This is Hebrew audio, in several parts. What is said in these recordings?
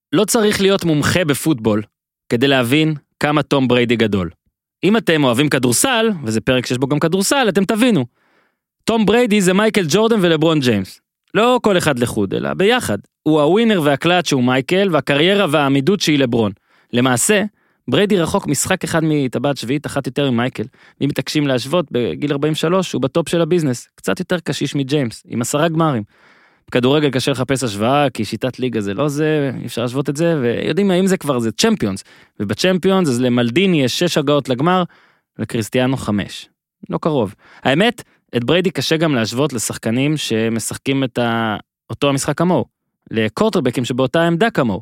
לא צריך להיות מומחה בפוטבול כדי להבין כמה תום בריידי גדול. אם אתם אוהבים כדורסל, וזה פרק שיש בו גם כדורסל, אתם תבינו. תום בריידי זה מייקל ג'ורדן ולברון ג'יימס. לא כל אחד לחוד, אלא ביחד. הוא הווינר והקלאץ' שהוא מייקל, והקריירה והעמידות שהיא לברון. למעשה, בריידי רחוק משחק אחד מטבעת שביעית, אחת יותר ממייקל. אם מתעקשים להשוות, בגיל 43 הוא בטופ של הביזנס, קצת יותר קשיש מג'יימס, עם 10 גמרים. בכדורגל קשה לחפש השוואה, כי שיטת ליגה זה לא זה, אי אפשר להשוות את זה, ויודעים מה, אם זה כבר זה צ'מפיונס, ובצ'מפיונס אז למלדיני יש 6 הגעות לגמר, לקריסטיאנו 5. לא קרוב. האמת, את בריידי קשה גם להשוות לשחקנים שמשחקים את אותו המשחק כמוהו, לקורטרבקים שבאותה עמדה כמוהו.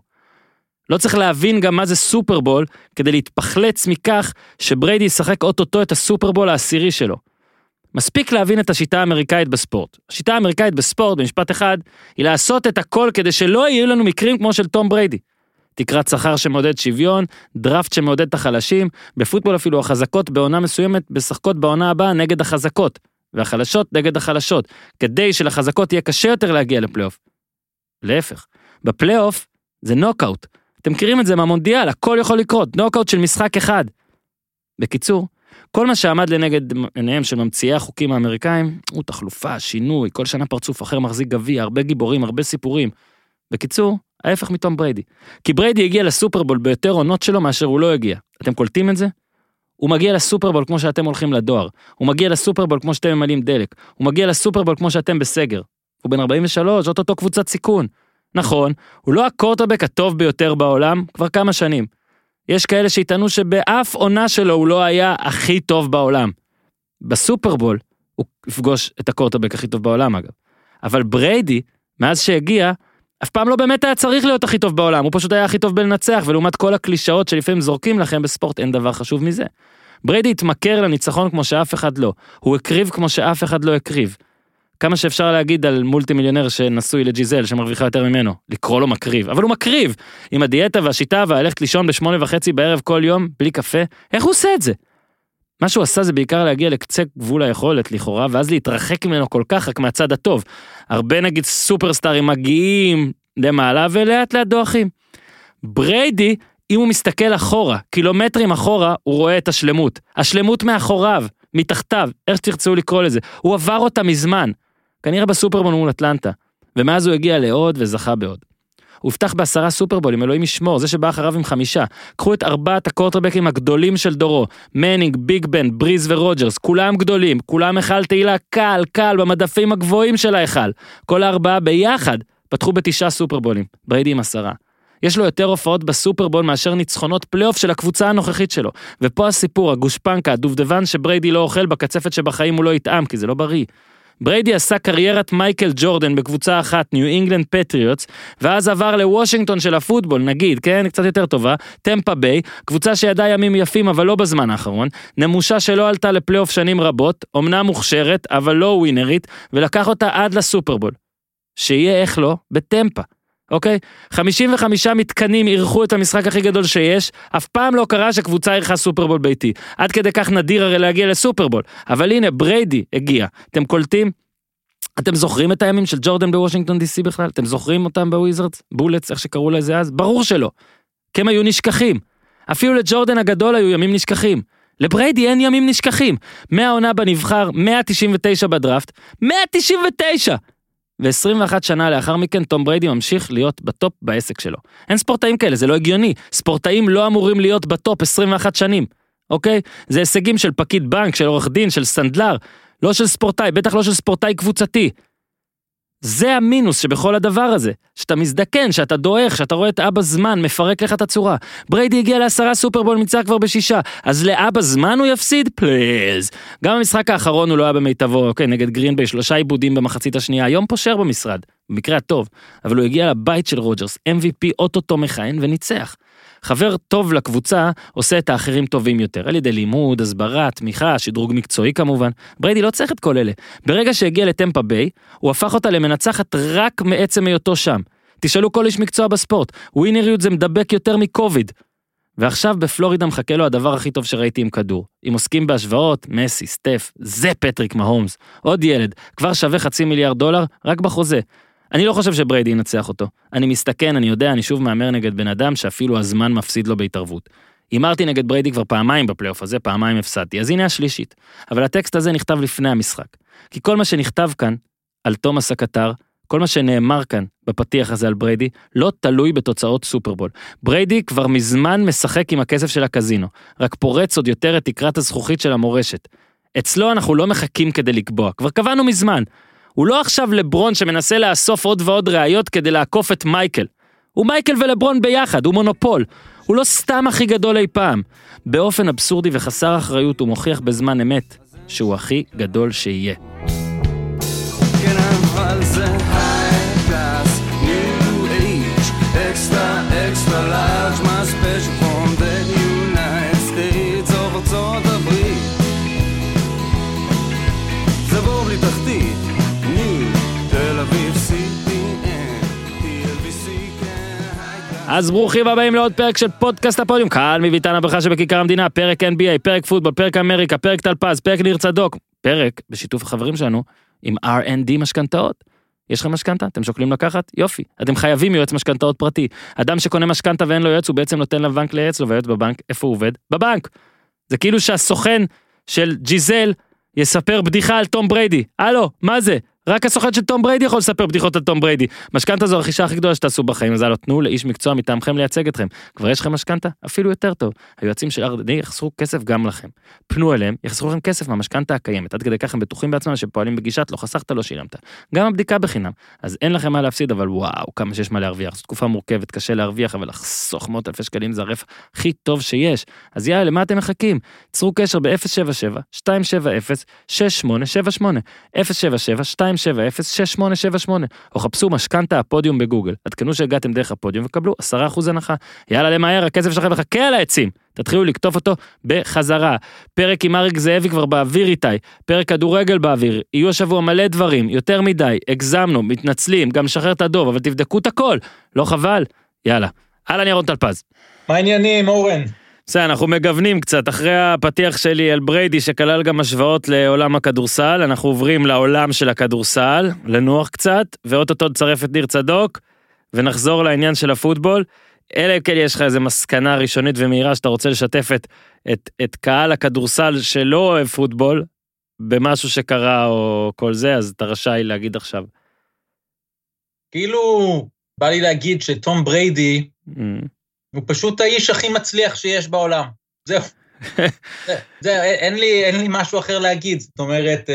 לא צריך להבין גם מה זה סופרבול, כדי להתפחלץ מכך שבריידי ישחק אוטוטו את הסופרבול העשירי שלו. מספיק להבין את השיטה האמריקאית בספורט. השיטה האמריקאית בספורט, במשפט אחד, היא לעשות את הכל כדי שלא יהיו לנו מקרים כמו של תום בריידי. תקרת שכר שמעודד שוויון, דראפט שמעודד את החלשים, בפוטבול אפילו החזקות בעונה מסוימת בשחקות בעונה הבאה נגד החזקות, והחלשות נגד החלשות, כדי שלחזקות יהיה קשה יותר להגיע לפלייאוף. להפך, בפלייאוף זה נוקאוט. אתם מכירים את זה מהמונדיאל, הכל יכול לקרות, נוקאוט של משחק אחד. בקיצור, כל מה שעמד לנגד עיניהם של ממציאי החוקים האמריקאים, הוא תחלופה, שינוי, כל שנה פרצוף אחר מחזיק גביע, הרבה גיבורים, הרבה סיפורים. בקיצור, ההפך מתום בריידי. כי בריידי הגיע לסופרבול ביותר עונות שלו מאשר הוא לא הגיע. אתם קולטים את זה? הוא מגיע לסופרבול כמו שאתם הולכים לדואר. הוא מגיע לסופרבול כמו שאתם ממלאים דלק. הוא מגיע לסופרבול כמו שאתם בסגר. הוא בן 43, אותו קבוצת סיכון. נכון, הוא לא הקורטרבק הטוב ביותר בעולם כבר כמה שנים. יש כאלה שיטענו שבאף עונה שלו הוא לא היה הכי טוב בעולם. בסופרבול הוא יפגוש את הקורטרבק הכי טוב בעולם אגב. אבל בריידי, מאז שהגיע, אף פעם לא באמת היה צריך להיות הכי טוב בעולם. הוא פשוט היה הכי טוב בלנצח, ולעומת כל הקלישאות שלפעמים זורקים לכם בספורט, אין דבר חשוב מזה. בריידי התמכר לניצחון כמו שאף אחד לא. הוא הקריב כמו שאף אחד לא הקריב. כמה שאפשר להגיד על מולטי מיליונר שנשוי לג'יזל, שמרוויחה יותר ממנו, לקרוא לו מקריב, אבל הוא מקריב, עם הדיאטה והשיטה והלכת לישון ב8:30 בערב כל יום, בלי קפה, איך הוא עושה את זה? מה שהוא עשה זה בעיקר להגיע לקצה גבול היכולת לכאורה, ואז להתרחק ממנו כל כך רק מהצד הטוב. הרבה נגיד סופרסטארים מגיעים למעלה ולאט לאט דוחים. בריידי, אם הוא מסתכל אחורה, קילומטרים אחורה, הוא רואה את השלמות. השלמות מאחוריו, מתחתיו, איך שתרצו לקרוא לזה. הוא עבר אותה מזמן. כנראה בסופרבול מול אטלנטה, ומאז הוא הגיע לעוד וזכה בעוד. הוא הבטח ב10 סופרבולים, אלוהים ישמור, זה שבא אחריו עם 5. קחו את 4 הקורטרבקים הגדולים של דורו, מנינג, ביג בן, בריז ורוג'רס, כולם גדולים, כולם החל תהילה קל, במדפים הגבוהים של ההיכל. כל 4 ביחד פתחו ב9 סופרבולים, בריידי עם 10. יש לו יותר הופעות בסופרבול מאשר ניצחונות פלייאוף של הקבוצה הנוכחית שלו. ופה הסיפור, הגושפנקה, הדובדבן שבריידי לא אוכל בקצפת שבחיים הוא לא יטעם, כי זה לא בריא. בריידי עשה קריירת מייקל ג'ורדן בקבוצה אחת, ניו אינגלנד פטריוטס, ואז עבר לוושינגטון של הפוטבול, נגיד, כן, קצת יותר טובה, טמפה ביי, קבוצה שידעה ימים יפים, אבל לא בזמן האחרון, נמושה שלא עלתה לפלייאוף שנים רבות, אומנם מוכשרת, אבל לא ווינרית, ולקח אותה עד לסופרבול. שיהיה איך לא, בטמפה. אוקיי? 55 מתקנים אירחו את המשחק הכי גדול שיש, אף פעם לא קרה שקבוצה אירחה סופרבול ביתי. עד כדי כך נדיר הרי להגיע לסופרבול. אבל הנה, בריידי הגיע. אתם קולטים? אתם זוכרים את הימים של ג'ורדן בוושינגטון די-סי בכלל? אתם זוכרים אותם בוויזרדס? בולטס, איך שקראו לזה אז? ברור שלא. כי הם היו נשכחים. אפילו לג'ורדן הגדול היו ימים נשכחים. לבריידי אין ימים נשכחים. 100 עונה בנבחר, 199 בדראפט, 199! ו21 שנה לאחר מכן, תום בריידי ממשיך להיות בטופ בעסק שלו. אין ספורטאים כאלה, זה לא הגיוני. ספורטאים לא אמורים להיות בטופ 21 שנים, אוקיי? זה הישגים של פקיד בנק, של עורך דין, של סנדלר, לא של ספורטאי, בטח לא של ספורטאי קבוצתי. זה המינוס שבכל הדבר הזה, שאתה מזדקן, שאתה דואך, שאתה רואה את אבא זמן, מפרק לך את הצורה. בריידי הגיע ל10 סופרבול, ניצח כבר ב6, אז לאבא זמן הוא יפסיד? פליז. גם המשחק האחרון הוא לא היה במיטבו, אוקיי, נגד גרין ביי, 3 עיבודים במחצית השנייה, היום פושר במשרד, במקרה הטוב, אבל הוא הגיע לבית של רוג'רס, MVP אוטוטו מכהן וניצח. חבר טוב לקבוצה עושה את האחרים טובים יותר, על ידי לימוד, הסברה, תמיכה, שדרוג מקצועי כמובן. בריידי לא צריך את כל אלה. ברגע שהגיע לטמפה ביי, הוא הפך אותה למנצחת רק מעצם היותו שם. תשאלו כל איש מקצוע בספורט, ווינריות זה מדבק יותר מקוביד. ועכשיו בפלורידה מחכה לו הדבר הכי טוב שראיתי עם כדור. אם עוסקים בהשוואות, מסי, סטף, זה פטריק מהומס. עוד ילד, כבר שווה $500 מיליון רק בחוזה. אני לא חושב שבריידי ינצח אותו. אני מסתכן, אני יודע, אני שוב מאמר נגד בן אדם שאפילו הזמן מפסיד לו בהתערבות. אמרתי נגד בריידי כבר פעמיים בפלייאוף הזה, פעמיים הפסדתי, אז הנה השלישית. אבל הטקסט הזה נכתב לפני המשחק. כי כל מה שנכתב כאן על תומאס הקטר, כל מה שנאמר כאן בפתיח הזה על בריידי, לא תלוי בתוצאות סופרבול. בריידי כבר מזמן משחק עם הכסף של הקזינו, רק פורץ עוד יותר את תקרת הזכוכית של המורשת. אצלו אנחנו לא מחכים כדי לקבוע, כבר קבענו מזמן. הוא לא עכשיו לברון שמנסה לאסוף עוד ועוד ראיות כדי לעקוף את מייקל. הוא מייקל ולברון ביחד, הוא מונופול. הוא לא סתם הכי גדול אי פעם. באופן אבסורדי וחסר אחריות הוא מוכיח בזמן אמת שהוא הכי גדול שיהיה. אז ברוכים הבאים לעוד פרק של פודקאסט הפודיום, קהל מביתן הברכה שבכיכר המדינה, פרק NBA, פרק פוטבול, פרק אמריקה, פרק טלפז, פרק ניר צדוק, פרק בשיתוף החברים שלנו עם R&D משכנתאות. יש לכם משכנתה? אתם שוקלים לקחת? יופי. אתם חייבים יועץ משכנתאות פרטי. אדם שקונה משכנתה ואין לו יועץ, הוא בעצם נותן לבנק לייעץ לו, ויועץ בבנק, איפה הוא עובד? בבנק. זה כאילו שהסוכן של ג'יזל יספר בדיחה על תום בריידי. הלו, מה זה? רק הסוכן של תום בריידי יכול לספר בדיחות על תום בריידי. משכנתה זו הרכישה הכי גדולה שתעשו בחיים, אז תנו לאיש מקצוע מטעמכם לייצג אתכם. כבר יש לכם משכנתה? אפילו יותר טוב. היועצים של R&D יחסכו כסף גם לכם. פנו אליהם, יחסכו לכם כסף מהמשכנתה הקיימת. עד כדי כך הם בטוחים בעצמם שפועלים בגישת, לא חסכת, לא שילמת. גם הבדיקה בחינם. אז אין לכם מה להפסיד, אבל וואו, כמה שיש מה להרוויח. זו תקופה מורכבת, קשה להרוויח, אבל לחסוך מאות אלפי שקלים זה הרף הכי טוב שיש. אז יאללה, למה אתם מחכים? צרו קשר ב-077-270-6878, 077-270-6878, או חפשו משכנתה הפודיום בגוגל. עדכנו שהגעתם דרך הפודיום וקבלו 10% הנחה. יאללה למהר, הכסף שלכם מחכה על העצים. תתחילו לקטוף אותו בחזרה. פרק עם אריק זאבי כבר באוויר איתי. פרק כדורגל באוויר. יהיו השבוע מלא דברים, יותר מדי. הגזמנו, מתנצלים, גם שחרר את הדוב, אבל תבדקו את הכל. לא חבל? יאללה. הלאה ירון טלפז. מה העניינים, אורן? בסדר, אנחנו מגוונים קצת, אחרי הפתיח שלי על בריידי שכלל גם השוואות לעולם הכדורסל, אנחנו עוברים לעולם של הכדורסל, לנוח קצת, ואוטוטו תצרף את ניר צדוק, ונחזור לעניין של הפוטבול, אלא כן יש לך איזו מסקנה ראשונית ומהירה שאתה רוצה לשתף את קהל הכדורסל שלא אוהב פוטבול, במשהו שקרה או כל זה, אז אתה רשאי להגיד עכשיו. כאילו, בא לי להגיד שתום בריידי, הוא פשוט האיש הכי מצליח שיש בעולם. זהו. אין לי משהו אחר להגיד. זאת אומרת,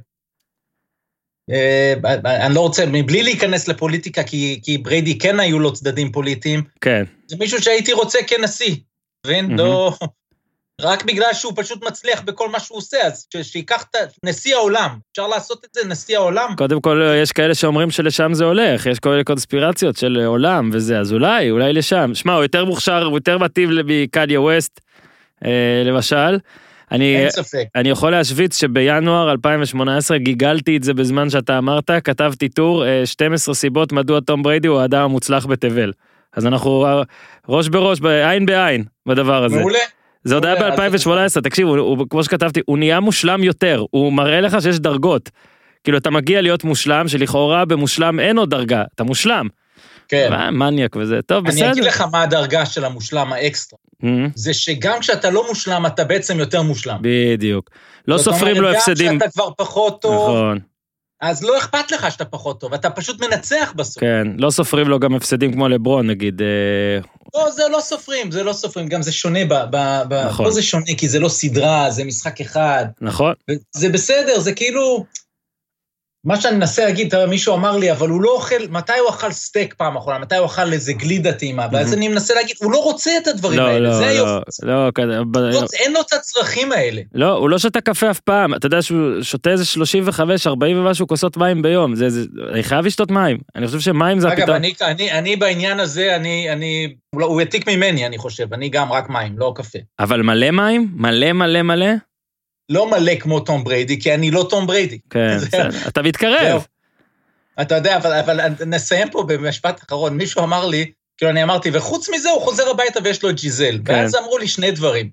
אני לא רוצה, מבלי להיכנס לפוליטיקה, כי בריידי כן היו לו צדדים פוליטיים. כן. זה מישהו שהייתי רוצה כנשיא. לא, רק בגלל שהוא פשוט מצליח בכל מה שהוא עושה, אז שיקח את נשיא העולם. אפשר לעשות את זה, נשיא העולם. קודם כל, יש כאלה שאומרים שלשם זה הולך, יש כל קונספירציות של עולם וזה, אז אולי לשם. שמע, הוא יותר מוכשר, הוא יותר מתאים מקניה ווסט, למשל. אין ספק. אני יכול להשוויץ שבינואר 2018 גיגלתי את זה בזמן שאתה אמרת, כתבתי טור, 12 סיבות מדוע תום בריידי הוא האדם המוצלח בתבל. אז אנחנו ראש בראש, עין בעין בדבר הזה. מעולה. זה עוד היה ב-2018, תקשיב, כמו שכתבתי, הוא נהיה מושלם יותר, הוא מראה לך שיש דרגות, כאילו אתה מגיע להיות מושלם, שלכאורה במושלם אין עוד דרגה, אתה מושלם. כן. מניאק וזה, טוב, בסדר. אני אגיד לך מה הדרגה של המושלם האקסטרה, זה שגם כשאתה לא מושלם, אתה בעצם יותר מושלם. בדיוק. לא סופרים לו הפסדים. גם כשאתה כבר פחות טוב, נכון. אז לא אכפת לך שאתה פחות טוב, אתה פשוט מנצח בסוף. כן, לא סופרים לו גם הפסדים כמו לברון, נגיד. לא, זה לא סופרים, גם זה שונה, נכון. פה זה שונה, כי זה לא סדרה, זה משחק אחד. נכון. זה בסדר, זה כאילו, מה שאני מנסה להגיד, מישהו אמר לי, אבל הוא לא אוכל, מתי הוא אכל סטייק פעם אחרונה, מתי הוא אכל איזה גלידה טעימה, ואז אני מנסה להגיד, הוא לא רוצה את הדברים האלה, זה יופי. אין לו את הצרכים האלה. לא, הוא לא שותה קפה אף פעם, אתה יודע שהוא שותה איזה 35, 40 ומשהו כוסות מים ביום, אני חייב לשתות מים, אני חושב שמים זה הפתרון. אגב, אני בעניין הזה, הוא העתיק ממני, אני חושב, אני גם רק מים, לא קפה. אבל מלא מים? מלא? לא מלא כמו תום בריידי, כי אני לא תום בריידי. כן, אתה מתקרב. אתה יודע, אבל נסיים פה במשפט אחרון, מישהו אמר לי, כאילו אני אמרתי, וחוץ מזה הוא חוזר הביתה ויש לו את ג'יזל, ואז אמרו לי שני דברים.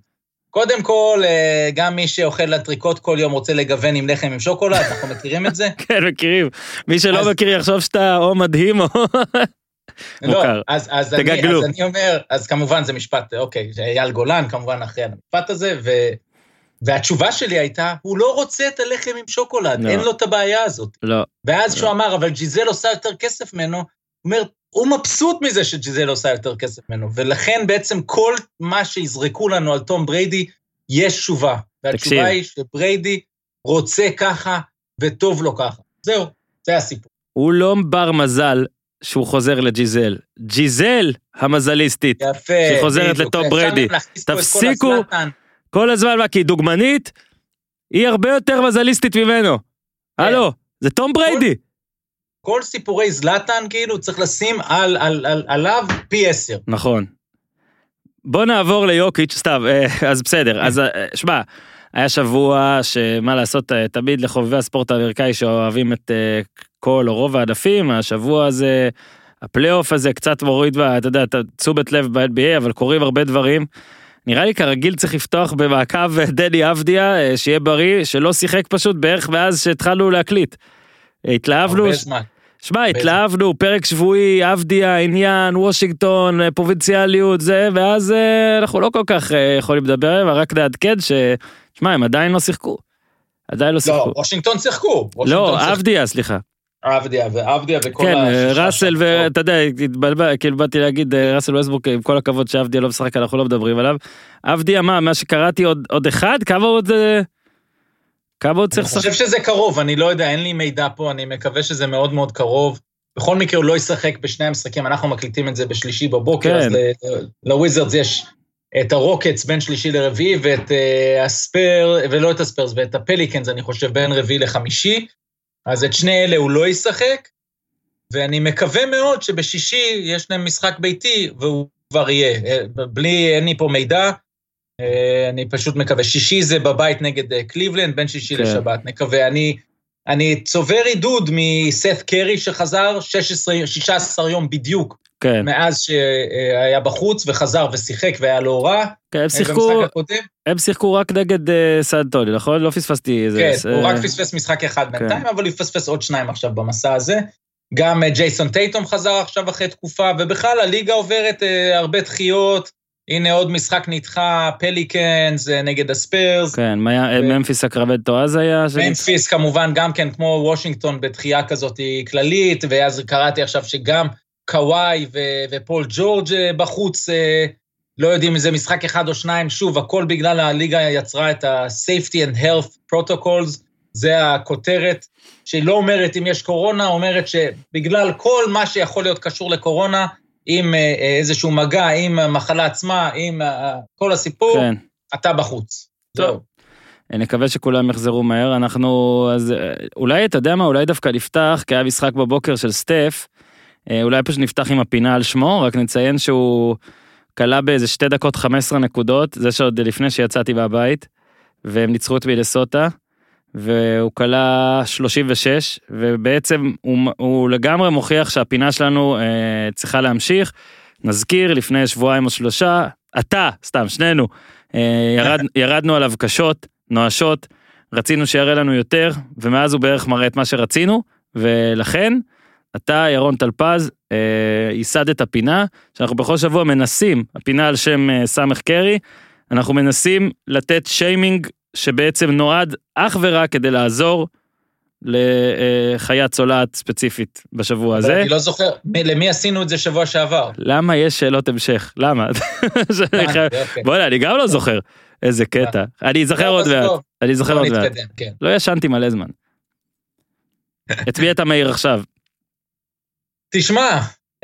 קודם כל, גם מי שאוכל לטריקות כל יום רוצה לגוון עם לחם עם שוקולד, אנחנו מכירים את זה? כן, מכירים. מי שלא מכיר יחשוב שאתה או מדהים או... מוכר. אז אני אומר, אז כמובן זה משפט, אוקיי, אייל גולן, כמובן אחרי המשפט הזה, והתשובה שלי הייתה, הוא לא רוצה את הלחם עם שוקולד, אין לו את הבעיה הזאת. לא. ואז שהוא אמר, אבל ג'יזל עושה יותר כסף ממנו, הוא אומר, הוא מבסוט מזה שג'יזל עושה יותר כסף ממנו, ולכן בעצם כל מה שיזרקו לנו על תום בריידי, יש תשובה. והתשובה היא שבריידי רוצה ככה, וטוב לו ככה. זהו, זה הסיפור. הוא לא בר מזל שהוא חוזר לג'יזל. ג'יזל המזליסטית, יפה, שחוזרת לטום בריידי. תפסיקו כל הזמן, כי דוגמנית, היא הרבה יותר מזליסטית ממנו. הלו, זה תום בריידי. כל סיפורי זלטן, כאילו, צריך לשים עליו פי 10. נכון. בוא נעבור ליוקיץ', סתם, אז בסדר, אז שמע, היה שבוע שמה לעשות, תמיד לחובבי הספורט האמריקאי שאוהבים את כל או רוב העדפים, השבוע הזה, הפלייאוף הזה קצת מוריד, אתה יודע, תשומת לב ב-NBA, אבל קוראים הרבה דברים. נראה לי כרגיל צריך לפתוח במעקב דני אבדיה, שיהיה בריא, שלא שיחק פשוט בערך מאז שהתחלנו להקליט. התלהבנו, שמע, התלהבנו, פרק שבועי, אבדיה, עניין, וושינגטון, פרובינציאליות, זה, ואז אנחנו לא כל כך יכולים לדבר, אבל רק נעדכן שמע, הם עדיין לא שיחקו. עדיין לא שיחקו. לא, וושינגטון שיחקו. לא, אבדיה, סליחה. אבדיה וכל כן, ראסל, ואתה יודע, כאילו באתי להגיד, ראסל ווסטברוק, עם כל הכבוד שאבדיה לא משחק, אנחנו לא מדברים עליו. אבדיה, מה שקראתי עוד אחד? כמה עוד צריך... אני חושב שזה קרוב, אני לא יודע, אין לי מידע פה, אני מקווה שזה מאוד מאוד קרוב. בכל מקרה הוא לא ישחק בשני המשחקים, אנחנו מקליטים את זה בשלישי בבוקר, אז לוויזרדס יש את הרוקטס בין שלישי לרביעי, ואת הספר, ולא את הספרס, ואת הפליקנס, אני חושב, בין רביעי לחמישי, אז את שני אלה הוא לא ישחק, ואני מקווה מאוד שבשישי יש להם משחק ביתי, והוא כבר יהיה, אין לי פה מידע, אני פשוט מקווה, שישי זה בבית נגד קליבלנד, בין שישי לשבת, נקווה, אני צובר עידוד מסת קרי שחזר 16 יום בדיוק, מאז שהיה בחוץ וחזר ושיחק והיה לו רע, הם שיחקו רק נגד סנטוני, נכון? לא פספסתי איזה... כן, הוא רק פספס משחק אחד בינתיים, אבל הוא פספס עוד 2 עכשיו במסע הזה, גם ג'ייסון טייטום חזר עכשיו אחרי תקופה, ובכלל הליגה עוברת הרבה דחיות, הנה עוד משחק נדחה, פליקנס נגד הספרס. כן, ממפיס אקרבטו אז היה? ממפיס כמובן גם כן, כמו וושינגטון בתחייה כזאת כללית, ואז קראתי עכשיו שגם קוואי ופול ג'ורג' בחוץ, לא יודעים אם זה משחק 1 או 2, שוב, הכל בגלל הליגה יצרה את ה-Safety and Health Protocols, זה הכותרת, שהיא לא אומרת אם יש קורונה, אומרת שבגלל כל מה שיכול להיות קשור לקורונה, עם איזשהו מגע, עם המחלה עצמה, עם כל הסיפור, כן. אתה בחוץ. טוב. נקווה שכולם יחזרו מהר, אז אולי, אתה יודע מה, אולי דווקא נפתח, כי היה משחק בבוקר של סטף, אולי פשוט נפתח עם הפינה על שמו, רק נציין שהוא קלה באיזה 2 דקות 15 נקודות, זה שעוד לפני שיצאתי מהבית, והם ניצחו את מינסוטה, והוא קלה 36, ובעצם הוא לגמרי מוכיח שהפינה שלנו צריכה להמשיך. נזכיר, לפני שבועיים או 3, שנינו, ירדנו עליו קשות, נואשות, רצינו שיראה לנו יותר, ומאז הוא בערך מראה את מה שרצינו, ולכן, אתה, ירון טלפז, ייסד את הפינה, שאנחנו בכל שבוע מנסים, הפינה על שם סמך קרי, אנחנו מנסים לתת שיימינג, שבעצם נועד אך ורק כדי לעזור לחיית צולעת ספציפית בשבוע הזה. אני לא זוכר, למי עשינו את זה שבוע שעבר? למה יש שאלות המשך? למה? בוא'נה, אני גם לא זוכר. איזה קטע. אני אזכר עוד מעט. לא ישנתי מלא זמן. את מי אתה מהיר עכשיו? תשמע,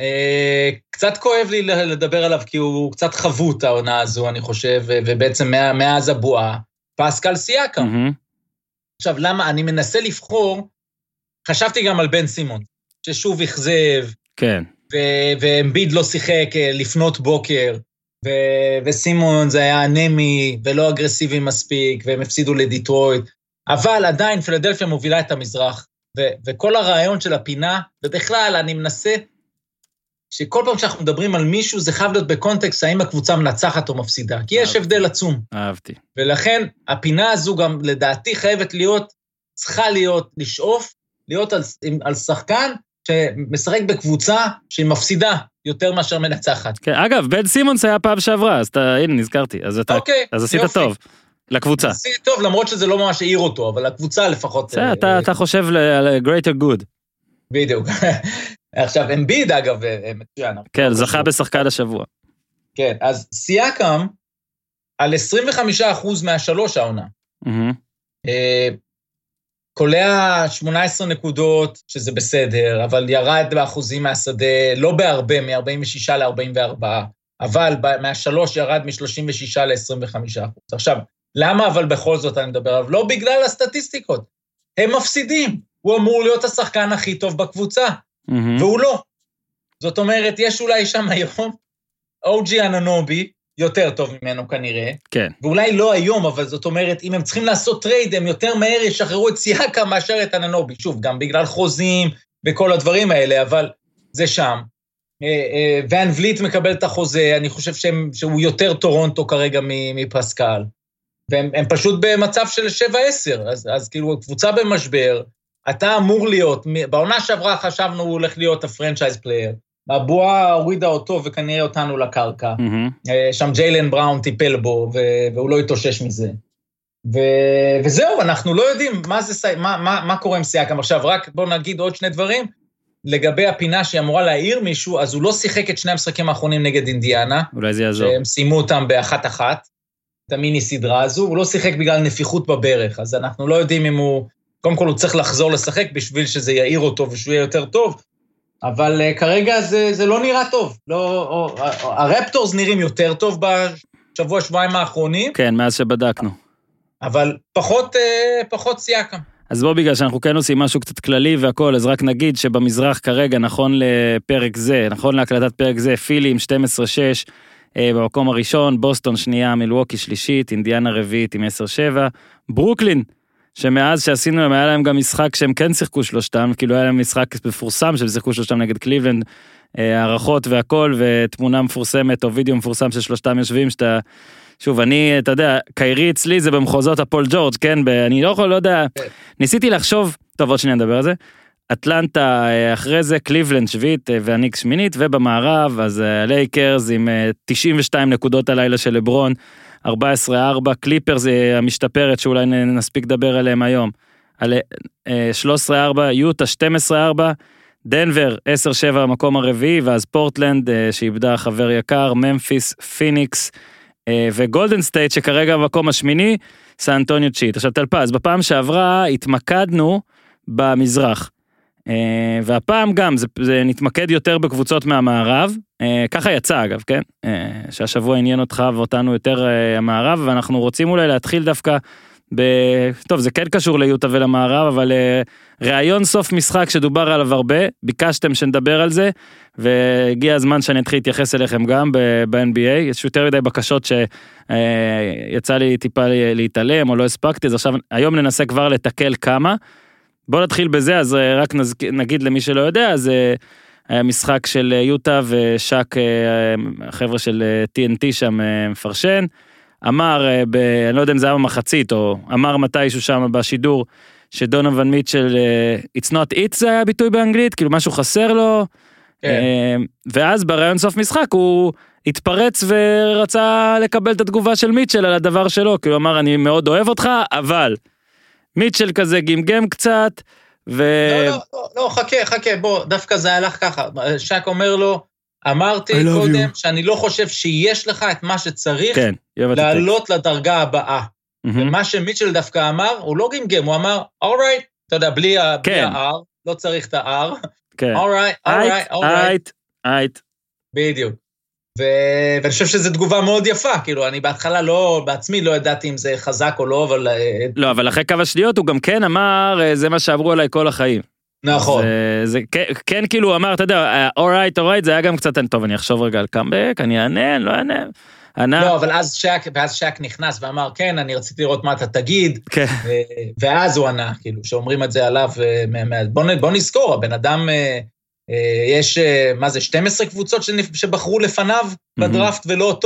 קצת כואב לי לדבר עליו, כי הוא קצת חבוט העונה הזו, אני חושב, ובעצם מאז הבועה, פסקל סייקם. עכשיו, למה? אני מנסה לבחור, חשבתי גם על בן סימון, ששוב יחזב, כן. ואמביד לא שיחק לפנות בוקר, וסימון זה היה אנמי, ולא אגרסיבי מספיק, והם הפסידו לדיטרויט, אבל עדיין פילדלפיה מובילה את המזרח, וכל הרעיון של הפינה, ובכלל אני מנסה, שכל פעם שאנחנו מדברים על מישהו, זה חייב להיות בקונטקסט, האם הקבוצה מנצחת או מפסידה, כי יש הבדל עצום. אהבתי. ולכן, הפינה הזו גם לדעתי חייבת להיות, צריכה להיות, לשאוף, להיות על שחקן שמשחק בקבוצה שהיא מפסידה יותר מאשר מנצחת. כן, אגב, בן סימונס היה פעם שעברה, אז הנה, נזכרתי, אז עשית טוב. לקבוצה. עשיתי טוב, למרות שזה לא ממש העיר אותו, אבל לקבוצה לפחות... אתה חושב על greater good. בדיוק. עכשיו, אמביד, אגב, מצוין. כן, זכה בשחקן השבוע. כן, אז סייקם, על 25% מהשלוש העונה. קולע 18 נקודות, שזה בסדר, אבל ירד באחוזים מהשדה, לא בהרבה, מ-46 ל-44, אבל מהשלוש ירד מ-36 ל-25%. עכשיו, למה אבל בכל זאת אני מדבר עליו? לא בגלל הסטטיסטיקות. הם מפסידים. הוא אמור להיות השחקן הכי טוב בקבוצה, והוא לא. זאת אומרת, יש אולי שם היום, אוג'י אננובי, יותר טוב ממנו כנראה, כן. ואולי לא היום, אבל זאת אומרת, אם הם צריכים לעשות טרייד, הם יותר מהר ישחררו את סייקם מאשר את אננובי. שוב, גם בגלל חוזים וכל הדברים האלה, אבל זה שם. ואן וליט מקבל את החוזה, אני חושב שהוא יותר טורונטו כרגע מפסקל. והם פשוט במצב של 7-10, אז כאילו קבוצה במשבר, אתה אמור להיות, בעונה שעברה חשבנו הוא הולך להיות הפרנצ'ייז פלייר, הבועה הורידה אותו וכנראה אותנו לקרקע, שם ג'יילן בראון טיפל בו, והוא לא התאושש מזה. וזהו, אנחנו לא יודעים מה קורה עם סייקם. עכשיו, רק בואו נגיד עוד שני דברים, לגבי הפינה שהיא אמורה להעיר מישהו, אז הוא לא שיחק את שני המשחקים האחרונים נגד אינדיאנה, אולי זה יעזור. שהם סיימו אותם ב1-1, את המיני סדרה הזו, הוא לא שיחק בגלל נפיחות בברך, אז אנחנו לא יודעים אם הוא, קודם כל הוא צריך לחזור לשחק בשביל שזה יעיר אותו ושהוא יהיה יותר טוב, אבל כרגע זה לא נראה טוב, הרפטורס נראים יותר טוב בשבוע, שבועיים האחרונים. כן, מאז שבדקנו. אבל פחות סייקם. אז בוא, בגלל שאנחנו כן עושים משהו קצת כללי והכל, אז רק נגיד שבמזרח כרגע, נכון לפרק זה, נכון להקלטת פרק זה, פילי עם 12-6, במקום הראשון, בוסטון שנייה, מילווקי שלישית, אינדיאנה רביעית עם 10-7, ברוקלין, שמאז שעשינו להם, היה להם גם משחק שהם כן שיחקו שלושתם, כאילו היה להם משחק מפורסם שהם שיחקו שלושתם נגד קליבלנד, הערכות והכל, ותמונה מפורסמת או וידאו מפורסם של שלושתם יושבים, שאתה, שוב, אתה יודע, קיירי אצלי זה במחוזות הפול ג'ורג', כן, אני לא יודע, ניסיתי לחשוב, טוב, עוד שניה נדבר על זה, אטלנטה אחרי זה, קליבלנד שביעית והניקס שמינית, ובמערב, אז לייקרס עם 92 נקודות הלילה של לברון, 14-4, קליפר זה המשתפרת שאולי נספיק לדבר עליהם היום, על 13-4, יוטה 12-4, דנבר 10-7 המקום הרביעי, ואז פורטלנד שאיבדה חבר יקר, ממפיס, פיניקס, וגולדן סטייט שכרגע במקום השמיני, סן אנטוניו צ'יט. עכשיו תלפה, אז בפעם שעברה התמקדנו במזרח, והפעם גם זה נתמקד יותר בקבוצות מהמערב, ככה יצא אגב, כן? שהשבוע עניין אותך ואותנו יותר המערב, ואנחנו רוצים אולי להתחיל דווקא טוב, זה כן קשור ליוטה ולמערב, אבל ראיון סוף משחק שדובר עליו הרבה, ביקשתם שנדבר על זה, והגיע הזמן שאני אתחיל להתייחס אליכם גם ב-NBA, יש יותר מדי בקשות שיצא לי טיפה להתעלם, או לא הספקתי, אז עכשיו היום ננסה כבר לתקל כמה, בואו נתחיל בזה, אז רק נגיד למי שלא יודע, אז היה משחק של יוטה ושק, החבר'ה של TNT שם מפרשן, אמר, אני לא יודע אם זה היה במחצית, או אמר מתישהו שם בשידור, שדונוון מיטשל, it's not it, זה היה ביטוי באנגלית, כאילו משהו חסר לו, ואז ברעיון סוף משחק, הוא התפרץ ורצה לקבל את התגובה של מיטשל על הדבר שלו, כאילו אמר, אני מאוד אוהב אותך, אבל מיטשל כזה גמגם קצת, לא, חכה, בוא, דווקא זה הלך ככה, שק אומר לו, אמרתי קודם שאני לא חושב שיש לך את מה שצריך לעלות לדרגה הבאה. ומה שמיטשל דווקא אמר, הוא לא גמגם, הוא אמר, alright, אתה יודע, בלי ה-R, לא צריך את ה-R, alright. בדיוק. ואני חושב שזו תגובה מאוד יפה, כאילו, אני בהתחלה בעצמי לא ידעתי אם זה חזק או לא, אבל... לא, אבל אחרי כמה שניות הוא גם כן אמר, זה מה שעברו עליי כל החיים. נכון. זה כן כאילו אמר, אתה יודע, alright, זה היה גם קצת, טוב, אני אחשוב רגע על קאמבק, אני אענה, לא אענה. לא, אבל אז שק נכנס ואמר, כן, אני רציתי לראות מה אתה תגיד, ואז הוא ענה, כאילו, שאומרים את זה עליו, בוא נזכור, הבן אדם יש, מה זה, 12 קבוצות שבחרו לפניו בדראפט ולא אותו,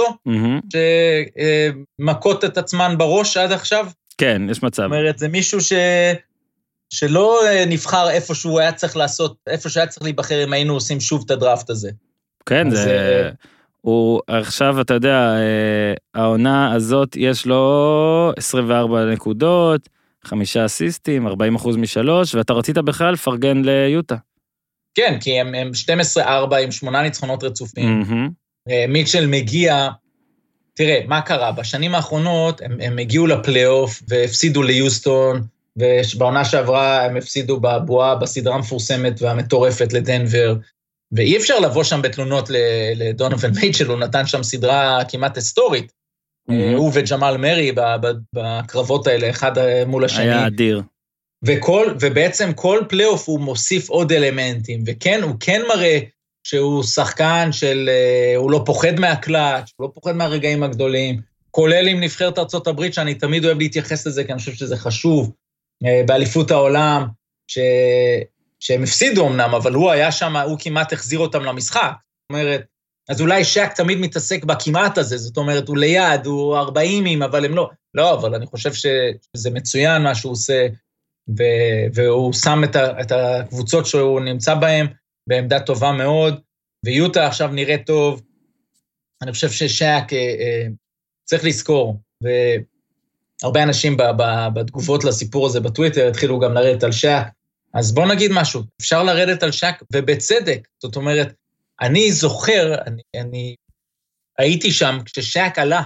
שמכות את עצמן בראש עד עכשיו? כן, יש מצב. זאת אומרת, זה מישהו שלא נבחר איפה שהוא היה צריך לעשות, איפה שהיה צריך להיבחר אם היינו עושים שוב את הדראפט הזה. כן, זה... הוא עכשיו, אתה יודע, העונה הזאת יש לו 24 נקודות, 5 אסיסטים, 40% מ3, ואתה רצית בכלל לפרגן ליוטה. כן, כי הם 12-4 עם 8 ניצחונות רצופים. מיטשל מגיע, תראה, מה קרה? בשנים האחרונות הם הגיעו לפלייאוף והפסידו ליוסטון, ובעונה שעברה הם הפסידו בבועה בסדרה המפורסמת והמטורפת לדנבר, ואי אפשר לבוא שם בתלונות לדונובין מיטשל, הוא נתן שם סדרה כמעט היסטורית, הוא וג'מאל מרי בקרבות האלה, אחד מול השני. היה אדיר. ובעצם כל פלייאוף הוא מוסיף עוד אלמנטים, וכן, הוא כן מראה שהוא שחקן של, הוא לא פוחד מהקלאץ', הוא לא פוחד מהרגעים הגדולים, כולל עם נבחרת ארצות הברית, שאני תמיד אוהב להתייחס לזה, כי אני חושב שזה חשוב, באליפות העולם, שהם הפסידו אמנם, אבל הוא היה שם, הוא כמעט החזיר אותם למשחק. זאת אומרת, אז אולי שק תמיד מתעסק בכמעט הזה, זאת אומרת, הוא ליד, הוא 40, אבל הם לא. לא, אבל אני חושב שזה מצוין מה שהוא עושה, והוא שם את הקבוצות שהוא נמצא בהן, בעמדה טובה מאוד, ויוטה עכשיו נראה טוב. אני חושב ששק צריך לזכור, והרבה אנשים בתגובות לסיפור הזה בטוויטר, התחילו גם לרדת על שק, אז בוא נגיד משהו, אפשר לרדת על שק, ובצדק, זאת אומרת, אני זוכר, אני הייתי שם כששק עלה,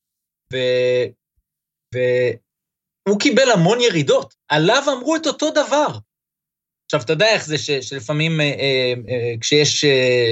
והוא קיבל המון ירידות, עליו אמרו את אותו דבר. עכשיו, אתה יודע איך זה שלפעמים כשיש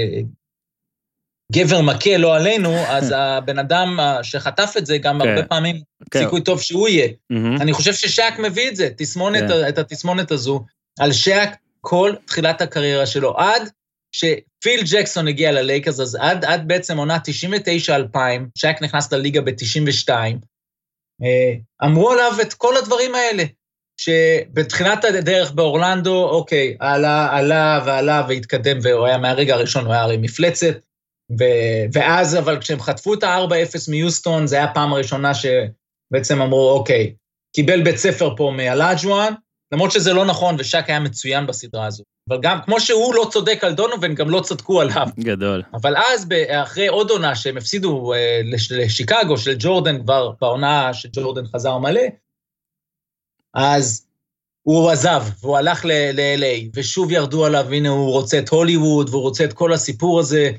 גבר מכה לא עלינו, אז הבן אדם שחטף את זה גם הרבה פעמים סיכוי טוב שהוא יהיה. אני חושב ששק מביא את זה, את התסמונת הזו, על שק כל תחילת הקריירה שלו, עד שפיל ג'קסון הגיע ללייקרס, אז עד בעצם עונה 99-2000, שק נכנס לליגה ב-92, אמרו עליו את כל הדברים האלה, שבתחילת הדרך באורלנדו, אוקיי, עלה והתקדם, והוא היה מהרגע הראשון, הוא היה הרי מפלצת, ואז, אבל כשהם חטפו את ה-4-0 מיוסטון, זה היה הפעם הראשונה שבעצם אמרו, אוקיי, קיבל בית ספר פה מאלאג'ואן, למרות שזה לא נכון, ושק היה מצוין בסדרה הזו. אבל גם, כמו שהוא לא צודק על דונובין, גם לא צדקו עליו. גדול. אבל אז, אחרי עוד עונה שהם הפסידו לשיקגו, של ג'ורדן, כבר בעונה שג'ורדן חזר מלא, אז הוא עזב, והוא הלך ל-LA, ושוב ירדו עליו, והנה הוא רוצה את הוליווד, והוא רוצה את כל הסיפור הזה,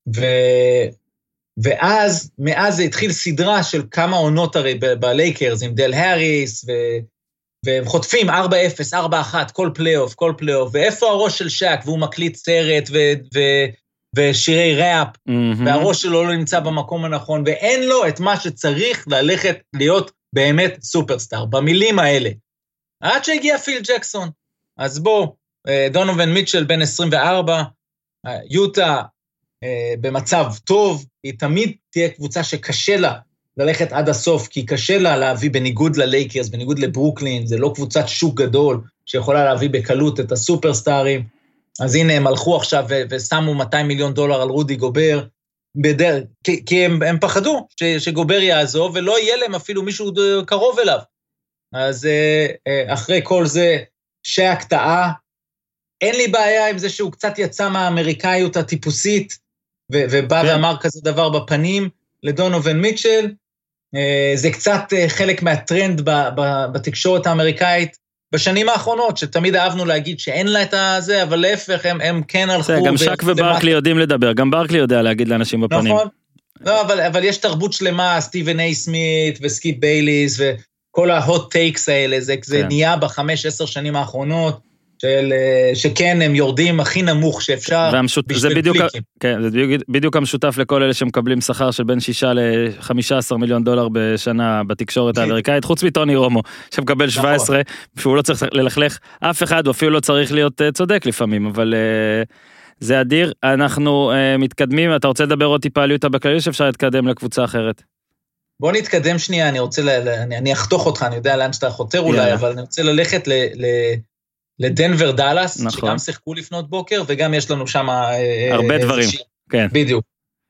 ואז, מאז זה התחיל סדרה של כמה עונות הרי בלייקרס, עם דל האריס, והם חוטפים 4-0, 4-1, כל פלייאוף, ואיפה הראש של שק, והוא מקליט סרט, ושירי ראפ, והראש שלו לא נמצא במקום הנכון, ואין לו את מה שצריך ללכת להיות באמת סופרסטאר, במילים האלה. עד שהגיע פיל ג'קסון. אז בוא, דונובין מיטשל בן 24, יוטה במצב טוב, היא תמיד תהיה קבוצה שקשה לה ללכת עד הסוף, כי קשה לה להביא בניגוד ללייקרס, בניגוד לברוקלין, זה לא קבוצת שוק גדול, שיכולה להביא בקלות את הסופרסטארים, אז הנה הם הלכו עכשיו ושמו $200 מיליון על רודי גובר, כי הם פחדו שגובר יעזוב, ולא יהיה להם אפילו מישהו קרוב אליו. אז אחרי כל זה, שהקטעה, אין לי בעיה עם זה שהוא קצת יצא מהאמריקאיות הטיפוסית, ובא ואמר כזה דבר בפנים, לדונובין מיטשל, זה קצת חלק מהטרנד בתקשורת האמריקאית, בשנים האחרונות, שתמיד אהבנו להגיד שאין לה את זה, אבל להפך, הם כן הלכו. גם שק וברקלי יודעים לדבר, גם ברקלי יודע להגיד לאנשים בפנים. נכון, לא, אבל יש תרבות שלמה, סטיבן איי סמית וסקיפ בייליס, וכל ההוט טייקס האלה, זה נהיה ב5-10 שנים האחרונות, שכן הם יורדים הכי נמוך שאפשר בשביל פליקים. כן, זה בדיוק המשותף לכל אלה שמקבלים שכר של בין 6 ל-15 מיליון דולר בשנה בתקשורת האמריקאית, חוץ מטוני רומו, שמקבל 17, שהוא לא צריך ללכלך אף אחד, הוא אפילו לא צריך להיות צודק לפעמים, אבל זה אדיר. אנחנו מתקדמים, אתה רוצה לדבר עוד טיפה על יוטה בכללי, שאפשר להתקדם לקבוצה אחרת? בוא נתקדם שנייה, אני אחתוך אותך, אני יודע לאן שאתה חותר אולי, אבל אני רוצה ללכת לדנבר דלס, נכון. שגם שיחקו לפנות בוקר, וגם יש לנו שם... הרבה דברים, כן. בדיוק.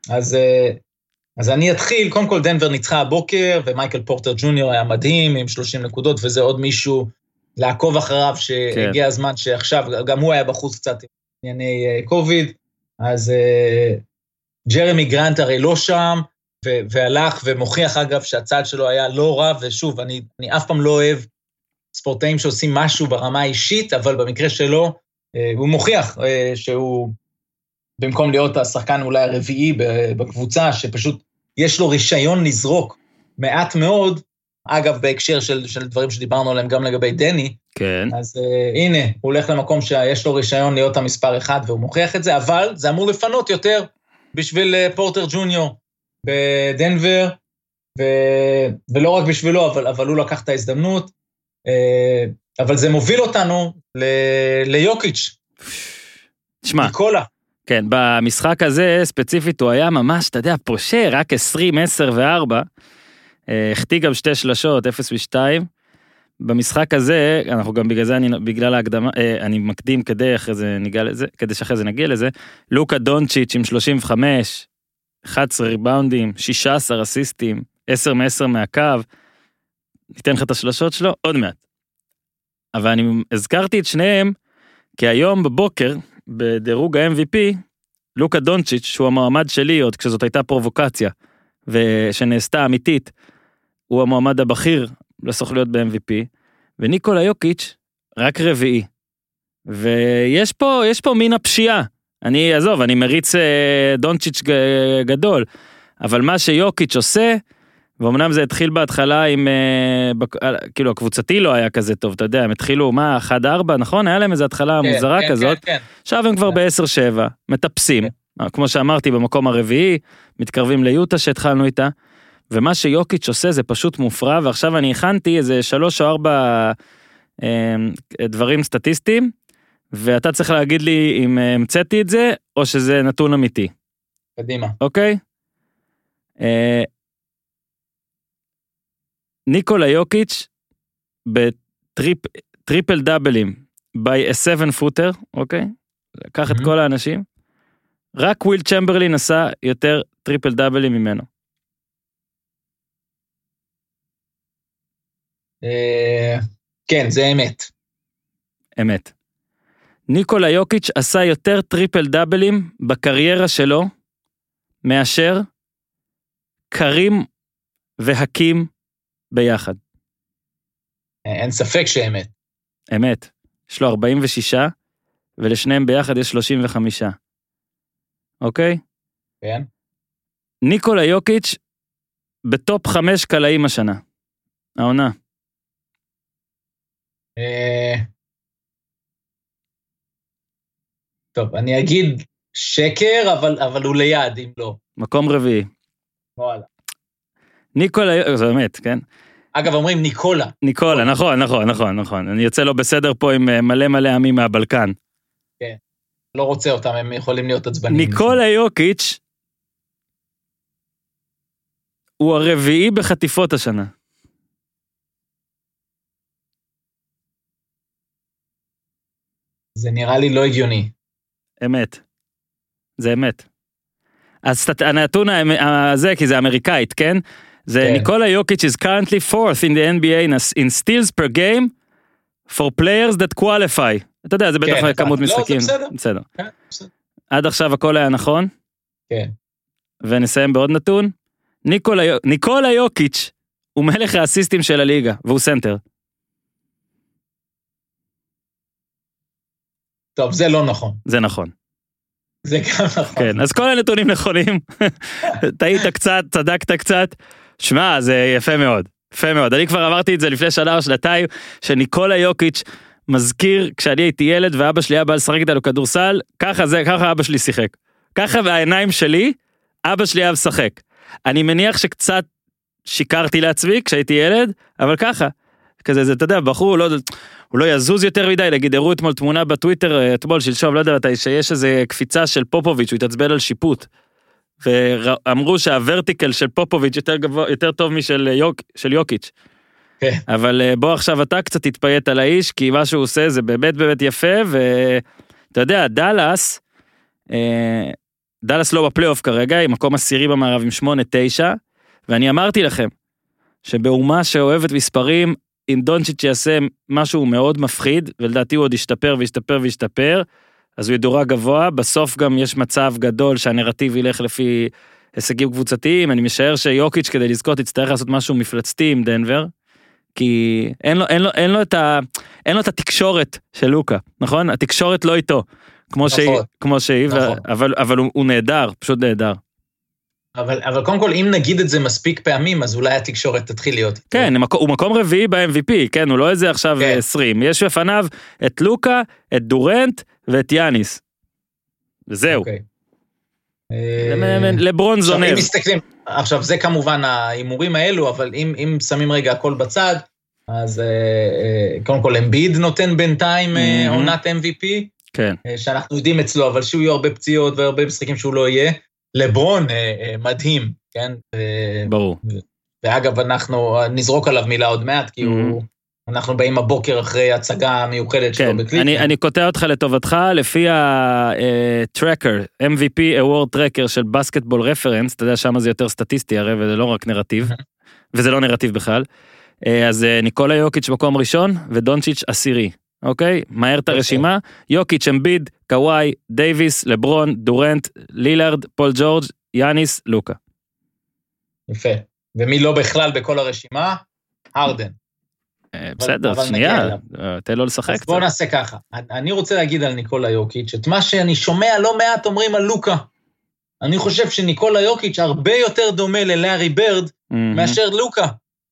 אז אני אתחיל, קודם כל דנבר ניצחה הבוקר, ומייקל פורטר ג'וניור היה מדהים, עם 30 נקודות, וזה עוד מישהו לעקוב אחריו, שהגיע כן. הזמן שעכשיו, גם הוא היה בחוץ קצת עם ענייני קוביד, אז ג'רמי גרנט הרי לא שם, והלך ומוכיח אגב שהצד שלו היה לא רע, ושוב, אני אף פעם לא אוהב ספורטאים שעושים משהו ברמה האישית, אבל במקרה שלו, הוא מוכיח שהוא, במקום להיות השחקן אולי הרביעי בקבוצה, שפשוט יש לו רישיון לזרוק מעט מאוד, אגב בהקשר של דברים שדיברנו עליהם גם לגבי דני, כן. אז הנה, הוא הולך למקום שיש לו רישיון להיות המספר אחד, והוא מוכיח את זה, אבל זה אמור לפנות יותר בשביל פורטר ג'וניור בדנבר, ולא רק בשבילו, אבל הוא לקח את ההזדמנות, אבל זה מוביל אותנו ליוקיץ'. תשמע. ניקולה. כן, במשחק הזה ספציפית הוא היה ממש, אתה יודע, פושה, רק 20, 10 ו-4, החטיא גם 2 שלשות, 0 ו-2, במשחק הזה, אנחנו גם בגלל זה, בגלל ההקדמה, אני מקדים כדי שאחרי זה נגיע לזה, לוקה דונצ'יץ' עם 35, 11 ריבאונדים, 16 אסיסטים, 10 מ-10 מהקו, ניתן לך את השלשות שלו, עוד מעט. אבל אני הזכרתי את שניהם, כי היום בבוקר, בדירוג ה-MVP, לוקה דונצ'יץ', שהוא המועמד שלי, עוד כשזאת הייתה פרובוקציה, ושנעשתה אמיתית, הוא המועמד הבכיר לסוך להיות ב-MVP, וניקולה יוקיץ' רק רביעי. ויש פה מין הפשיעה. אני מריץ דונצ'יץ' גדול, אבל מה שיוקיץ' עושה, ואומנם זה התחיל בהתחלה עם, כאילו הקבוצתי לא היה כזה טוב, אתה יודע, הם התחילו 1-4, נכון? היה להם איזו התחלה מוזרה כזאת, עכשיו הם כבר ב-10-7, מטפסים, כמו שאמרתי, במקום הרביעי, מתקרבים ליוטה שהתחלנו איתה, ומה שיוקיץ' עושה זה פשוט מופרע, ועכשיו אני הכנתי איזה 3 או 4 דברים סטטיסטיים, ואתה צריך להגיד לי אם המצאתי את זה, או שזה נתון אמיתי. קדימה. אוקיי? ניקולה יוקיץ' בטריפל דאבלים, by a 7-footer, אוקיי? לקח את כל האנשים, רק וויל צ'מברלין עשה יותר טריפל דאבלים ממנו. כן, זה אמת. אמת. ניקולה יוקיץ' עשה יותר טריפל דאבלים בקריירה שלו, מאשר קרים והקים ביחד. אין ספק שאמת. אמת. יש לו 46, ולשניהם ביחד יש 35. אוקיי? כן. ניקולה יוקיץ' בטופ 5 קלעים השנה. העונה. טוב, אני אגיד שקר, אבל הוא ליד, אם לא. מקום רביעי. וואלה. ניקולה, זה אמת, כן? אגב, אומרים ניקולה. ניקולה, נכון. אני יוצא לו בסדר פה עם מלא עמים מהבלקן. כן. לא רוצה אותם, הם יכולים להיות עצבנים. ניקולה יוקיץ' הוא הרביעי בחטיפות השנה. זה נראה לי לא הגיוני. אמת. זה אמת. אז הנתון הזה, כי זה אמריקאית, כן? זה ניקולה יוקיץ' is currently fourth in the NBA in steals per game for players that qualify. אתה יודע, זה בטח כמות משחקים. לא, זה בסדר. עד עכשיו הכל היה נכון? כן. ונסיים בעוד נתון. ניקולה יוקיץ' הוא מלך האסיסטים של הליגה, והוא סנטר. טוב, זה לא נכון. זה נכון. זה גם נכון. כן, אז כל הנתונים נכונים. טעית קצת, צדקת קצת. שמע, זה יפה מאוד. יפה מאוד. אני כבר אמרתי את זה לפני שנה או שנתיים, שניקולה יוקיץ' מזכיר כשאני הייתי ילד ואבא שלי היה בא לשחק איתנו כדורסל, ככה אבא שלי שיחק. ככה בעיניים שלי, אבא שלי היה משחק. אני מניח שקצת שיקרתי לעצמי כשהייתי ילד, אבל ככה. כזה, זה, אתה יודע, בחור, הוא לא יזוז יותר מדי, נגיד, הראו אתמול תמונה בטוויטר, אתמול, שלשום, לא יודע, שיש איזה קפיצה של פופוביץ', הוא התעצבן על שיפוט, ואמרו שהוורטיקל של פופוביץ' יותר טוב משל יוקיץ', אבל בוא עכשיו אתה קצת תתפייט על האיש, כי מה שהוא עושה זה באמת באמת יפה, ואתה יודע, דלס לא בפלייאוף כרגע, היא מקום עשירי במערב עם 8-9, ואני אמרתי לכם, שבאומה שאוהבת מספרים, אם דונצ'יץ' יעשה משהו מאוד מפחיד, ולדעתי הוא עוד ישתפר וישתפר וישתפר, אז הוא ידורג גבוה, בסוף גם יש מצב גדול שהנרטיב ילך לפי הישגים קבוצתיים, אני משער שיוקיץ' כדי לזכות יצטרך לעשות משהו מפלצתי עם דנבר, כי אין לו את התקשורת של לוקה, נכון? התקשורת לא איתו, כמו שהיא, אבל הוא נהדר, פשוט נהדר. אבל קודם כל, אם נגיד את זה מספיק פעמים, אז אולי התקשורת תתחיל להיות. כן, הוא מקום רביעי ב-MVP, כן, הוא לא איזה עכשיו 20. יש בפניו את לוקה, את דורנט ואת יאניס. וזהו. לברון זונב. עכשיו, אם מסתכלים, עכשיו זה כמובן האימורים האלו, אבל אם שמים רגע הכל בצד, אז קודם כל אמביד נותן בינתיים עונת MVP, כן. שאנחנו יודעים אצלו, אבל שהוא יהיו הרבה פציעות והרבה משחקים שהוא לא יהיה. לברון מדהים, כן? ברור. ואגב, אנחנו נזרוק עליו מילה עוד מעט, כי אנחנו באים הבוקר אחרי הצגה מיוחדת שלו בקליפלנד. אני קוטע אותך לטובתך, לפי הטרקר, MVP Award Tracker של בסקטבול רפרנס, אתה יודע שמה זה יותר סטטיסטי, הרי וזה לא רק נרטיב, וזה לא נרטיב בכלל, אז ניקולה יוקיץ' מקום ראשון, ודונצ'יץ' עשירי. אוקיי? מהר את הרשימה, יוקיץ', אמביד, קוואי, דייביס, לברון, דורנט, לילארד, פול ג'ורג', יאניס, לוקה. יפה. ומי לא בכלל בכל הרשימה? הרדן. בסדר, שנייה, תן לו לשחק. אז בוא נעשה ככה. אני רוצה להגיד על ניקולה יוקיץ' את מה שאני שומע לא מעט אומרים על לוקה. אני חושב שניקולה יוקיץ' הרבה יותר דומה ללארי ברד מאשר לוקה.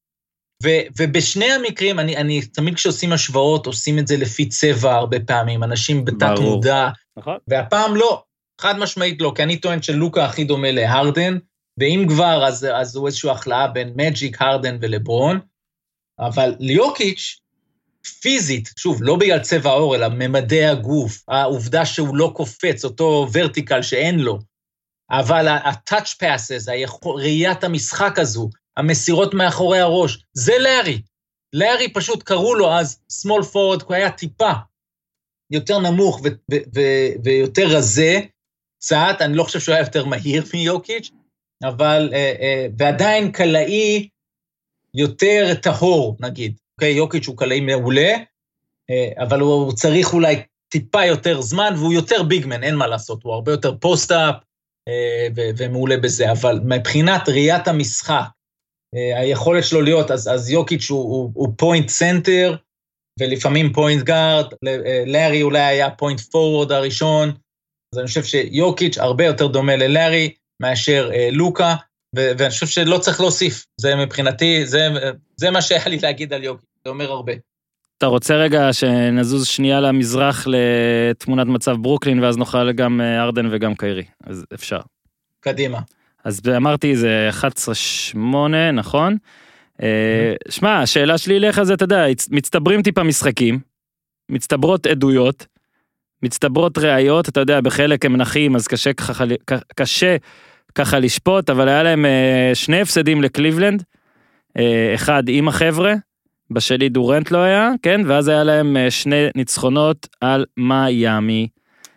ובשני המקרים, אני תמיד כשעושים השוואות, עושים את זה לפי צבע הרבה פעמים, אנשים בתת מודע, והפעם לא, חד משמעית לא, כי אני טוען שלוקה הכי דומה להרדן, ואם כבר, אז הוא איזושהי החלאה בין מג'יק, הרדן ולברון, אבל ליוקיץ' פיזית, שוב, לא בגלל צבע העור, אלא ממדי הגוף, העובדה שהוא לא קופץ, אותו ורטיקל שאין לו, אבל ה-touch passes, ראיית המשחק הזו, המסירות מאחורי הראש, זה לארי. לארי פשוט קראו לו אז small forward, הוא היה טיפה יותר נמוך ויותר רזה, קצת, אני לא חושב שהוא היה יותר מהיר מיוקיץ', אבל, ועדיין קלעי יותר טהור, נגיד. אוקיי, יוקיץ' הוא קלעי מעולה, אבל הוא צריך אולי טיפה יותר זמן, והוא יותר ביגמן, אין מה לעשות, הוא הרבה יותר פוסט-אפ, ומעולה בזה, אבל מבחינת ראיית המשחק, היכולת שלו להיות, אז יוקיץ' הוא פוינט סנטר, ולפעמים פוינט גארד, לארי אולי היה פוינט פורוורד הראשון, אז אני חושב שיוקיץ' הרבה יותר דומה ללארי, מאשר לוקה, ואני חושב שלא צריך להוסיף, זה מבחינתי, זה מה שהיה לי להגיד על יוקיץ', זה אומר הרבה. אתה רוצה רגע שנזוז שנייה למזרח לתמונת מצב ברוקלין, ואז נוכל גם ארדן וגם קיירי, אז אפשר. קדימה. אז אמרתי, זה 11-8, נכון? שמע, השאלה שלי אליך זה, אתה יודע, מצטברים טיפה משחקים, מצטברות עדויות, מצטברות ראיות, אתה יודע, בחלק הם נחים, אז קשה ככה לשפוט, אבל היה להם שני הפסדים לקליבלנד, אחד עם החבר'ה, בשלי דורנט לא היה, כן? ואז היה להם שני ניצחונות על מיאמי,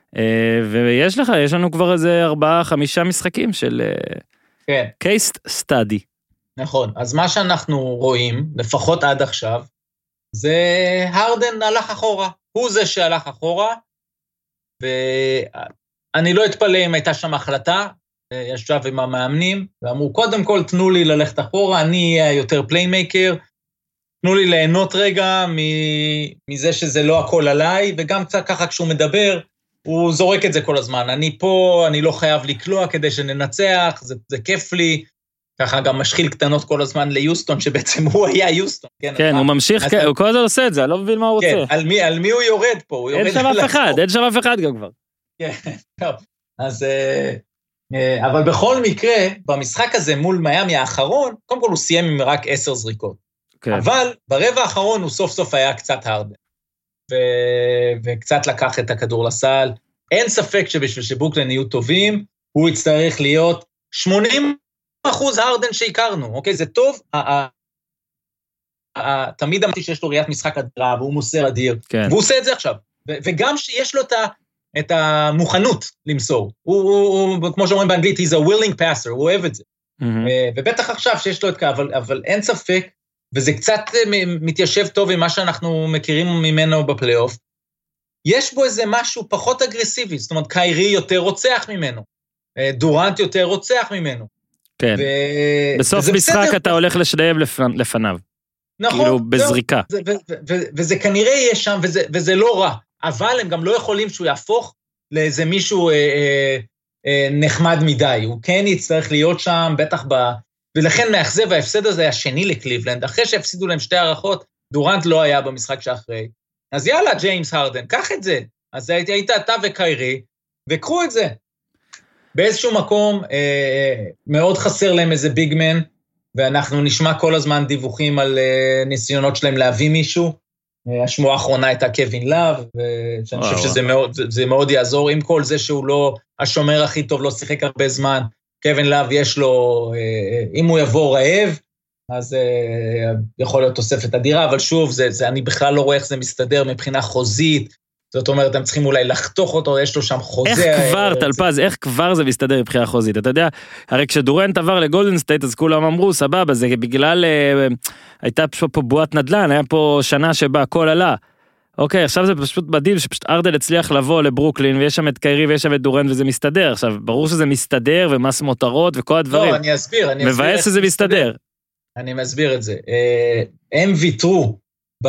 ויש לנו כבר איזה 4-5 משחקים של קייס סטאדי. נכון, אז מה שאנחנו רואים, לפחות עד עכשיו, זה הרדן הלך אחורה, הוא זה שהלך אחורה, ואני לא אתפלא אם הייתה שם החלטה, ישב עם המאמנים, ואמרו, קודם כל תנו לי ללכת אחורה, אני אהיה יותר פליימייקר, תנו לי ליהנות רגע מזה שזה לא הכל עליי, וגם קצת ככה כשהוא מדבר, הוא זורק את זה כל הזמן, אני פה, אני לא חייב לקלוע כדי שננצח, זה כיף לי, ככה גם משחיל קטנות כל הזמן ליוסטון, שבעצם הוא היה יוסטון. כן, הוא ממשיך, הוא כל הזמן עושה את זה, אני לא מבין מה הוא רוצה. כן, על מי הוא יורד פה? אין שם אף אחד, אין שם אף אחד גם כבר. כן, טוב, אז, אבל בכל מקרה, במשחק הזה מול מיאמי האחרון, קודם כל הוא סיים עם רק 10 זריקות. אבל ברבע האחרון הוא סוף סוף היה קצת הרדן. וקצת לקח את הכדור לסל. אין ספק שבשביל שברוקלין יהיו טובים, הוא יצטרך להיות 80% הרדן שהכרנו, אוקיי? זה טוב, תמיד אמרתי שיש לו ראיית משחק אדירה, והוא מוסר אדיר, והוא עושה את זה עכשיו. וגם שיש לו את המוכנות למסור. הוא, כמו שאומרים באנגלית, he's a willing passer, הוא אוהב את זה. ובטח עכשיו שיש לו את כך, אבל אין ספק, וזה קצת מתיישב טוב עם מה שאנחנו מכירים ממנו בפלייאוף, יש בו איזה משהו פחות אגרסיבי, זאת אומרת, קיירי יותר רוצח ממנו, דורנט יותר רוצח ממנו. כן, בסוף משחק אתה הולך לשדייב לפניו. נכון. כאילו בזריקה. וזה כנראה יהיה שם, וזה לא רע, אבל הם גם לא יכולים שהוא יהפוך לאיזה מישהו נחמד מדי, הוא כן יצטרך להיות שם, בטח ולכן מאכזב, ההפסד הזה היה שני לקליבלנד, אחרי שהפסידו להם שתי הערכות, דורנט לא היה במשחק שאחרי, אז יאללה, ג'יימס הרדן, קח את זה, אז היית אתה וקיירי, וקחו את זה. באיזשהו מקום, מאוד חסר להם איזה ביגמן, ואנחנו נשמע כל הזמן דיווחים על ניסיונות שלהם להביא מישהו, השמועה האחרונה הייתה קווין לאב, ואני חושב שזה מאוד יעזור, עם כל זה שהוא לא השומר הכי טוב, לא שיחק הרבה זמן, קווין לאב יש לו, אם הוא יבוא רעב, אז יכול להיות תוספת אדירה, אבל שוב, אני בכלל לא רואה איך זה מסתדר מבחינה חוזית, זאת אומרת, הם צריכים אולי לחתוך אותו, יש לו שם חוזה. איך כבר, טלפז, איך כבר זה מסתדר מבחינה חוזית? אתה יודע, הרי כשדורנט עבר לגולדן סטייט, אז כולם אמרו, סבבה, זה בגלל, הייתה פה בועת נדל"ן, היה פה שנה שבה הכל עלה. אוקיי, עכשיו זה פשוט מדהים, שפשוט ארדן הצליח לבוא לברוקלין, ויש שם את קיירי ויש שם את דורנט, וזה מסתדר. עכשיו, ברור שזה מסתדר, ומס מותרות, וכל הדברים. לא, אני אסביר. מבאס שזה מסתדר. אני מסביר את זה. הם ויתרו,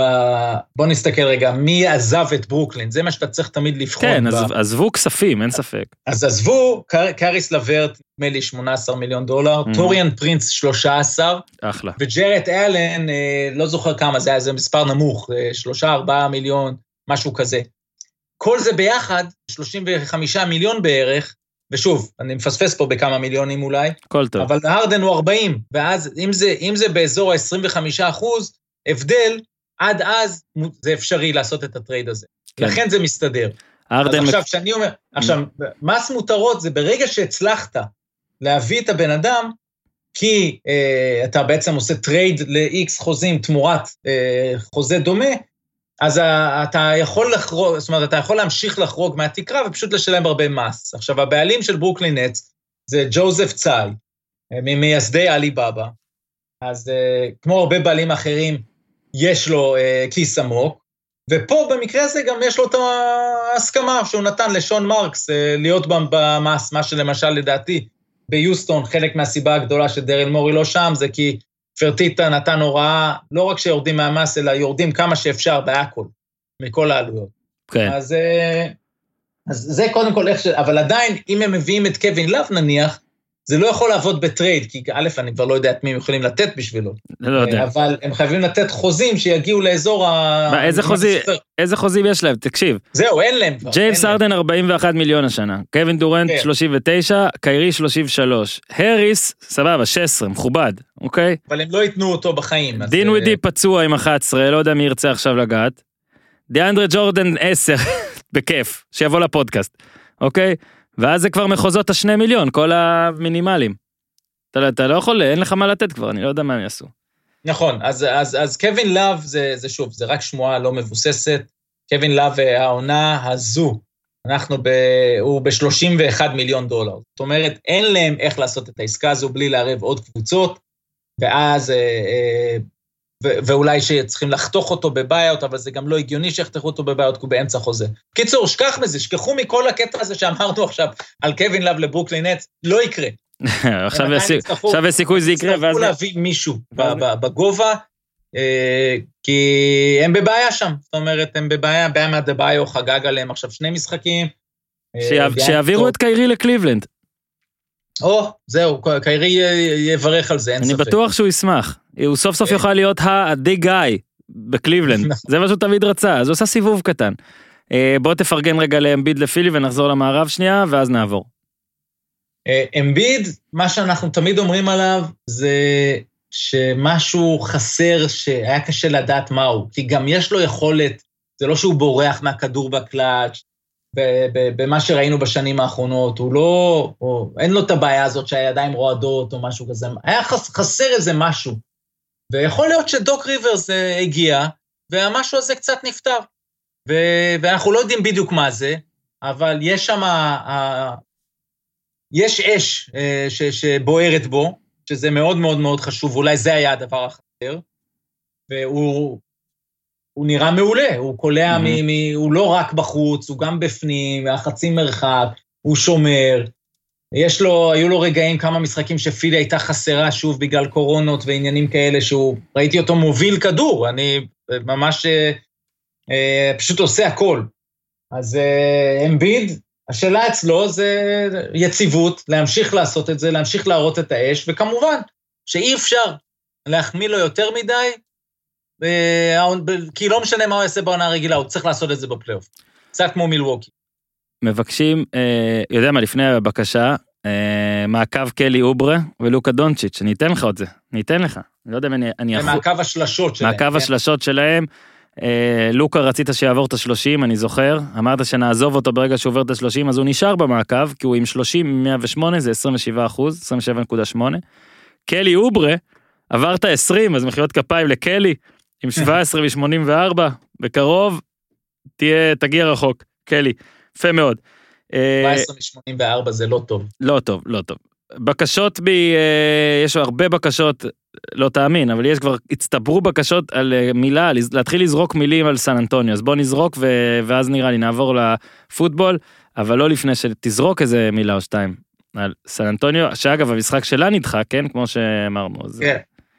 בוא נסתכל רגע, מי עזב את ברוקלין, זה מה שאתה צריך תמיד לבחון. כן, עזבו כספים, אין ספק. אז עזבו, קאריס לברט, נדמה לי $18 מיליון, טוריאן פרינס 13, אחלה. וג'רט אלן, לא זוכר כמה, זה מספר נמוך, 3-4 מיליון, משהו כזה. כל זה ביחד, 35 מיליון בערך, ושוב, אני מפספס פה בכמה מיליונים אולי, כל טוב. אבל הרדן הוא 40, ואז אם זה באזור ה-25%, הבדל, עד אז זה אפשרי לעשות את הטרייד הזה. כן. לכן זה מסתדר. אז עכשיו, שאני אומר, עכשיו, מס מותרות זה ברגע שהצלחת להביא את הבן אדם, כי אתה בעצם עושה טרייד ל-X חוזים תמורת חוזה דומה, אז אתה יכול לחרוג, זאת אומרת, אתה יכול להמשיך לחרוג מהתקרה, ופשוט לשלם הרבה מס. עכשיו, הבעלים של ברוקלין נטס, זה ג'וזף צאי, ממייסדי עליבאבא, אז כמו הרבה בעלים אחרים, יש לו כיס עמוק, ופה במקרה הזה גם יש לו את ההסכמה שהוא נתן לשון מרקס להיות במס, מה שלמשל לדעתי ביוסטון, חלק מהסיבה הגדולה שדרל מורי לא שם, זה כי פרטיטה נתן הוראה, לא רק שיורדים מהמס, אלא יורדים כמה שאפשר בהכל, מכל העלויות. כן. אז זה קודם כל איך אבל עדיין, אם הם מביאים את קווין לאב נניח, זה לא יכול לעבוד בטרייד, כי א', אני כבר לא יודע את מי הם יכולים לתת בשבילו. לא יודע. אבל הם חייבים לתת חוזים שיגיעו לאזור איזה חוזים יש להם? תקשיב. זהו, אין להם כבר. ג'יימס הרדן 41 מיליון השנה, קווין דורנט 39, קיירי 33, הריס, סבבה, 16, מכובד, אוקיי? אבל הם לא ייתנו אותו בחיים. דין ווידי פצוע עם 11, לא יודע מי ירצה עכשיו לגעת. דיאנדרה ג'ורדן 10, בכיף, שיבוא לפודקאסט, אוקיי? ואז זה כבר מחוזות ה2 מיליון, כל המינימלים. אתה לא יכול, אין לך מה לתת כבר, אני לא יודע מה הם יעשו. נכון, אז קווין לאב זה שוב, זה רק שמועה לא מבוססת, קווין לאב העונה הזו, הוא ב$31 מיליון. זאת אומרת, אין להם איך לעשות את העסקה הזו בלי לערב עוד קבוצות, ואז, ואולי שצריכים לחתוך אותו בבעיות, אבל זה גם לא הגיוני שיחתכו אותו בבעיות, כי הוא באמצע חוזה. קיצור, שכח מזה, שכחו מכל הקטע הזה שאמרנו עכשיו, על קווין לאב לברוקלין נטס, לא יקרה. עכשיו הסיכוי זה יקרה, יצטרכו להביא מישהו בגובה, כי הם בבעיה שם, זאת אומרת, הם בבעיה, בעיה דבאיו חגג עליהם עכשיו 2 משחקים. שיעבירו את קיירי לקליבלנד. זהו, קיירי יברך על זה, אין ספק. אני בטוח שהוא ישמח, הוא סוף סוף יוכל להיות ה-big guy בקליבלנד, זה מה שהוא תמיד רצה, אז הוא עושה סיבוב קטן. בוא תפרגן רגע לאמביד לפילי ונחזור למערב שנייה, ואז נעבור. אמביד, מה שאנחנו תמיד אומרים עליו, זה שמשהו חסר שהיה קשה לדעת מהו, כי גם יש לו יכולת, זה לא שהוא בורח מהכדור בקלאץ', במה שראינו בשנים האחרונות, הוא לא, אין לו את הבעיה הזאת שהידיים רועדות או משהו כזה, היה חסר איזה משהו, ויכול להיות שדוק ריברס הגיע, והמשהו הזה קצת נפטר. ואנחנו לא יודעים בדיוק מה זה, אבל יש שם, יש אש שבוערת בו, שזה מאוד מאוד מאוד חשוב, אולי זה היה הדבר החסר, והוא נראה מעולה, הוא קולע, הוא לא רק בחוץ, הוא גם בפנים, החצי מרחק, הוא שומר, היו לו רגעים כמה משחקים שפילי הייתה חסרה שוב בגלל קורונות ועניינים כאלה, ראיתי אותו מוביל כדור, אני ממש פשוט עושה הכל. אז אמביד, השאלה אצלו זה יציבות, להמשיך לעשות את זה, להמשיך להראות את האש, וכמובן שאי אפשר להחמיא לו יותר מדי, כי לא משנה מה הוא יעשה בעונה הרגילה, הוא צריך לעשות את זה בפלייאוף. קצת כמו מילווקי. מבקשים, יודע מה, לפני הבקשה, מעקב קלי אוברה ולוקה דונצ'יץ', אני אתן לך את זה, אני אתן לך. אני לא יודע אם אני יכול... זה מעקב השלשות שלהם. מעקב השלשות שלהם, לוקה רצית שיעבור את ה-30, אני זוכר, אמרת שנעזוב אותו ברגע שהוא עובר את ה-30, אז הוא נשאר במעקב, כי הוא עם 30, 108, זה 27%, 27.8. קלי אוברה, עברת 20, אז מחיאות כפיים לקלי, עם 17 ו-84, בקרוב, תגיע רחוק, קלי, יפה מאוד. 17 ו-84 זה לא טוב. לא טוב, לא טוב. בקשות יש הרבה בקשות, לא תאמין, אבל יש כבר, הצטברו בקשות על מילה, להתחיל לזרוק מילים על סן אנטוניו, אז בוא נזרוק, ואז נראה לי נעבור לפוטבול, אבל לא לפני שתזרוק איזה מילה או שתיים, על סן אנטוניו, שאגב, המשחק שלה נדחה, כן, כמו שאמרנו. כן.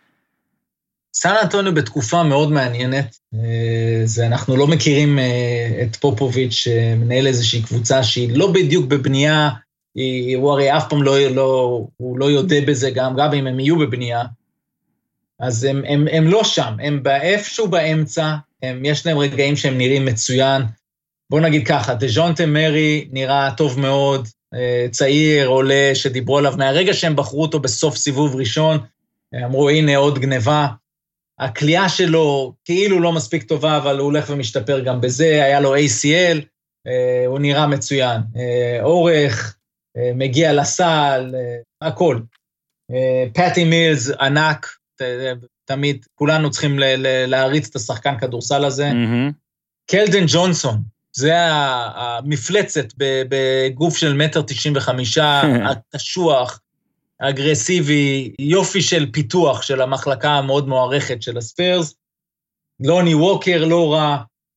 סן אנטוניו בתקופה מאוד מעניינת, אנחנו לא מכירים את פופוביץ' שמנהל איזושהי קבוצה שהיא לא בדיוק בבנייה, הוא הרי אף פעם הוא לא יודע בזה גם אם הם יהיו בבנייה, אז הם לא שם, הם איפשהו באמצע, יש להם רגעים שהם נראים מצוין, בוא נגיד ככה, דז'ונטה מרי נראה טוב מאוד, צעיר, עולה, שדיברו עליו, מהרגע שהם בחרו אותו בסוף סיבוב ראשון, אמרו הנה עוד גניבה, הקליעה שלו כאילו לא מספיק טובה, אבל הוא הולך ומשתפר גם בזה, היה לו ACL, הוא נראה מצוין, אורך, מגיע לסל, הכל. פאטי מילס, ענק, תמיד, כולנו צריכים להריץ את השחקן כדורסל הזה. קלדן ג'ונסון, זה המפלצת בגוף של 1.95 מטר, הקשוח, אגרסיבי, יופי של פיתוח של המחלקה המאוד מוערכת של הספיירס, לוני ווקר לא רע,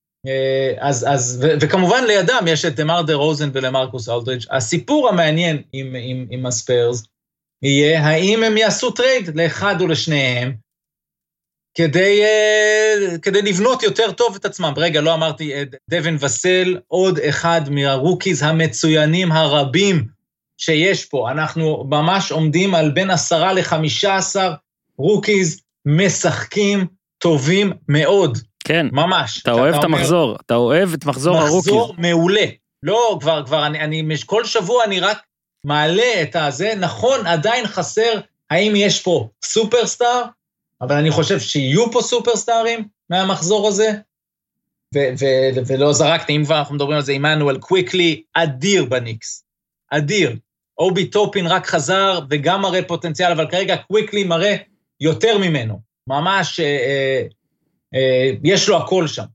וכמובן לידם יש את דמר דה רוזן ולמרקוס אלדריץ'. הסיפור המעניין עם הספיירס יהיה האם הם יעשו טרייד לאחד או לשניהם, כדי לבנות יותר טוב את עצמם. ברגע לא אמרתי, דווין וסל, עוד אחד מהרוקיז המצוינים הרבים שיש פה, אנחנו ממש עומדים על בין 10 ל-15 רוקיז משחקים טובים מאוד. כן. ממש. אתה אוהב את המחזור, אתה אוהב את מחזור הרוקיז. מחזור מעולה. לא, כבר כל שבוע אני רק מעלה את הזה, נכון, עדיין חסר, האם יש פה סופרסטאר, אבל אני חושב שיהיו פה סופרסטארים מהמחזור הזה, ולא זרקתי, אם כבר אנחנו מדברים על זה, עמנואל קוויקלי, אדיר בניקס. אדיר. אובי טופין רק חזר, וגם מראה פוטנציאל, אבל כרגע קוויקלי מראה יותר ממנו. ממש, יש לו הכל שם.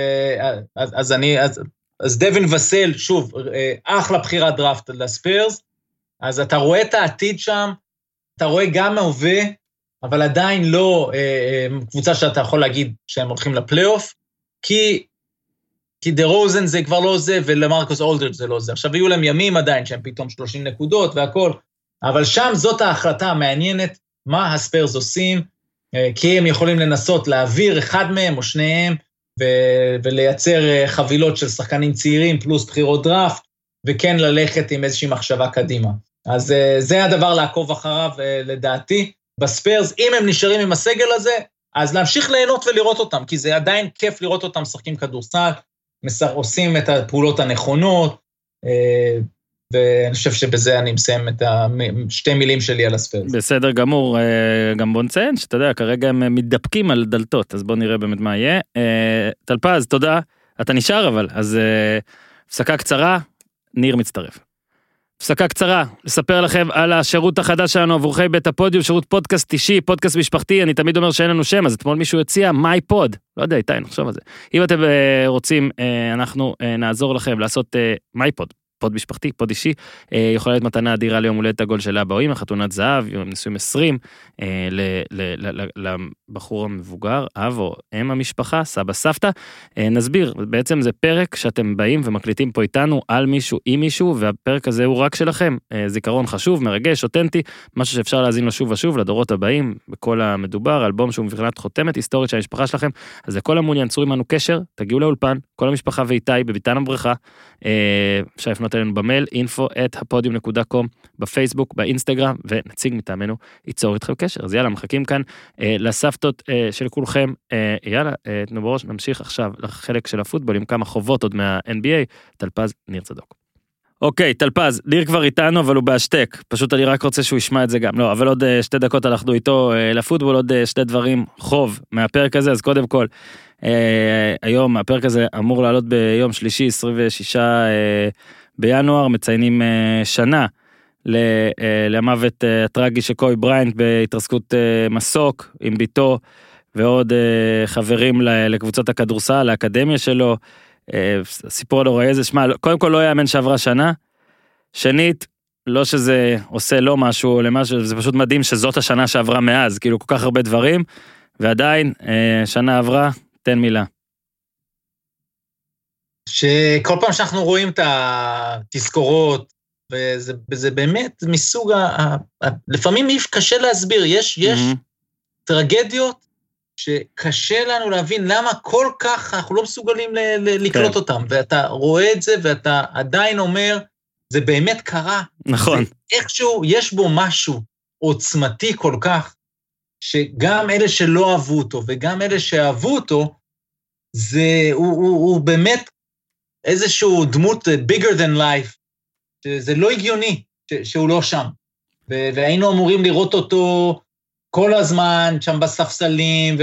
אז דווין וסל, שוב, אחלה בחירת דראפט לספיירס, אז אתה רואה את העתיד שם, אתה רואה גם ההווה, אבל עדיין לא קבוצה שאתה יכול להגיד שהם הולכים לפלייאוף, כי דה רוזן זה כבר לא זה, ולמרקוס אולדריץ' זה לא זה. עכשיו יהיו להם ימים עדיין, שהם פתאום 30 נקודות והכל, אבל שם זאת ההחלטה המעניינת, מה הספיירס עושים, כי הם יכולים לנסות להעביר אחד מהם או שניהם, ולייצר חבילות של שחקנים צעירים, פלוס בחירות דראפט, וכן ללכת עם איזושהי מחשבה קדימה. אז זה הדבר לעקוב אחריו, לדעתי, בספיירס, אם הם נשארים עם הסגל הזה, אז להמשיך ליהנות ולראות אותם, כי זה עדיין כיף לראות אותם משחקים כדורסל, עושים את הפעולות הנכונות, ואני חושב שבזה אני מסיים את שתי מילים שלי על הספיירס. בסדר גמור, גם בוא נציין, שאתה יודע, כרגע הם מתדפקים על דלתות, אז בוא נראה באמת מה יהיה. טלפז, תודה, אתה נשאר אבל, אז הפסקה קצרה, ניר מצטרף. הפסקה קצרה, לספר לכם על השירות החדש שלנו עבורכי בית הפודיום, שירות פודקאסט אישי, פודקאסט משפחתי, אני תמיד אומר שאין לנו שם, אז אתמול מישהו הציע מיי פוד, לא יודע, איתי, נחשוב על זה. אם אתם רוצים, אנחנו נעזור לכם לעשות מיי פוד, פוד משפחתי, פוד אישי, יכולה להיות מתנה אדירה ליום הולדת עגול של אבא או אמא, חתונת זהב, יום נישואים 20, לבחור המבוגר, אב או אם המשפחה, סבא סבתא. נסביר, בעצם זה פרק שאתם באים ומקליטים פה איתנו על מישהו, עם מישהו, והפרק הזה הוא רק שלכם, זיכרון חשוב, מרגש, אותנטי, משהו שאפשר להזין לו שוב ושוב, לדורות הבאים, בכל המדובר, אלבום שהוא מבחינת חותמת היסטורית של המשפחה שלכם, אז לכל המעוניין, צרו עמנו קשר, תגיעו לאולפן, כל המשפחה ואיתי בביתן הברכה, אפשר לפנות אלינו במייל, info@הפודיום.com, בפייסבוק, באינסטגרם, ונציג מטעמנו, ייצור איתכם קשר. אז יאללה, מחכים כאן לסבתות של כולכם. יאללה, תנו בראש, נמשיך עכשיו לחלק של הפוטבול, עם כמה חובות עוד מה-NBA, טלפז, ניר צדוק. אוקיי, טלפז, ניר כבר איתנו, אבל הוא בהשתק. פשוט אני רק רוצה שהוא ישמע את זה גם. לא, אבל עוד 2 דקות הלכנו איתו לפוטבול, עוד 2 דברים חוב מהפרק הזה, אז קודם כל, היום הפרק הזה אמור לעלות ביום שלישי, 26 בינואר, מציינים שנה למוות הטרגי של קובי בריינט בהתרסקות מסוק עם ביתו ועוד חברים לקבוצות הכדורסל, לאקדמיה שלו. סיפור הנוראי הזה, שמע, קודם כל לא יאמן שעברה שנה, שנית, לא שזה עושה לא משהו למשהו, זה פשוט מדהים שזאת השנה שעברה מאז, כאילו כל כך הרבה דברים, ועדיין שנה עברה, תן מילה. שכל פעם שאנחנו רואים את התזכורות, וזה באמת מסוג, לפעמים קשה להסביר, יש טרגדיות שקשה לנו להבין למה כל כך אנחנו לא מסוגלים לקלוט אותם, ואתה רואה את זה ואתה עדיין אומר, זה באמת קרה. נכון. איכשהו יש בו משהו עוצמתי כל כך, שגם אלה שלא אהבו אותו וגם אלה שאהבו אותו, הוא באמת איזשהו דמות bigger than life, שזה לא הגיוני שהוא לא שם, והיינו אמורים לראות אותו כל הזמן שם בספסלים,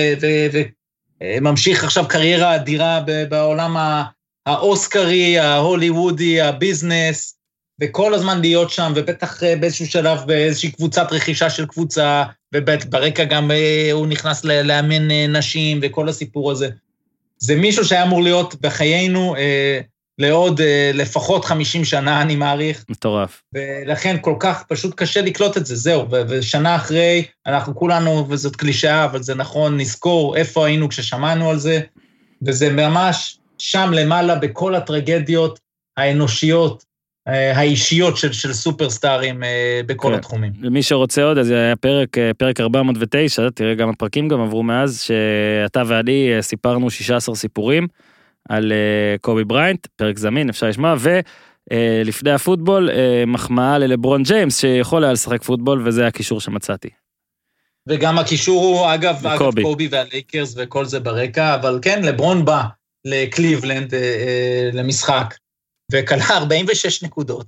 וממשיך עכשיו קריירה אדירה בעולם האוסקרי, ההוליוודי, הביזנס, וכל הזמן להיות שם, ובטח באיזשהו שלב באיזושהי קבוצת רכישה של קבוצה, וברקע גם הוא נכנס לאמן נשים, וכל הסיפור הזה. זה מישהו שהיה אמור להיות בחיינו לעוד לפחות 50 שנה, אני מעריך. מטורף. ולכן כל כך פשוט קשה לקלוט את זה, זהו. ושנה אחרי, אנחנו כולנו, וזאת קלישאה, אבל זה נכון, נזכור איפה היינו כששמענו על זה, וזה ממש שם למעלה בכל הטרגדיות האנושיות, האישיות של סופרסטארים בכל התחומים. למי שרוצה עוד, אז היה פרק 409, תראה גם הפרקים גם עברו מאז, שאתה ואני סיפרנו 16 סיפורים על קובי בריינט, פרק זמין, אפשר לשמוע, ולפני הפוטבול, מחמאה ללברון ג'יימס, שיכול היה לשחק פוטבול, וזה הקישור שמצאתי. וגם הקישור הוא, אגב קובי והלייקרס וכל זה ברקע, אבל כן, לברון בא לקליבלנד למשחק, וקלה 46 נקודות,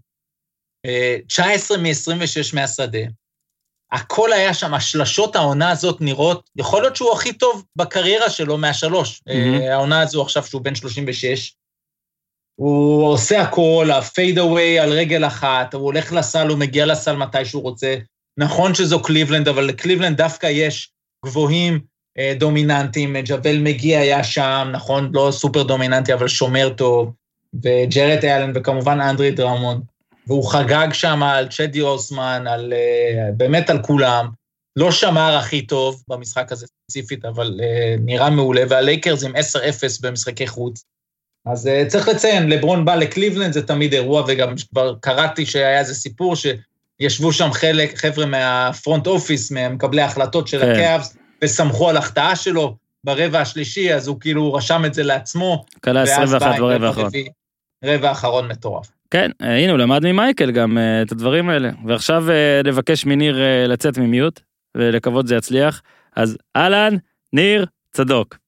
19 מ-26 מהשדה, הכל היה שם, השלשות העונה הזאת נראות, יכול להיות שהוא הכי טוב בקריירה שלו מהשלוש, העונה הזו עכשיו שהוא בן 36, הוא עושה הכל, הפייד אווי על רגל אחת, הוא הולך לסל, הוא מגיע לסל מתי שהוא רוצה, נכון שזו קליבלנד, אבל לקליבלנד דווקא יש גבוהים דומיננטיים, ג'בל מגיע היה שם, נכון, לא סופר דומיננטי, אבל שומר טוב, וג'רד אלן, וכמובן אנדרי דרמונד, והוא חגג שם על צ'די אוסמן, באמת על כולם, לא שמר הכי טוב במשחק הזה ספציפית, אבל נראה מעולה, והלייקרס עם 10-0 במשחקי חוץ, אז צריך לציין, לברון בא לקליבלנד, זה תמיד אירוע, וגם כבר קראתי שהיה איזה סיפור, שישבו שם חבר'ה מהפרונט אופיס, מקבלי ההחלטות של הקאבס, וסמכו על החטאה שלו, ברבע השלישי, אז הוא כאילו רשם את זה לעצמו. קלה 21 ברבע האחרון. רבע האחרון מטורף. כן, הנה, הוא למד ממייקל גם את הדברים האלה. ועכשיו נבקש מניר לצאת ממיוט, ולקוות זה יצליח. אז אהלן, ניר צדוק.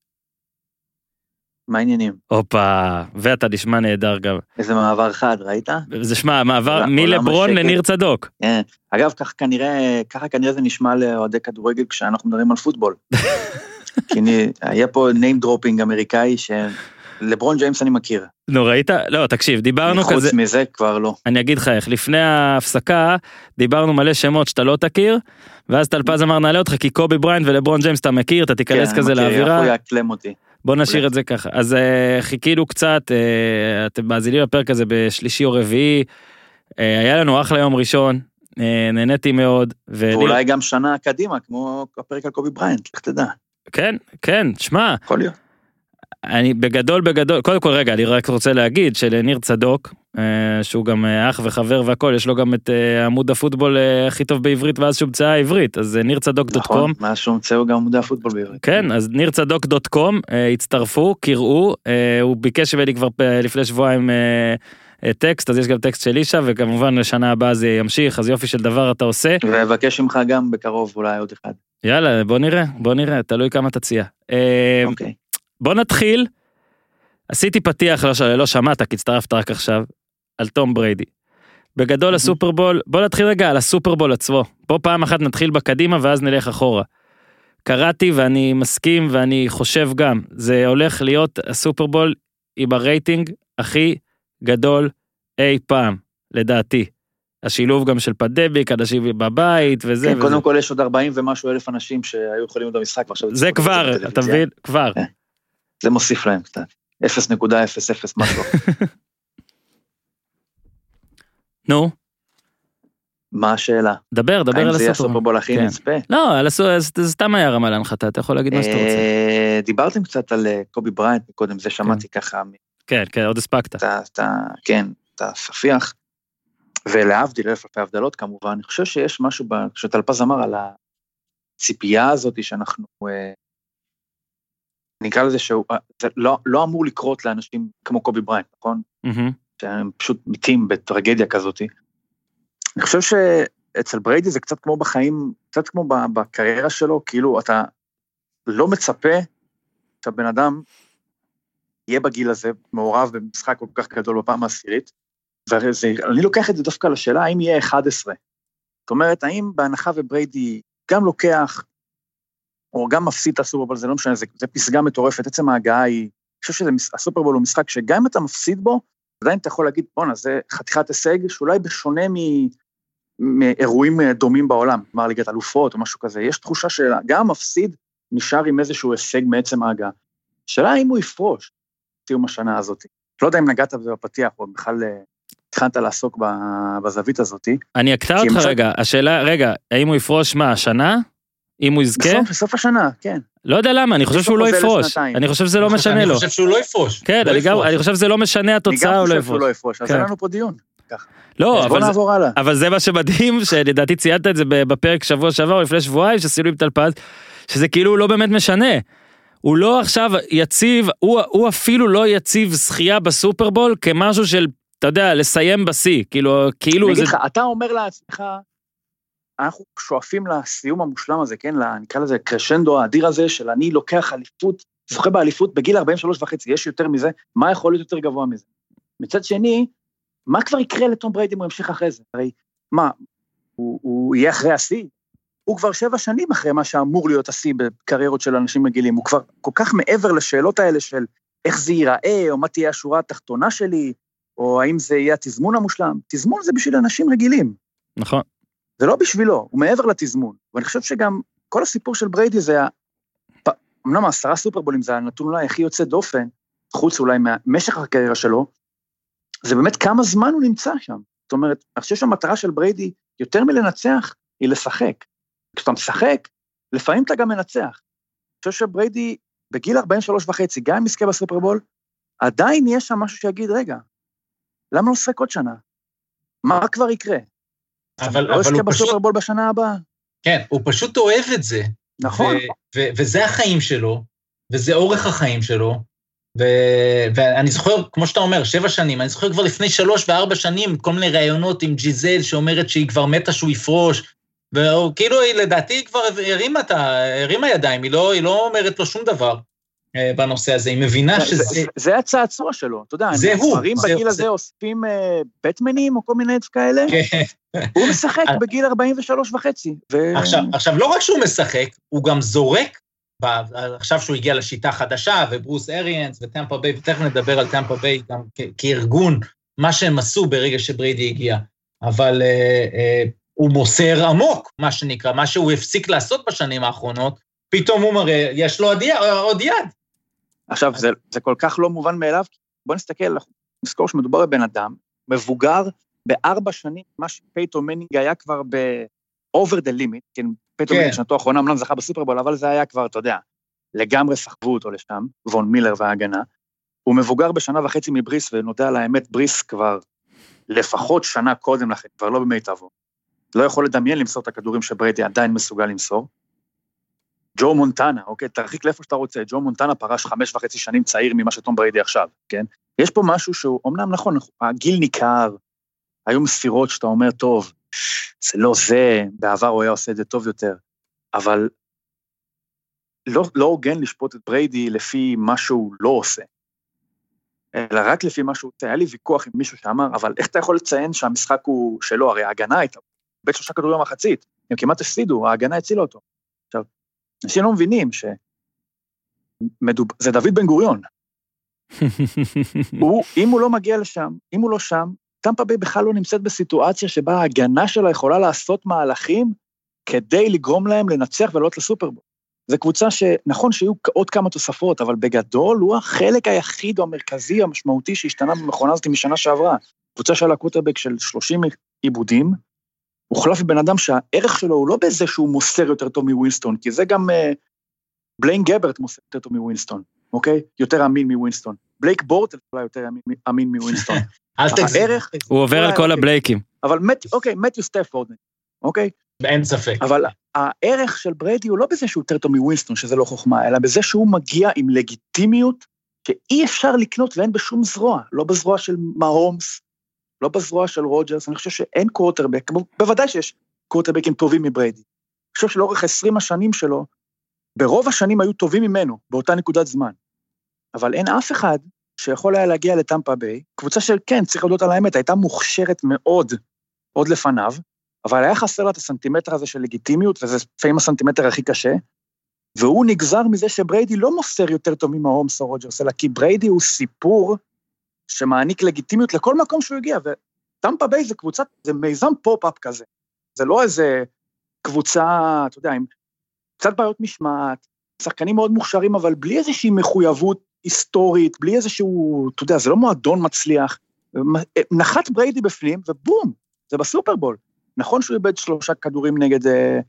מה העניינים? הופה, ואתה נשמע נהדר גם. איזה מעבר חד, ראית? זה שמע, מעבר מלברון לניר צדוק. כן, אגב, ככה כנראה זה נשמע לאוהדי כדורגל כשאנחנו מדברים על פוטבול. כי היה פה name dropping אמריקאי לברון ג'יימס אני מכיר. נו, ראית? לא, תקשיב, דיברנו כזה... חוץ מזה כבר לא. אני אגיד לך איך, לפני ההפסקה, דיברנו מלא שמות שאתה לא תכיר, ואז טלפז אמר, נעלה אותך, כי קובי בריינט ולברון ג'יימס אתה מכיר, אתה תיכנס כזה לאווירה. כן, יעקלם אותי. בוא נשאיר את זה ככה. אז חיכינו קצת, אתם מאזינים לפרק הזה בשלישי או רביעי, היה לנו אחלה יום ראשון, נהניתי מאוד. ואולי גם שנה קדימה, כמו הפרק על קובי בריינט, איך תדע. כן, כן, שמע. יכול להיות. אני בגדול, קודם כל רגע, אני רק רוצה להגיד שלניר צדוק, שהוא גם אח וחבר והכל, יש לו גם את עמוד הפוטבול הכי טוב בעברית, ואז שומצאה העברית, אז נirtzadok.com. נכון, מה שומצאו גם עמוד הפוטבול בעברית. כן, אז nirtzadok.com, הצטרפו, קראו, הוא ביקש ממני כבר לפני שבועיים טקסט, אז יש גם טקסט של אישה, וכמובן לשנה הבאה זה ימשיך, אז יופי של דבר אתה עושה. ובקש ממך גם בקרוב אולי עוד אחד. יאללה, בוא נראה, תלוי כמה תציע. אוקיי. בוא נתחיל, עשיתי פתיח, לא שמעת, כי הצטרפת רק עכשיו, על תום בריידי. בגדול הסופרבול, בוא נתחיל רגע על הסופרבול עצמו. פה פעם אחת נתחיל בקדימה, ואז נלך אחורה. קראתי ואני מסכים, ואני חושב גם, זה הולך להיות הסופרבול עם הרייטינג הכי גדול אי פעם, לדעתי. השילוב גם של פדביק, אנשים בבית וזה. כן, קודם כל יש עוד 40 ומשהו אלף אנשים שהיו יכולים להיות במשחק. זה כבר, אתה מבין? כבר. זה מוסיף להם קצת. 0.00 משהו. נו. מה השאלה? דבר על הסופרבול. האם זה יהיה הסופרבול הכי נצפה? לא, זה סתם היה רמה להנחתה, אתה יכול להגיד מה שאתה רוצה. דיברתם קצת על קובי בריינט, קודם זה שמעתי ככה. כן, עוד הספקת. כן, אתה ספיח, ולהבדיל, אלף אלפי הבדלות כמובן, אני חושב שיש משהו, שטלפז אמר על הציפייה הזאת שאנחנו, נקרא לזה שהוא, זה לא אמור לקרות לאנשים כמו קובי בריינט, נכון? שהם פשוט מתים בטרגדיה כזאת. אני חושב שאצל בריידי זה קצת כמו בחיים, קצת כמו בקריירה שלו, כאילו אתה לא מצפה שהבן אדם יהיה בגיל הזה מעורב במשחק כל כך גדול בפעם העשירית, ואני לוקח את זה דווקא לשאלה, האם יהיה 11? זאת אומרת, האם בהנחה ובריידי גם לוקח, או גם מפסיד את הסופרבול, זה לא משנה, זה פסגה מטורפת, עצם ההגעה היא, אני חושב שהסופרבול הוא משחק שגם אם אתה מפסיד בו, עדיין אתה יכול להגיד, בונה, זה חתיכת הישג, שאולי בשונה מאירועים דומים בעולם, כלומר ליגת אלופות או משהו כזה, יש תחושה שגם המפסיד נשאר עם איזשהו הישג מעצם ההגעה. השאלה האם הוא יפרוש, סיום השנה הזאת. לא יודע אם נגעת בזה בפתיח, או בכלל התחלת לעסוק בזווית הזאת. אני אקטע אותך רגע, השאלה, רגע, האם הוא יפרוש מה, השנה? אם הוא יזכה? בסוף השנה, כן. לא יודע למה, אני חושב שהוא לא יפרוש. אני חושב שזה לא משנה לו. אני חושב שהוא לא יפרוש. כן, אני חושב שזה לא משנה התוצאה, הוא לא יפרוש. אני גם חושב שהוא לא יפרוש, אז אין לנו פה דיון. לא, בוא נעבור הלאה. אבל זה מה שמדהים, שלדעתי ציינת את זה בפרק שבוע שעבר, או לפני שבועיים, שעשינו עם טלפז, שזה כאילו לא באמת משנה. הוא לא עכשיו יציב, הוא אפילו לא יציב זכייה בסופרבול, כמשהו של, אתה יודע, לסיים בסי, כאילו אני אגיד לך, אתה אומר לעצמך, אנחנו שואפים לסיום המושלם הזה, כן, נקרא לזה קרשנדו האדיר הזה, של אני לוקח אליפות, זוכה באליפות בגיל 43 וחצי, יש יותר מזה, מה יכול להיות יותר גבוה מזה? מצד שני, מה כבר יקרה לתום בריידי אם הוא ימשיך אחרי זה? הרי, מה, הוא יהיה אחרי השיא? הוא כבר 7 שנים אחרי מה שאמור להיות השיא בקריירות של אנשים רגילים, הוא כבר כל כך מעבר לשאלות האלה של איך זה ייראה, או מה תהיה השורה התחתונה שלי, או האם זה יהיה התזמון המושלם. תזמון זה בשביל אנשים רגילים. נכון. זה לא בשבילו, הוא מעבר לתזמון. ואני חושב שגם כל הסיפור של בריידי זה, אמנם 10 סופרבולים זה הנתון אולי הכי יוצא דופן, חוץ אולי מהמשך הקריירה שלו, זה באמת כמה זמן הוא נמצא שם. זאת אומרת, אני חושב שהמטרה של בריידי, יותר מלנצח, היא לשחק. כשאתה משחק, לפעמים אתה גם מנצח. אני חושב שבריידי, בגיל 43 וחצי, גם אם יזכה בסופרבול, עדיין יש שם משהו שיגיד, רגע, למה לא לשחק עוד שנה? מה כבר יקרה? אבל לא יזכה בסופרבול בשנה הבאה. כן, הוא פשוט אוהב את זה. נכון. וזה החיים שלו, וזה אורך החיים שלו, ואני זוכר, כמו שאתה אומר, 7 שנים, אני זוכר כבר לפני 3 ו4 שנים, כל מיני רעיונות עם ג'יזל, שאומרת שהיא כבר מתה שהוא יפרוש, וכאילו, לדעתי היא כבר הרימה ידיים, היא לא אומרת לו שום דבר בנושא הזה, היא מבינה שזה... זה הצעצוע שלו, אתה יודע, זה הוא. דברים בגיל הזה אוספים בטמנים או כל מיני כאלה, הוא משחק בגיל 43 וחצי. עכשיו, לא רק שהוא משחק, הוא גם זורק עכשיו שהוא הגיע לשיטה חדשה, וברוס אריאנס וטמפה ביי, ותכף נדבר על טמפה ביי גם כארגון, מה שהם עשו ברגע שבריידי הגיע, אבל הוא מוסר עמוק, מה שנקרא, מה שהוא הפסיק לעשות בשנים האחרונות, פתאום הוא מראה, יש לו עוד יד. עכשיו, זה כל כך לא מובן מאליו, בוא נסתכל, נזכור שמדובר בבן אדם, מבוגר ב4 שנים, מה שפייטון מנינג היה כבר over the limit, כן, פייטון מנינג שנתו האחרונה, אמנם זכה בסופרבול, אבל זה היה כבר, אתה יודע, לגמרי סחבו אותו לשם, וון מילר וההגנה, הוא מבוגר בשנה וחצי מבריס, ונודע על האמת, בריס כבר לפחות שנה קודם לכן, כבר לא במיטבו, לא יכול לדמיין למסור את הכדורים שבריידי עדיין מסוגל למסור, ג'ו מונטנה, אוקיי, תרחיק לאיפה שאתה רוצה, ג'ו מונטנה פרש 5.5 שנים צעיר ממה שטום בריידי עכשיו, כן? יש פה משהו שהוא, אומנם נכון, הגיל ניכר, היו מסירות שאתה אומר, טוב, זה לא זה, בעבר הוא היה עושה את זה טוב יותר, אבל לא הוגן לשפוט את בריידי לפי מה שהוא לא עושה, אלא רק לפי מה שהוא עושה. היה לי ויכוח עם מישהו שאמר, אבל איך אתה יכול לציין שהמשחק הוא שלו, הרי ההגנה הייתה, בית 3 כדורים במחצית, הם כמעט הפסידו, ההגנה הצילה אותו. עכשיו, אנשים לא מבינים זה דוד בן גוריון. אם הוא לא מגיע לשם, אם הוא לא שם, טמפה ביי בכלל לא נמצאת בסיטואציה שבה ההגנה שלה יכולה לעשות מהלכים כדי לגרום להם לנצח ולעלות לסופרבול. זו קבוצה שנכון שיהיו עוד כמה תוספות, אבל בגדול הוא החלק היחיד או המרכזי המשמעותי שהשתנה במכונה הזאת משנה שעברה. קבוצה של הקווטרבק של 30 עיבודים, הוחלף בבן אדם שהערך שלו הוא לא בזה שהוא מוסר יותר טוב מווינסטון, כי זה גם בליין גברט מוסר יותר טוב מווינסטון, אוקיי? יותר אמין מווינסטון. בלייק בורטל אולי יותר אמין מווינסטון. הוא עובר על כל הבלייקים. אבל מתיו סטפורד, אוקיי? אין ספק. אבל הערך של בריידי הוא לא בזה שהוא יותר טוב מווינסטון, שזה לא חוכמה, אלא בזה שהוא מגיע עם לגיטימיות, שאי אפשר לקנות ואין בשום זרוע, לא בזרוע של מהומס, לא בזרוע של רוג'רס, אני חושב שאין קווטרבק, בוודאי שיש קווטרבקים טובים מבריידי. אני חושב שלאורך 20 השנים שלו, ברוב השנים היו טובים ממנו, באותה נקודת זמן. אבל אין אף אחד שיכול היה להגיע לטמפה ביי, קבוצה של כן, צריך לדעות על האמת, הייתה מוכשרת מאוד, עוד לפניו, אבל היה חסר לה את הסנטימטר הזה של לגיטימיות, וזה לפעמים הסנטימטר הכי קשה, והוא נגזר מזה שבריידי לא מוסר יותר טוב ממהומס או רוג'רס, אלא כי בריידי הוא סיפור שמעניק לגיטימיות לכל מקום שהוא הגיע, וטמפה ביי זה קבוצה, זה מיזם פופ-אפ כזה, זה לא איזה קבוצה, אתה יודע, עם קצת בעיות משמעת, שחקנים מאוד מוכשרים, אבל בלי איזושהי מחויבות היסטורית, בלי איזשהו, אתה יודע, זה לא מועדון מצליח, נחת בריידי בפנים, ובום, זה בסופרבול. נכון שהוא איבד 3 כדורים נגד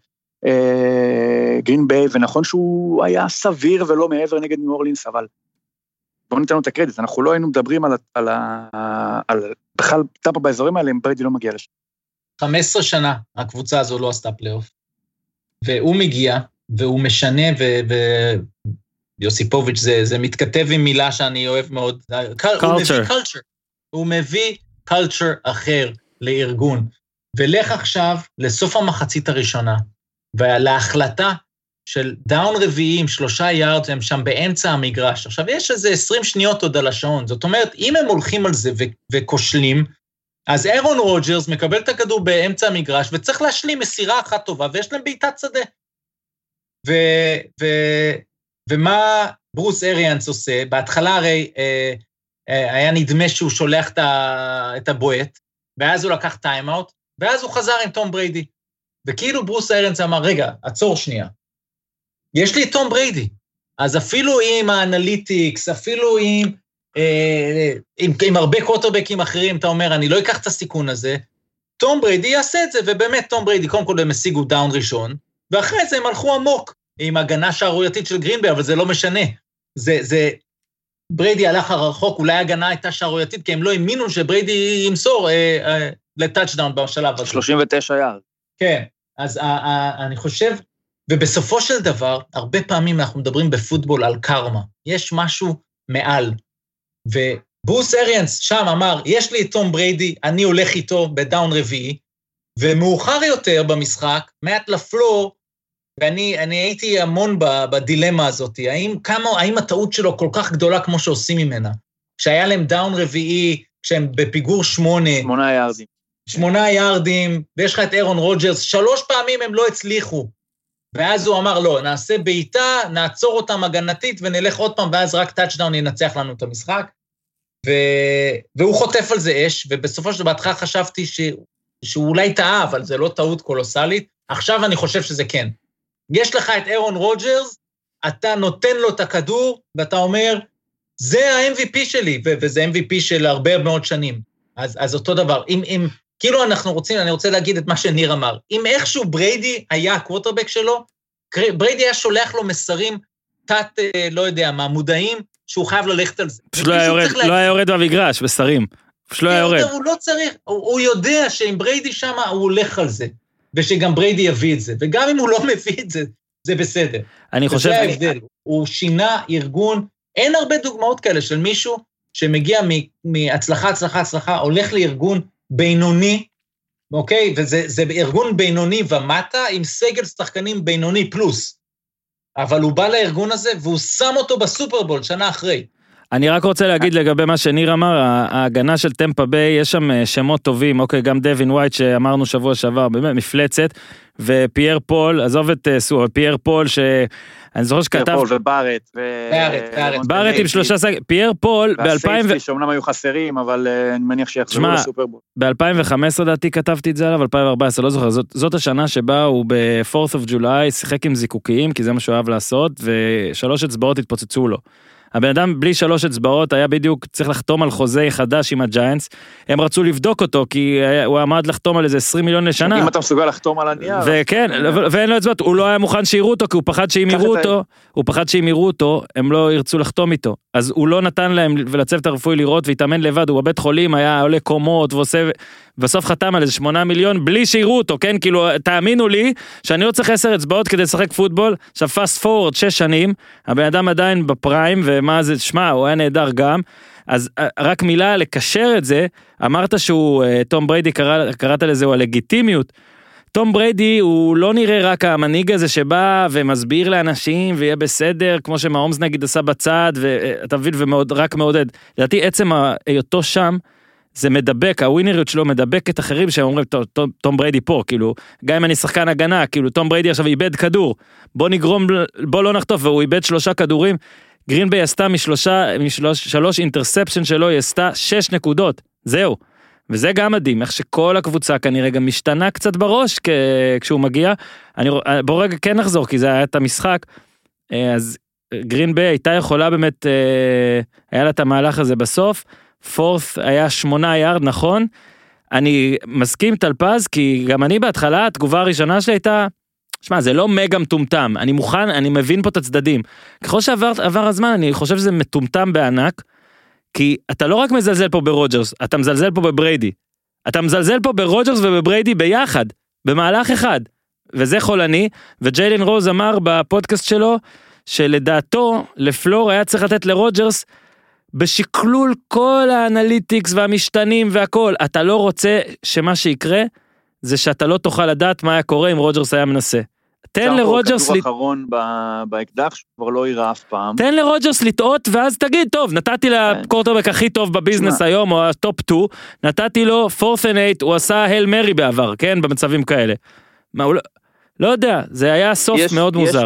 גרין ביי, ונכון שהוא היה סביר ולא מעבר נגד ניו אורלינס, אבל בואו ניתן לו את הקרדיט, אנחנו לא היינו מדברים על בכלל טמפה באזורים האלה, אם בריידי לא מגיע לשם. 15 שנה הקבוצה הזו לא עשתה פלייאוף, והוא מגיע, והוא משנה, ויוסיפוביץ' זה מתכתב עם מילה שאני אוהב מאוד, הוא מביא culture אחר לארגון, ולך עכשיו לסוף המחצית הראשונה, ולהחלטה של דאון רביעי עם 3 יארד, הם שם באמצע המגרש, עכשיו יש איזה 20 שניות עוד על השעון, זאת אומרת, אם הם הולכים על זה וכושלים, אז אירון רוג'רס מקבל את הכדור באמצע המגרש, וצריך להשלים מסירה אחת טובה, ויש להם בעיטת שדה. ומה ברוס אריאנס עושה, בהתחלה הרי היה נדמה שהוא שולח את הבועט, ואז הוא לקח טיימאוט, ואז הוא חזר עם תום בריידי. וכאילו ברוס אריאנס אמר, רגע, עצור שנייה. יש לי את תום בריידי. אז אפילו עם האנליטיקס, אפילו עם הרבה קווטרבקים אחרים, אתה אומר, אני לא אקח את הסיכון הזה, תום בריידי יעשה את זה, ובאמת תום בריידי, קודם כל הם השיגו דאון ראשון, ואחרי זה הם הלכו עמוק, עם הגנה שערורייתית של גרינביי, אבל זה לא משנה. בריידי הלך הרחוק, אולי הגנה הייתה שערורייתית, כי הם לא האמינו שבריידי ימסור לטאצ'דאון בשלב הזה. 39 יארד. כן, אז אני חושב, ובסופו של דבר, הרבה פעמים אנחנו מדברים בפוטבול על קרמה, יש משהו מעל, וברוס אריאנס שם אמר, יש לי את תום בריידי, אני הולך איתו בדאון רביעי, ומאוחר יותר במשחק, מעט לפלור, ואני הייתי המון בדילמה הזאת, האם הטעות שלו כל כך גדולה כמו שעושים ממנה, כשהיה להם דאון רביעי, כשהם בפיגור 8 יארדים. 8 יארדים, ויש לך את אירון רוג'רס, 3 פעמים הם לא הצליחו, ואז הוא אמר, לא, נעשה בעיטה, נעצור אותם הגנתית, ונלך עוד פעם, ואז רק טאצ'דאון ינצח לנו את המשחק, והוא חוטף על זה אש, ובסופו של בהתחלה חשבתי שהוא אולי טעה, אבל זה לא טעות קולוסלית, עכשיו אני חושב שזה כן. יש לך את אירון רוג'רס, אתה נותן לו את הכדור, ואתה אומר, זה ה-MVP שלי, וזה MVP של הרבה מאוד שנים. אז אותו דבר, כאילו אני רוצה להגיד את מה שניר אמר, אם איכשהו בריידי היה הקווטרבק שלו, בריידי היה שולח לו מסרים לא יודע מה, מודעים, שהוא חייב ללכת על זה. פשוט לא היה יורד במגרש, בשרים. פשוט לא היה יורד. הוא לא צריך, הוא יודע שאם בריידי שם, הוא הולך על זה, ושגם בריידי יביא את זה, וגם אם הוא לא מביא את זה, זה בסדר. אני חושב... זה ההבדל. הוא שינה ארגון, אין הרבה דוגמאות כאלה של מישהו שמגיע מהצלחה, הולך לארגון בינוני, אוקיי? וזה ארגון בינוני ומטה, עם סגל שחקנים בינוני פלוס. אבל הוא בא לארגון הזה, והוא שם אותו בסופרבול שנה אחרי. אני רק רוצה להגיד לגבי מה שניר אמר, ההגנה של טמפה ביי, יש שם שמות טובים, אוקיי, גם דווין ווייט שאמרנו שבוע שעבר, באמת מפלצת, ופייר פול, עזוב את פייר פול, שאני זוכר שכתב... פייר פול ובארט. בארט עם 3 סגל, פייר פול והסייפטי שאומנם היו חסרים, אבל אני מניח שיחזרו לסופרבול. ב-2015 דעתי כתבתי את זה עליו, 2014, לא זוכר, זאת השנה שבה הוא ב-4th of July, שיחק עם זיקוקיים, כי זה מה שהוא אוהב לעשות, ו3 אצבעות התפוצצו לו. הבן אדם בלי 3 אצבעות היה בדיוק צריך לחתום על חוזה חדש עם הג'יינטס, הם רצו לבדוק אותו כי הוא עמד לחתום על איזה 20 מיליון לשנה. אם אתה מסוגל לחתום על הנייר. וכן, ואין לו אצבעות, הוא לא היה מוכן שיראו אותו, כי הוא פחד שאם יראו אותו, הם לא ירצו לחתום איתו. אז הוא לא נתן להם ולצוות הרפואי לראות והתאמן לבד, הוא בבית חולים, היה עולה קומות ועושה, בסוף חתם על איזה 8 מיליון בלי שיראו אותו, כן? כאילו, תאמינו לי שאני לא צריך 10 אצבעות כדי לשחק פוטבול. עכשיו, fast forward 6 שנים, הבן אדם עדיין בפריים, ומה זה, שמה, הוא היה נהדר גם. אז רק מילה לקשר את זה, אמרת שהוא, תום בריידי קראת לזה, הוא הלגיטימיות. תום בריידי הוא לא נראה רק המנהיג הזה שבא ומסביר לאנשים ויהיה בסדר, כמו שמהומס נגיד עשה בצד, ואתה מבין, ורק מעודד. לדעתי עצם היותו שם, זה מדבק, הווינריות שלו מדבק את אחרים שהם אומרים, תום בריידי פה, כאילו, גם אם אני שחקן הגנה, כאילו, תום בריידי עכשיו איבד כדור, בוא לא נחטוף, והוא איבד 3 כדורים, גרין ביי עשתה משלוש אינטרספשן שלו, היא עשתה 6 נקודות, זהו, וזה גם מדהים, איך שכל הקבוצה כנראה גם משתנה קצת בראש, כשהוא מגיע, בוא רגע כן נחזור, כי זה היה את המשחק, אז גרין ביי הייתה יכולה באמת, היה לה את המהלך הזה בסוף, פורת' היה 8 יארד, נכון? אני מסכים תלפז, כי גם אני בהתחלה, התגובה הראשונה שלי הייתה, שמע, זה לא מגה מטומטם, אני מוכן, אני מבין פה את הצדדים. ככל שעבר הזמן, אני חושב שזה מטומטם בענק, כי אתה לא רק מזלזל פה ברוג'רס, אתה מזלזל פה בבריידי. אתה מזלזל פה ברוג'רס ובבריידי ביחד, במהלך אחד. וזה חולני, וג'יילן רוז אמר בפודקאסט שלו, שלדעתו, לפלור היה צריך לתת לרוג'רס, בשקלול כל האנליטיקס והמשתנים והכל, אתה לא רוצה שמה שיקרה, זה שאתה לא תוכל לדעת מה היה קורה אם רוג'רס היה מנסה. תן לרוג'רס... כדור אחרון באקדח, שכבר לא יראה אף פעם. תן לרוג'רס לטעות, ואז תגיד, טוב, נתתי לקורטרבק הכי טוב בביזנס היום, או הטופ 2, נתתי לו 4th and 8, הוא עשה הל מרי בעבר, כן, במצבים כאלה. מה, הוא לא יודע, זה היה סוף מאוד מוזר.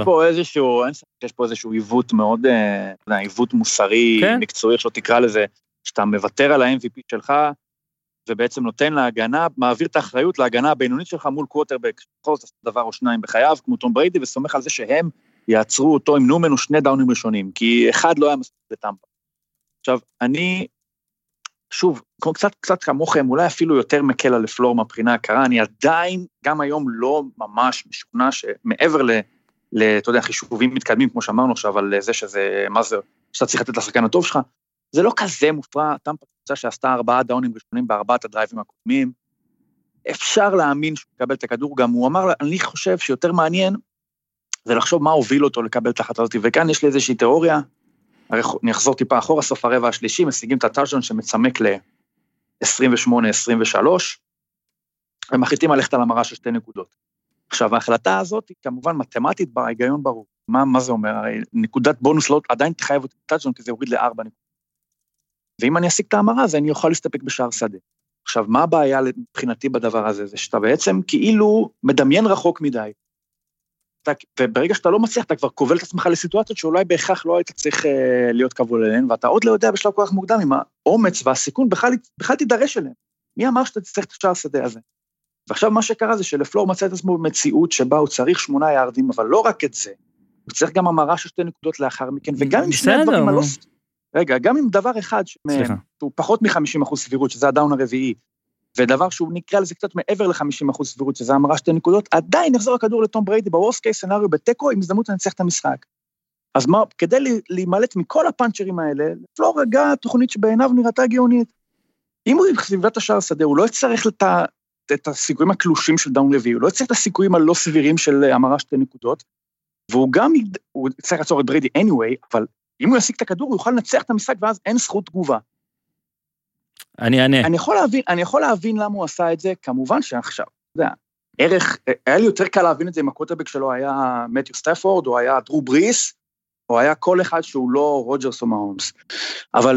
יש פה איזשהו עיוות מאוד, עיוות מוסרי, מקצועי, איך שלא תקרא לזה, שאתה מוותר על ה-MVP שלך, ובעצם נותן להגנה, מעביר את האחריות להגנה הבינונית שלך מול קווטרבק, יכול לעשות דבר או 2 בחייו, כמו תום בריידי, וסומך על זה שהם יעצרו אותו עם נומנו 2 דאונים ראשונים, כי אחד לא היה מספיק לטמפה. עכשיו, אני, שוב, קצת כמוכם, אולי אפילו יותר מקל על לפלור מהבחינה הקרה, אני עדיין, גם היום לא ממש משוכנע, שמעבר אתה יודע, חישובים מתקדמים, כמו שאמרנו עכשיו, על זה שזה, מה זה, שאתה צריך לתת לשחקן הטוב שלך, זה לא כזה מופרע, טמפה קבוצה שעשתה 4 דאונים ראשונים ב4 הדרייבים הקודמים, אפשר להאמין שהוא יקבל את הכדור, גם הוא אמר, אני חושב שיותר מעניין, זה לחשוב מה הוביל אותו לקבל את ההחלטה הזאת, וכאן יש לי איזושהי תיאוריה, אני אחזור טיפה אחורה, סוף הרבע השלישי, משיגים את הטאצ'דאון שמצמק ל-28-23, ומחליטים ללכת על המרה של 2 נקודות. עכשיו, ההחלטה הזאת היא כמובן מתמטית בהיגיון ברור. מה זה אומר? הרי נקודת בונוס לא, עדיין תחייב אותי טאצ'דאון, כי זה יוריד ל4 נקודות. ואם אני אשיג את המרה, אז אני יכול להסתפק בשער שדה. עכשיו, מה הבעיה מבחינתי בדבר הזה? זה שאתה בעצם כאילו מדמיין רחוק מדי. וברגע שאתה לא מצליח, אתה כבר כובל את עצמך לסיטואציות שאולי בהכרח לא היית צריך להיות כבול אליהן, ואתה עוד לא יודע בשלב כל כך מוקדם עם האומץ והסיכון, בכלל תידרש אליהם. מי אמר שאתה תצטרך את השער השדה הזה? ועכשיו מה שקרה זה שלפלור מצא את עצמו במציאות שבה הוא צריך 8 יארדים, אבל לא רק את זה, הוא צריך גם המרה של 2 נקודות לאחר מכן, וגם עם שני הדברים הלא... רגע, גם עם דבר אחד שהוא פחות מ-50% סבירות, שזה הדאון הרביעי, ודבר שהוא נקרא לזה קצת מעבר ל-50% סבירות, שזה המרה 2 נקודות, עדיין יחזור הכדור לטום בריידי, ב-worst case scenario בטקו, עם הזדמנות לנצח את המשחק. אז מה, כדי להימלט מכל הפאנצ'רים האלה, פלור רגע תוכנית שבעיניו נראתה גאונית. אם הוא בסביבת השער השדה, הוא לא יצטרך את הסיכויים הקלושים של דאון רביעי, הוא לא יצטרך את הסיכויים הלא סבירים של המרה 2 נקודות, והוא גם, הוא צריך לעצור את בריידי anyway, אבל אם הוא ישיג את הכדור, הוא יוכל לנצח את המשחק, ואז אין זכות תגובה. אני יכול להבין למה הוא עשה את זה, כמובן שעכשיו, זה ערך, היה לי יותר קל להבין את זה עם הקווטרבק שלו, היה מתיו סטפורד, או היה דרו בריס, או היה כל אחד שהוא לא רוג'רס או מהומס. אבל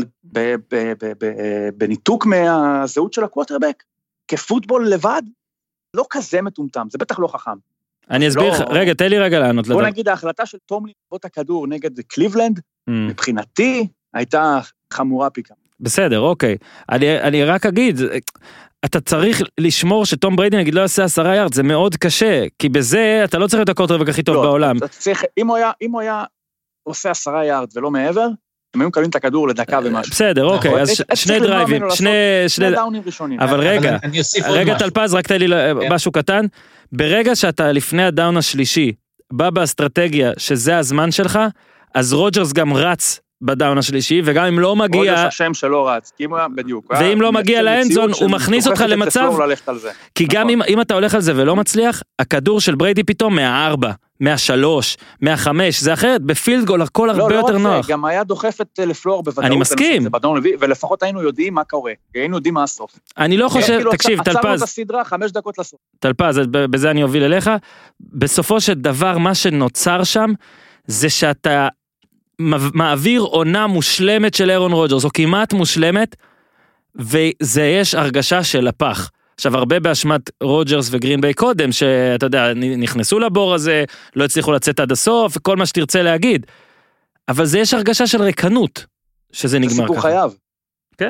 בניתוק מהזהות של הקווטרבק, כפוטבול לבד, לא כזה מטומטם, זה בטח לא חכם. אני אסביר, רגע, תן לי רגע לענות. בוא נגיד, ההחלטה של טומלין לבוא את הכדור נגד קליבלנד, מבחינתי, הייתה חמורה פיקה. בסדר, אוקיי. אני רק אגיד, אתה צריך לשמור שטום בריידי נגיד לא יעשה 10 יארד, זה מאוד קשה, כי בזה אתה לא צריך את הקווטרבק הכי טוב בעולם. אם הוא היה עושה 10 יארד ולא מעבר, הם היו מקבלים את הכדור לדקה ומשהו. בסדר, אוקיי, אז שני דרייבים, שני דאונים ראשונים. אבל רגע תלפז, רק תן לי משהו קטן, ברגע שאתה לפני הדאון השלישי, בא באסטרטגיה שזה הזמן שלך, אז רוג'רס גם רץ בדאון השלישי, וגם אם לא מגיע... רוג'רס השם שלא רץ, בדיוק. ואם לא מגיע לאנזון, הוא מכניס אותך למצב... כי גם אם אתה הולך על זה ולא מצליח, הכדור של בריידי פתאום 4, 3, 5, זה אחרת, בפילד גול הכל הרבה יותר נוח. גם היה דוחפת לפלור בוודאות. אני מסכים. ולפחות היינו יודעים מה קורה, היינו יודעים מה הסוף. אני לא חושב, תקשיב, טלפז. עצרנו את הסדרה, 5 דקות לסוף. טלפז, בזה אני אוביל אליך. בסופו של דבר, מה שנוצר שם, זה שאתה מעביר עונה מושלמת של אירון רוג'רס, או כמעט מושלמת, וזה יש הרגשה של הפח. עכשיו, הרבה באשמת רוג'רס וגרין ביי קודם, שאתה יודע, נכנסו לבור הזה, לא הצליחו לצאת עד הסוף, כל מה שתרצה להגיד. אבל זה יש הרגשה של ריקנות, שזה נגמר ככה. זה סיפור חייו. כן?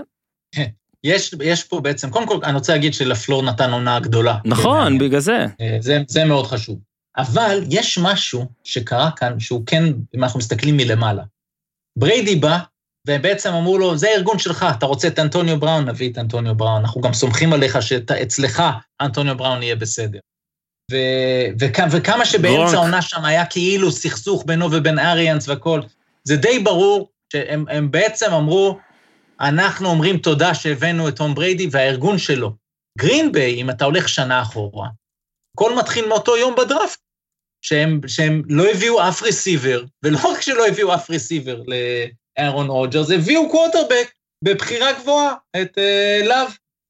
יש פה בעצם, קודם כל, אני רוצה להגיד שלפלור נתן עונה גדולה. נכון, בגלל זה. זה מאוד חשוב. אבל יש משהו שקרה כאן, שהוא כן, אם אנחנו מסתכלים מלמעלה. בריידי בא, ובעצם אמרו לו, זה הארגון שלך, אתה רוצה את אנטוניו בראון, נביא את אנטוניו בראון, אנחנו גם סומכים עליך שאצלך אנטוניו בראון יהיה בסדר. וכמה שבאמצע העונה שם היה כאילו סכסוך בינו ובין אריאנס וכל, זה די ברור שהם בעצם אמרו, אנחנו אומרים תודה שהבאנו את טום בריידי והארגון שלו. גרין ביי, אם אתה הולך שנה אחורה, כל מתחיל מאותו יום בדראפט, שהם לא הביאו אף רסיבר, ולא רק שלא הביאו אף רסיבר לאירון רוג'רס, הביאו קווטרבק בבחירה גבוהה, את לאב,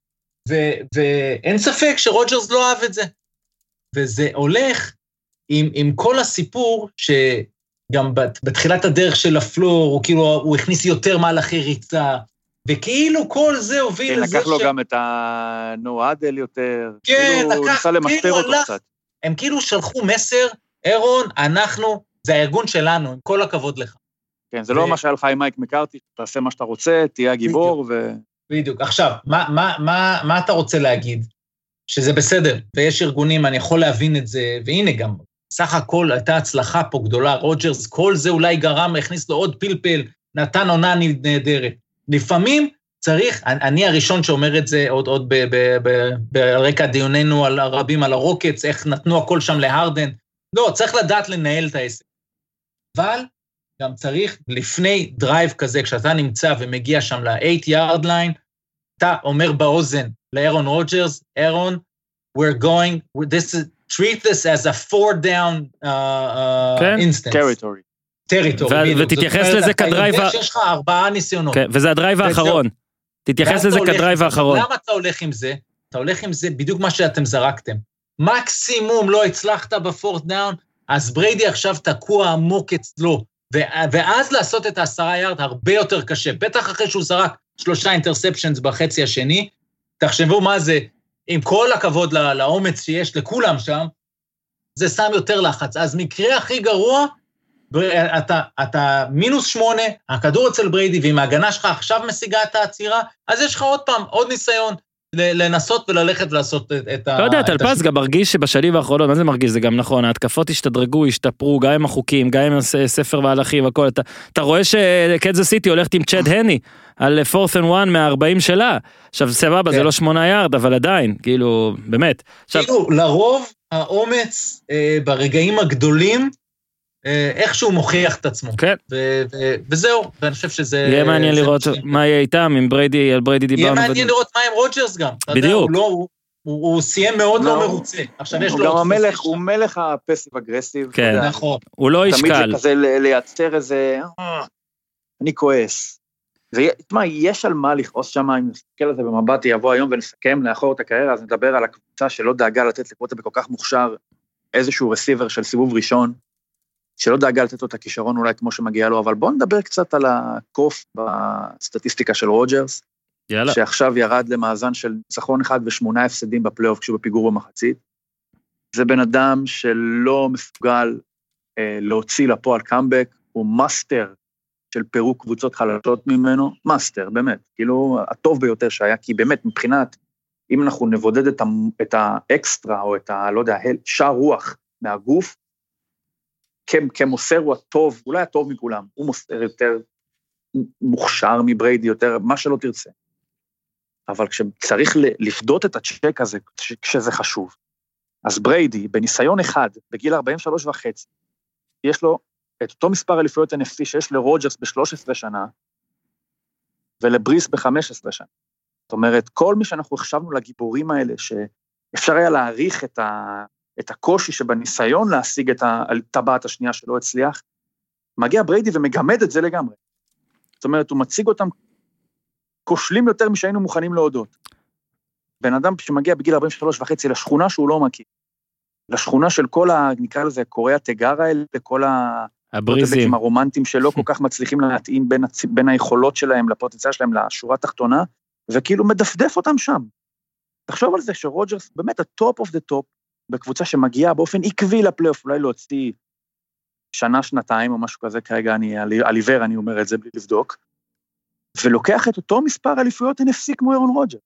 ואין ספק שרוג'רס לא אהב את זה. וזה הולך עם כל הסיפור, שגם בתחילת הדרך של הפלור, הוא הכניס יותר מהלכי ריצה, וכאילו כל זה הוביל לזה לקח לו גם את הנועדל יותר, כן, הוא ניסה למשטר אותו קצת. הם כאילו שלחו מסר, אירון, זה הארגון שלנו, עם כל הכבוד לך. כן, זה לא מה שהיה לך עם מייק מקארתי, תעשה מה שאתה רוצה, תהיה הגיבור בדיוק. עכשיו, מה אתה רוצה להגיד? שזה בסדר, ויש ארגונים, אני יכול להבין את זה, והנה גם, סך הכל הייתה הצלחה פה גדולה, רוג'רס, כל זה אולי גרם, הכניס לו עוד פלפל, נתן עונה נהדרת. לפעמים צריך, אני הראשון שאומר את זה עוד ברקע דיוננו רבים על הרוקטס, איך נתנו הכל שם להרדן, לא, צריך לדעת לנהל את העסק. אבל גם צריך לפני דרייב כזה, כשאתה נמצא ומגיע שם ל-8 yard line, אתה אומר באוזן לאירון רוג'רס, אירון, we're going, treat this as a 4-down instance. Territory. ותתייחס לזה כדרייב... יש לך 4 ניסיונות. וזה הדרייב האחרון. תתייחס לזה כדרייב האחרון. למה אתה הולך עם זה? אתה הולך עם זה בדיוק מה שאתם זרקתם. מקסימום לא הצלחת ב4th down, אז בריידי עכשיו תקוע עמוק אצלו, ואז לעשות את 10 יארד הרבה יותר קשה, בטח אחרי שהוא זרק 3 אינטרספשנס בחצי השני, תחשבו מה זה, עם כל הכבוד לאומץ שיש לכולם שם, זה שם יותר לחץ. אז מקרה הכי גרוע, אתה -8, הכדור אצל בריידי, ואם ההגנה שלך עכשיו משיגה את העצירה, אז יש לך עוד פעם, עוד ניסיון, לנסות וללכת ולעשות את לא יודע, טלפז גם מרגיש שבשנים האחרונות, מה זה מרגיש? זה גם נכון, ההתקפות השתדרגו, השתפרו, גם עם החוקים, גם עם ספר והלכים, הכל. אתה רואה שקנזס סיטי הולכת עם צ'אד הני, על 4th and 1 מה-40 שלה. עכשיו, סבבה, זה לא 8 יארד, אבל עדיין, כאילו, באמת. כאילו, לרוב, האומץ ברגעים הגדולים, איכשהו מוכיח את עצמו. כן. וזהו, ואני חושב שזה... יהיה מעניין לראות מה יהיה איתם, עם בריידי, על בריידי דיברנו. יהיה מעניין לראות מה עם רוג'רס גם. בדיוק. הוא סיים מאוד לא מרוצה. עכשיו יש לו... הוא מלך הפסיב אגרסיב. כן. נכון. הוא לא ישקל. תמיד זה כזה לייצר איזה... אני כועס. תשמע, יש על מה לכעוס שם, אם נסתכל על זה במבט, יבוא היום ונסכם לאחור את הקריירה, אז נדבר על הקבוצה שלא דאגה לתת לקבוצה בכל כך מוכשר, איזשהו רסיבר של סיבוב ראשון, שלא דאגה לתת לו את הכישרון אולי כמו שמגיע לו, אבל בואו נדבר קצת על הקוף בסטטיסטיקה של רוג'רס, יאללה. שעכשיו ירד למאזן של ניצחון 1 ו8 הפסדים בפלייאוף כשהוא בפיגור במחצית. זה בן אדם שלא מסוגל להוציא לפועל קאמבק, הוא מאסטר של פירוק קבוצות חלשות ממנו, מאסטר, באמת, כאילו הטוב ביותר שהיה, כי באמת מבחינת, אם אנחנו נבודד את האקסטרה, או את לא יודע, שער רוח מהגוף, כמוסר הוא הטוב, אולי הטוב מכולם, הוא מוסר יותר מוכשר מבריידי, יותר מה שלא תרצה. אבל כשצריך לפדות את הצ'ק הזה, כשזה חשוב, אז בריידי, בניסיון אחד, בגיל 43 וחצי, יש לו את אותו מספר אליפויות NFC שיש לרוג'רס ב-13 שנה, ולבריס ב-15 שנה. זאת אומרת, כל מי שאנחנו חשבנו לגיבורים האלה, שאפשר היה להעריך את הקושי שבניסיון להשיג את הטבעת השנייה שלא הצליח, מגיע בריידי ומגמד את זה לגמרי. זאת אומרת, הוא מציג אותם כושלים יותר משהיינו מוכנים להודות. בן אדם שמגיע בגיל 43 וחצי לשכונה שהוא לא מכיר, לשכונה של כל נקרא לזה, קוראי התיגר האלה, כל הבריזים הרומנטיים שלא כל כך מצליחים להתאים בין היכולות שלהם, לפוטנציאל שלהם, לשורה התחתונה, וכאילו מדפדף אותם שם. תחשוב על זה שרוג'רס, באמת הטופ אוף דה טופ, בקבוצה שמגיעה באופן עקבי לפלייאוף, אולי להוציא שנה, שנתיים או משהו כזה, כרגע על עיוור אני אומר את זה בלי לבדוק, ולוקח את אותו מספר אליפויות NFC כמו אירון רוג'רס.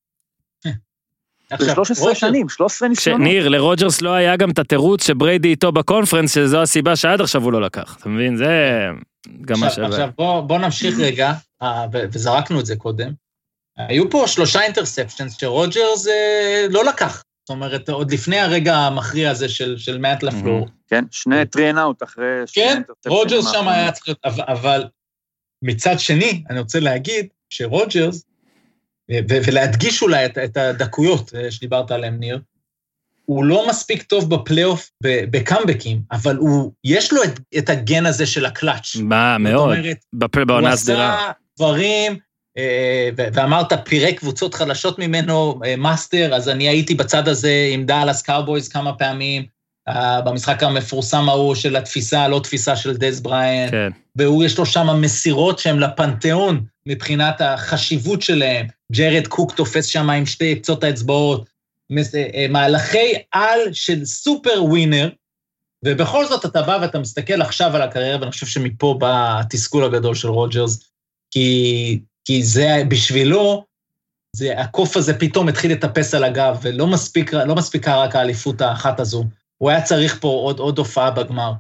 ב-13 שנים, 13 ניסיונות. ניר, לרוג'רס לא היה גם את התירוץ שבריידי איתו בקונפרנס, שזו הסיבה שעד עכשיו הוא לא לקח, אתה מבין? זה גם מה שווה. עכשיו בוא נמשיך רגע, וזרקנו את זה קודם, היו פה 3 אינטרספשנס שרוג'רס לא לקח, זאת אומרת, עוד לפני הרגע המכריע הזה של מאט לפלור. כן, 2 טרי-אנאוט אחרי... כן, רוג'רס שם היה צריך להיות, אבל מצד שני, אני רוצה להגיד שרוג'רס, ולהדגיש אולי את הדקויות שדיברת עליהם, ניר, הוא לא מספיק טוב בפלייאוף בקאמבקים, אבל יש לו את הגן הזה של הקלאץ'. מה, מאוד, בעונה הסדירה. הוא עשה דברים, ואמרת פירק קבוצות חלשות ממנו, מאסטר, אז אני הייתי בצד הזה עם דאלאס קאובויז כמה פעמים, במשחק המפורסם ההוא של התפיסה, לא תפיסה של דז בריין, כן. והוא יש לו שם מסירות שהן לפנתיאון, מבחינת החשיבות שלהם, ג'רד קוק תופס שם עם 2 קצות האצבעות, מהלכי על של סופר ווינר, ובכל זאת אתה בא ואתה מסתכל עכשיו על הקריירה, ואני חושב שמפה בא התסכול הגדול של רוג'רס, כי זה בשבילו, הקוף הזה פתאום התחיל לטפס על הגב, ולא מספיקה רק האליפות האחת הזו, הוא היה צריך פה עוד הופעה בגמר,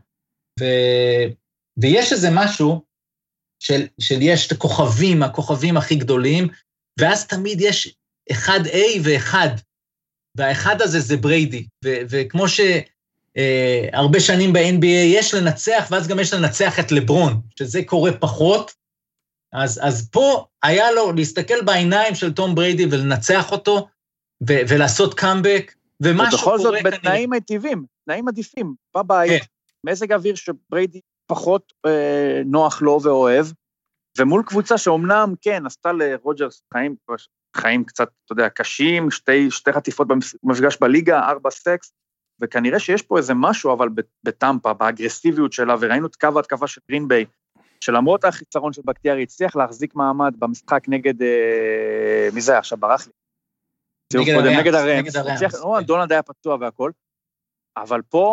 ויש איזה משהו, של יש את הכוכבים הכי גדולים, ואז תמיד יש 1A ו1, והאחד הזה זה בריידי, וכמו שהרבה שנים ב-NBA יש לנצח, ואז גם יש לנצח את לברון, שזה קורה פחות, אז פה היה לו להסתכל בעיניים של תום בריידי, ולנצח אותו, ולעשות קאמבק, ומשהו קורה כנראה. ובכל זאת בתנאים מיטיבים, תנאים עדיפים, בבית, מזג אוויר שבריידי פחות נוח לו ואוהב, ומול קבוצה שאומנם, כן, עשתה לרוג'רס חיים קצת, אתה יודע, קשים, 2 חטיפות במפגש בליגה, 4 סקס, וכנראה שיש פה איזה משהו, אבל בטמפה, באגרסיביות שלה, וראינו את קו ההתקפה של גרין ביי, שלמרות החיסרון של בקטיארי, הצליח להחזיק מעמד במשחק נגד, מי זה עכשיו, ברח לי? נגד הרמס. דונלד היה פצוע והכל, אבל פה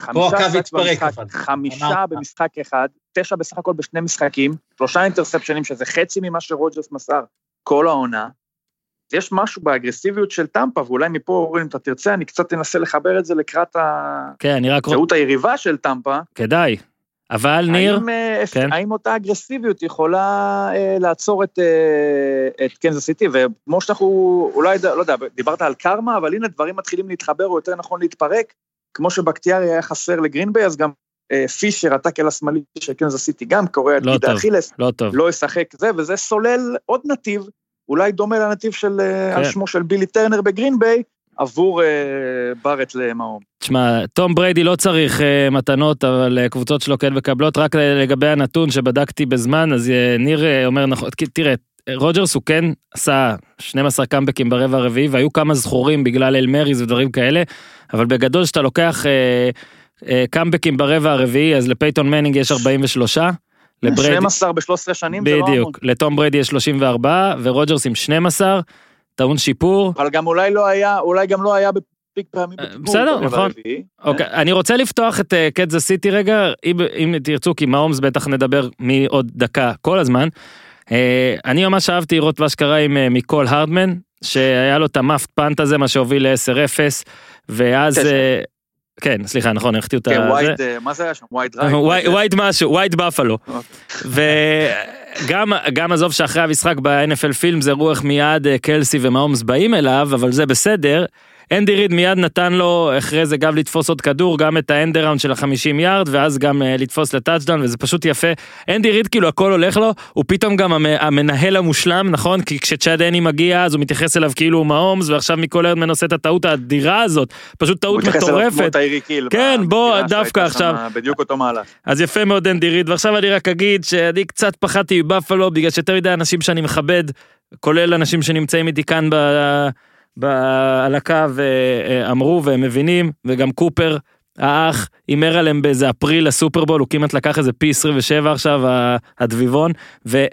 פה הקו התפרק. 5 במשחק אחד, 9 בסך הכל בשני משחקים, 3 אינטרספשנים, שזה חצי ממה שרוג'רס מסר כל העונה. יש משהו באגרסיביות של טמפה, ואולי מפה אומרים, אם אתה תרצה, אני קצת אנסה לחבר את זה לקראת הזהות היריבה של טמפה. כדאי. אבל ניר... האם אותה אגרסיביות יכולה לעצור את קנזס סיטי, וכמו שאנחנו, אולי, לא יודע, דיברת על קרמה, אבל הנה דברים מתחילים להתחבר, או יותר נכון להתפרק, כמו שבקטיארי היה חסר לגרינביי, אז גם פישר, הטאקל השמאלי של קנזס סיטי, גם קורא את גידה אכילס, לא ישחק זה, וזה סולל עוד נתיב, אולי דומה לנתיב של, על שמו של בילי טרנר בגרינביי, עבור ברט למאום. תשמע, תום בריידי לא צריך מתנות, אבל קבוצות שלו כן מקבלות, רק לגבי הנתון שבדקתי בזמן, אז ניר אומר נכון, תראה, רוג'רס הוא כן עשה 12 קאמבקים ברבע הרביעי, והיו כמה זכורים בגלל אלמריז ודברים כאלה, אבל בגדול שאתה לוקח קאמבקים ברבע הרביעי, אז לפייטון מנינג יש 43, 12 ב-13 שנים, זה לא המון. בדיוק, לתום בריידי יש 34, ורוג'רס עם 12, טעון שיפור. אבל גם אולי גם לא היה בפיק פעמים. בסדר, נכון. אוקיי, אני רוצה לפתוח את קנזס סיטי רגע, אם תרצו, כי מהומס בטח נדבר מעוד דקה כל הזמן. אני ממש אהבתי לראות מה שקרה עם מיקול הרדמן, שהיה לו את המאפט פאנט הזה, מה שהוביל ל-10-0, ואז... כן, סליחה, נכון, הכתי אותה... כן, מה זה היה שם? ווייד משהו, ווייד בפלו. וגם עזוב שאחרי המשחק ב-NFL פילם, זה רוח מיד קלסי ומהומס באים אליו, אבל זה בסדר. אנדי ריד מיד נתן לו אחרי זה גם לתפוס עוד כדור, גם את האנדראונד של ה-50 יארד, ואז גם לתפוס לטאצ'דאון, וזה פשוט יפה. אנדי ריד כאילו הכל הולך לו, הוא פתאום גם המנהל המושלם, נכון? כי כשצ'אד הני מגיע, אז הוא מתייחס אליו כאילו הוא מהומס, ועכשיו מיקול הרדמן עושה את הטעות האדירה הזאת, פשוט טעות מטורפת. הוא מתייחס אליו כמו טיירי קיל. כן, בוא, דווקא עכשיו. בדיוק אותו מהלך. אז יפה מאוד אנדי ריד, ועכשיו אני רק אגיד שאני קצת פחדתי בבאפלו, בגלל שיותר מדי אנשים שאני מכבד, כולל אנשים שנמצאים איתי כאן על הקו אמרו והם מבינים, וגם קופר, האח, אימר עליהם באיזה אפריל הסופרבול, הוא כמעט לקח איזה פי 27 עכשיו, הדביבון, וזה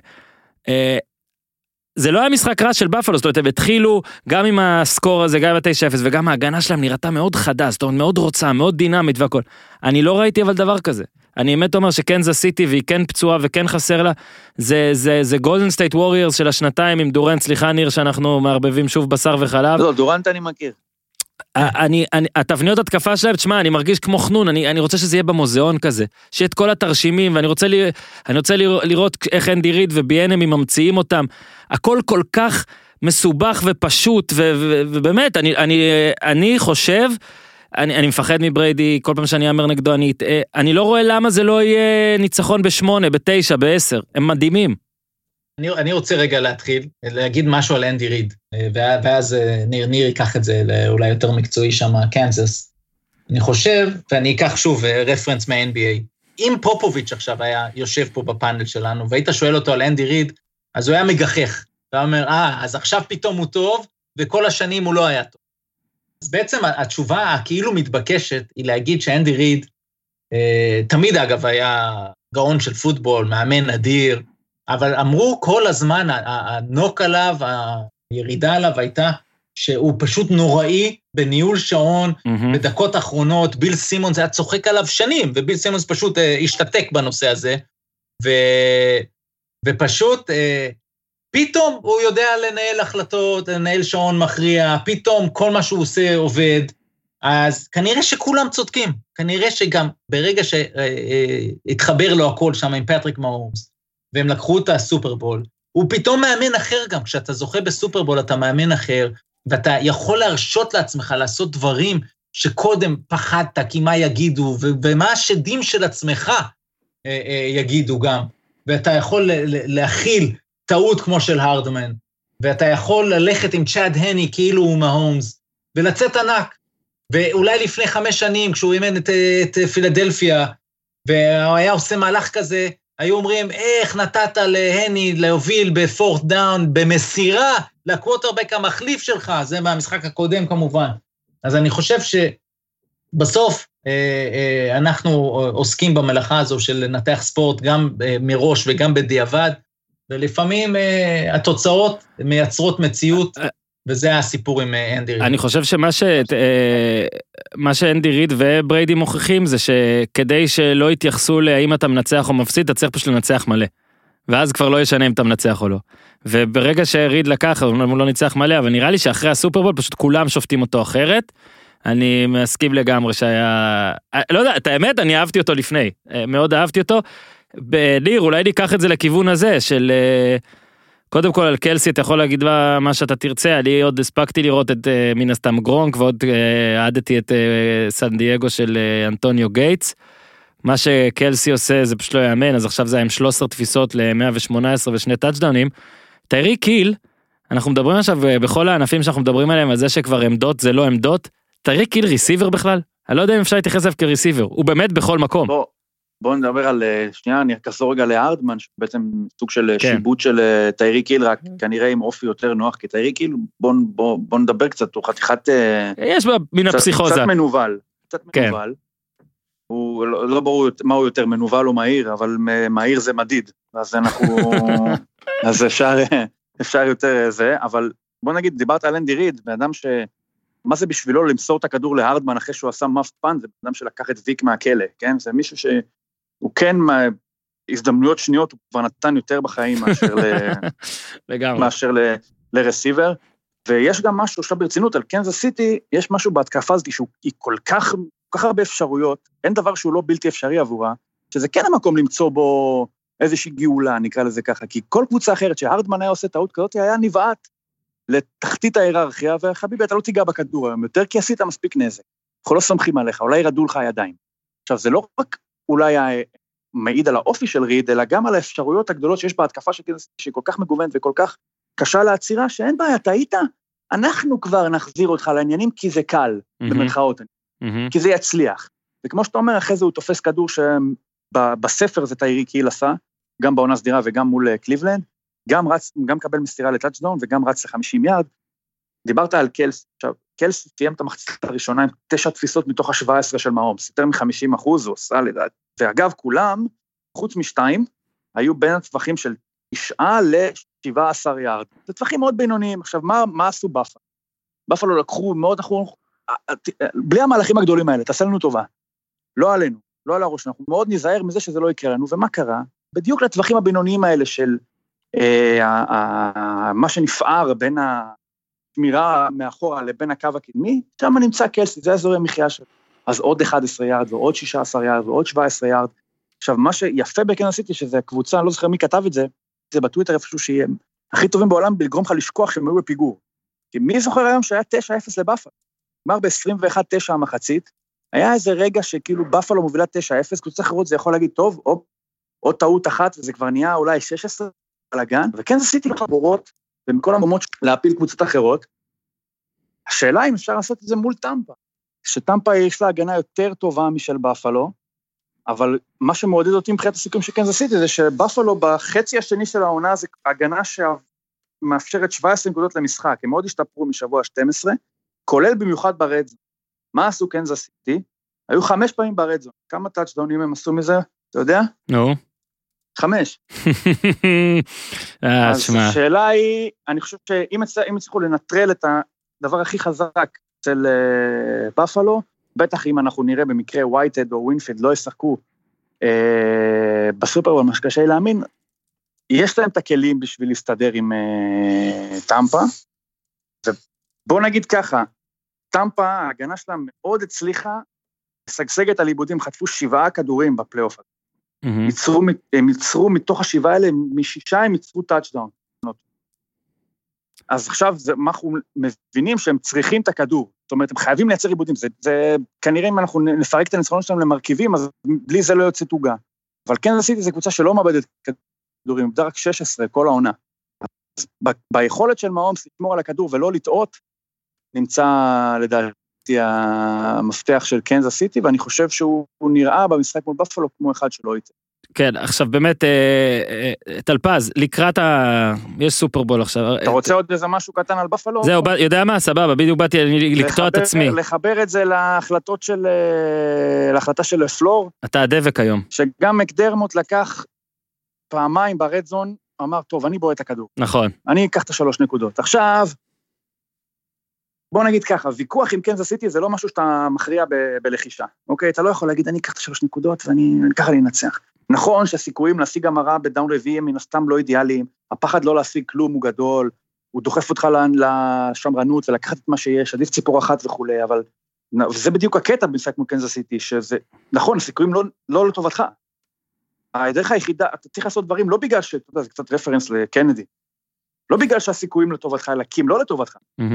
לא היה משחק רע של באפלו, זאת אומרת, הם התחילו גם עם הסקור הזה, גם עם ה-9-0, וגם ההגנה שלהם נראתה מאוד חדה, זאת אומרת, מאוד רוצה, מאוד דינמית והכל. אני לא ראיתי אבל דבר כזה. אני באמת אומר שקנזס סיטי והיא כן פצועה וכן חסר לה, זה גולדן סטייט ווריורס של השנתיים עם דורנט, סליחה ניר שאנחנו מערבבים שוב בשר וחלב. לא, דורנט אני מכיר. התבניות התקפה שלהם, תשמע, אני מרגיש כמו חנון, אני רוצה שזה יהיה במוזיאון כזה, שיהיה את כל התרשימים, ואני רוצה לראות איך אנדי ריד וביאנמי ממציאים אותם, הכל כל כך מסובך ופשוט, ובאמת, אני חושב, אני מפחד מבריידי, כל פעם שאני אמר נגדו, אני לא רואה למה זה לא יהיה ניצחון ב8, ב9, ב10, הם מדהימים. אני רוצה רגע להתחיל, להגיד משהו על אנדי ריד, ואז ניר ייקח את זה לאולי יותר מקצועי שם, קנזס. אני חושב, ואני אקח שוב רפרנס מה-NBA, אם פופוביץ' עכשיו היה יושב פה בפאנל שלנו, והיית שואל אותו על אנדי ריד, אז הוא היה מגחך, הוא אומר, אז עכשיו פתאום הוא טוב, וכל השנים הוא לא היה טוב. אז בעצם התשובה הכאילו מתבקשת, היא להגיד שאנדי ריד, תמיד אגב היה גאון של פוטבול, מאמן אדיר, אבל אמרו כל הזמן, הנוק עליו, הירידה עליו הייתה, שהוא פשוט נוראי בניהול שעון, בדקות האחרונות, ביל סימונס היה צוחק עליו שנים, וביל סימונס פשוט השתתק בנושא הזה, ופשוט פתאום הוא יודע לנהל החלטות, לנהל שעון מכריע, פתאום כל מה שהוא עושה עובד, אז כנראה שכולם צודקים, כנראה שגם ברגע שהתחבר לו הכל שם עם פטריק מהומס, והם לקחו את הסופרבול, הוא פתאום מאמן אחר גם, כשאתה זוכה בסופרבול אתה מאמן אחר, ואתה יכול להרשות לעצמך לעשות דברים שקודם פחדת, כי מה יגידו, ומה השדים של עצמך יגידו גם, ואתה יכול להכיל טעות כמו של הרדמן, ואתה יכול ללכת עם צ'אד הני כאילו הוא מהומס, ולצאת ענק, ואולי לפני 5 שנים, כשהוא אימן את פילדלפיה, והוא היה עושה מהלך כזה, היו אומרים, איך נתת להני להוביל בפורט דאון, במסירה לקווטרבק המחליף שלך, זה מהמשחק הקודם כמובן. אז אני חושב שבסוף אנחנו עוסקים במלאכה הזו של לנתח ספורט, גם מראש וגם בדיעבד, ולפעמים התוצאות מייצרות מציאות וזה הסיפור עם אנדי ריד. אני חושב מה שאנדי ריד ובריידי מוכיחים, זה שכדי שלא יתייחסו להאם אתה מנצח או מפסיד, אתה צריך פשוט לנצח מלא. ואז כבר לא ישנה אם אתה מנצח או לא. וברגע שריד לקח, הוא לא ניצח מלא, אבל נראה לי שאחרי הסופרבול, פשוט כולם שופטים אותו אחרת. אני מסכים לגמרי שהיה... לא יודע, את האמת, אני אהבתי אותו לפני. מאוד אהבתי אותו. בניר, אולי ניקח את זה לכיוון הזה, של... קודם כל על קלסי, אתה יכול להגיד מה שאתה תרצה, אני עוד הספקתי לראות את מן הסתם גרונק, ועוד עדתי את סן דייגו של אנטוניו גייטס. מה שקלסי עושה זה פשוט לא יאמן, אז עכשיו זה היה עם 13 תפיסות ל-118 ושני טאצ'דאונים. טייריק היל, אנחנו מדברים עכשיו בכל הענפים שאנחנו מדברים עליהם, על זה שכבר עמדות זה לא עמדות, טייריק היל ריסיבר בכלל? אני לא יודע אם אפשר להתייחס אליו כריסיבר, הוא באמת בכל מקום. בואו נדבר על, שנייה, אני אכסור רגע להרדמן, שבעצם סוג של שיבוט של טייריק היל, רק כנראה עם אופי יותר נוח, כי טייריק היל, בואו נדבר קצת, הוא חתיכת... יש בה מן הפסיכוזה. קצת מנובל. הוא לא ברור מה הוא יותר מנובל או מהיר, אבל מהיר זה מדיד, אז אנחנו... אז אפשר יותר זה, אבל בוא נגיד, דיברת על אנדי ריד, באדם ש... מה זה בשבילו למסור את הכדור להרדמן אחרי שהוא עשה מאפט פאנט, זה באדם שלקח את ויק מהכלא, כן? זה מישהו שהוא כן, הזדמנויות שניות, הוא כבר נתן יותר בחיים מאשר לרסיבר, ויש גם משהו עכשיו ברצינות על קנזס סיטי, יש משהו בהתקפה הזאת שהיא כל כך הרבה אפשרויות, אין דבר שהוא לא בלתי אפשרי עבורה, שזה כן המקום למצוא בו איזושהי גאולה, נקרא לזה ככה, כי כל קבוצה אחרת שהרדמן היה עושה טעות כזאת, היה נבעט לתחתית ההיררכיה, וחביבי, אתה לא תיגע בכדור היום יותר, כי עשית מספיק נזק. אנחנו לא סומכים עליך, אולי ירדו לך הידיים. עכשיו, זה לא רק אולי מעיד על האופי של ריד, אלא גם על האפשרויות הגדולות שיש בהתקפה שהיא כל כך מגוונת וכל כך קשה לעצירה, שאין בעיה, טעית, אנחנו כבר נחזיר אותך לעניינים, כי זה קל, במרכאות, כי זה יצליח. וכמו שאתה אומר, אחרי זה הוא תופס כדור שבספר זה טייריק היל עשה, גם בעונה סדירה וגם מול קליבלנד, גם קבל מסירה לטאצ'דאון, וגם רץ ל50 יארד. דיברת על קלס, עכשיו, קלס סיים את המחצית הראשונה עם 9 תפיסות מתוך ה-17 של מהומס, יותר מ-50% הוא עושה לדעת. ואגב, כולם, חוץ משתיים, היו בין הטווחים של 9 ל-17 יארד. זה טווחים מאוד בינוניים. עכשיו, מה עשו בפלו? בפלו לקחו מאוד, בלי המהלכים הגדולים האלה, תעשה לנו טובה. לא עלינו, לא על הראש, אנחנו מאוד נזהר מזה שזה לא יקרה לנו, ומה קרה? בדיוק לטווחים הבינוניים האלה של מה שנפער בין השמירה מאחורה לבין הקו הקדמי, שם נמצא קלסי, זה אזורי המחיה שלו. אז עוד 11 יארד, ועוד 16 יארד, ועוד 17 יארד. עכשיו, מה שיפה בקנזס סיטי, שזה הקבוצה, אני לא זוכר מי כתב את זה, זה בטוויטר איפשהו שיהיה הכי טובים בעולם, בלגרום לך לשכוח שהם היו בפיגור. כי מי זוכר היום שהיה 9-0 לבאפלו? כלומר, ב-21-9 המחצית, היה איזה רגע שכאילו באפלו מובילה 9-0, קבוצה אחרות זה יכול להגיד, טוב, עוד טעות אחת, וזה כבר נהיה אולי 16 על הגן, וקנזס סיטי חבורות, ומכל המקומות להפיל קבוצות אחרות. השאלה אם אפשר לעשות את זה מול טמפה, שטמפה יש לה הגנה יותר טובה משל באפלו, אבל מה שמעודד אותי מבחינת הסיכום של קנזס סיטי, זה שבאפלו בחצי השני של העונה, זה הגנה שמאפשרת 17 נקודות למשחק, הם מאוד השתפרו משבוע 12, כולל במיוחד ברדזון. מה עשו קנזס סיטי? היו 5 פעמים ברדזון. כמה טאצ'דאונים הם עשו מזה? אתה יודע? נו. 5. אז השאלה היא, אני חושב שאם הצליחו לנטרל את הדבר הכי חזק אצל באפלו, בטח אם אנחנו נראה במקרה ווייטד או ווינפילד לא ישחקו בסופרבול, מה שקשה להאמין, יש להם את הכלים בשביל להסתדר עם טמפה, ובוא נגיד ככה, טמפה, ההגנה שלה מאוד הצליחה, שגשגת על עיבודים, חטפו 7 כדורים בפלייאוף. הם ייצרו מתוך ה7 האלה, מ6 הם ייצרו טאצ'דאון. אז עכשיו מה אנחנו מבינים שהם צריכים את הכדור, זאת אומרת, הם חייבים לייצר עיבודים, זה כנראה אם אנחנו נפרק את הניצחונות שלהם למרכיבים, אז בלי זה לא יוצא תוגה. אבל כן עשיתי, זו קבוצה שלא מאבדת כדורים, רק 16 כל העונה. אז ביכולת של מהומס לשמור על הכדור ולא לטעות, נמצא לדעתי המפתח של קנזס סיטי, ואני חושב שהוא נראה במשחק מול באפלו כמו אחד שלא יצא. כן, עכשיו באמת, תלפז, לקראת יש סופרבול עכשיו. אתה רוצה עוד איזה משהו קטן על באפלו? זהו, יודע מה, סבבה, בדיוק באתי לקטוע את עצמי. לחבר את זה להחלטה של פלור. אתה הדבק היום. שגם מקדרמוט לקח פעמיים ברדזון, אמר, טוב, אני בועט את הכדור. נכון. אני אקח את 3 נקודות. עכשיו, בוא נגיד ככה, ויכוח עם קנזס סיטי זה לא משהו שאתה מכריע בלחישה, אוקיי? אתה לא יכול להגיד, אני אקח את 3 נקודות ואני ככה להנצח. נכון שהסיכויים להשיג המרה בדאון רביעי מן הסתם לא אידיאליים, הפחד לא להשיג כלום הוא גדול, הוא דוחף אותך לשמרנות ולקחת את מה שיש, עדיף ציפור אחת וכו', אבל זה בדיוק הקטע במשחק מול קנזס סיטי, שזה, נכון, הסיכויים לא לטובתך. הדרך היחידה, אתה צריך לעשות דברים לא בגלל אתה יודע, זה קצת רפרנס לקנדי, לא בגלל שהסיכויים לטובתך, אלא כי הם לא לטובתך.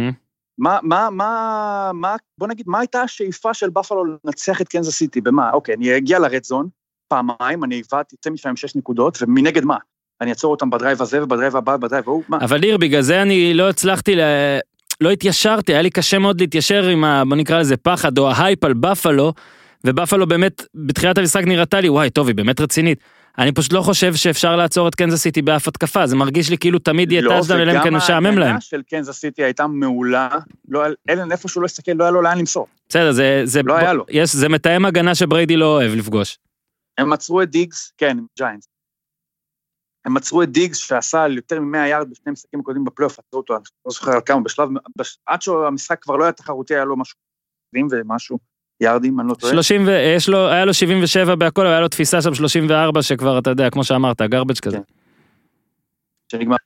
בוא נגיד, מה הייתה השאיפה של בפלו לנצח את קנזס סיטי? במה? אוקיי, אני אגיע לרד זון, פעמיים, אני תצא משם 6 נקודות, ומנגד מה? אני אעצור אותם בדרייב הזה, ובדרייב הבא, בדרייב ההוא, מה? אבל ניר, בגלל זה אני לא הצלחתי, לא התיישרתי, היה לי קשה מאוד להתיישר עם בוא נקרא לזה פחד, או ההייפ על בפלו, ובפלו באמת, בתחילת המשחק נראתה לי, וואי, טוב, היא באמת רצינית. אני פשוט לא חושב שאפשר לעצור את קנזס סיטי באף התקפה, זה מרגיש לי כאילו תמיד יהיה טאצ'דאון אליהם כן משעמם להם. וגם ההגנה של קנזס סיטי הייתה מעולה, אלן איפה שהוא לא הסתכל, לא היה לו לאן למסור. בסדר, לא היה לו. זה מתאם הגנה שבריידי לא אוהב לפגוש. הם מצרו את דיגס, כן, ג'יינטס. הם מצרו את דיגס שעשה יותר מ-100 יארד בשני משחקים הקודמים בפלייאוף, עצרו אותו, אני לא זוכר על כמה, עד שהמשחק כבר לא היה תחרותי, היה לו משהו, ומשהו, יארדים, אני לא טועה. היה לו 77 בהכל, היה לו תפיסה שם 34, שכבר, אתה יודע, כמו שאמרת, גרבג' כזה. שנגמר.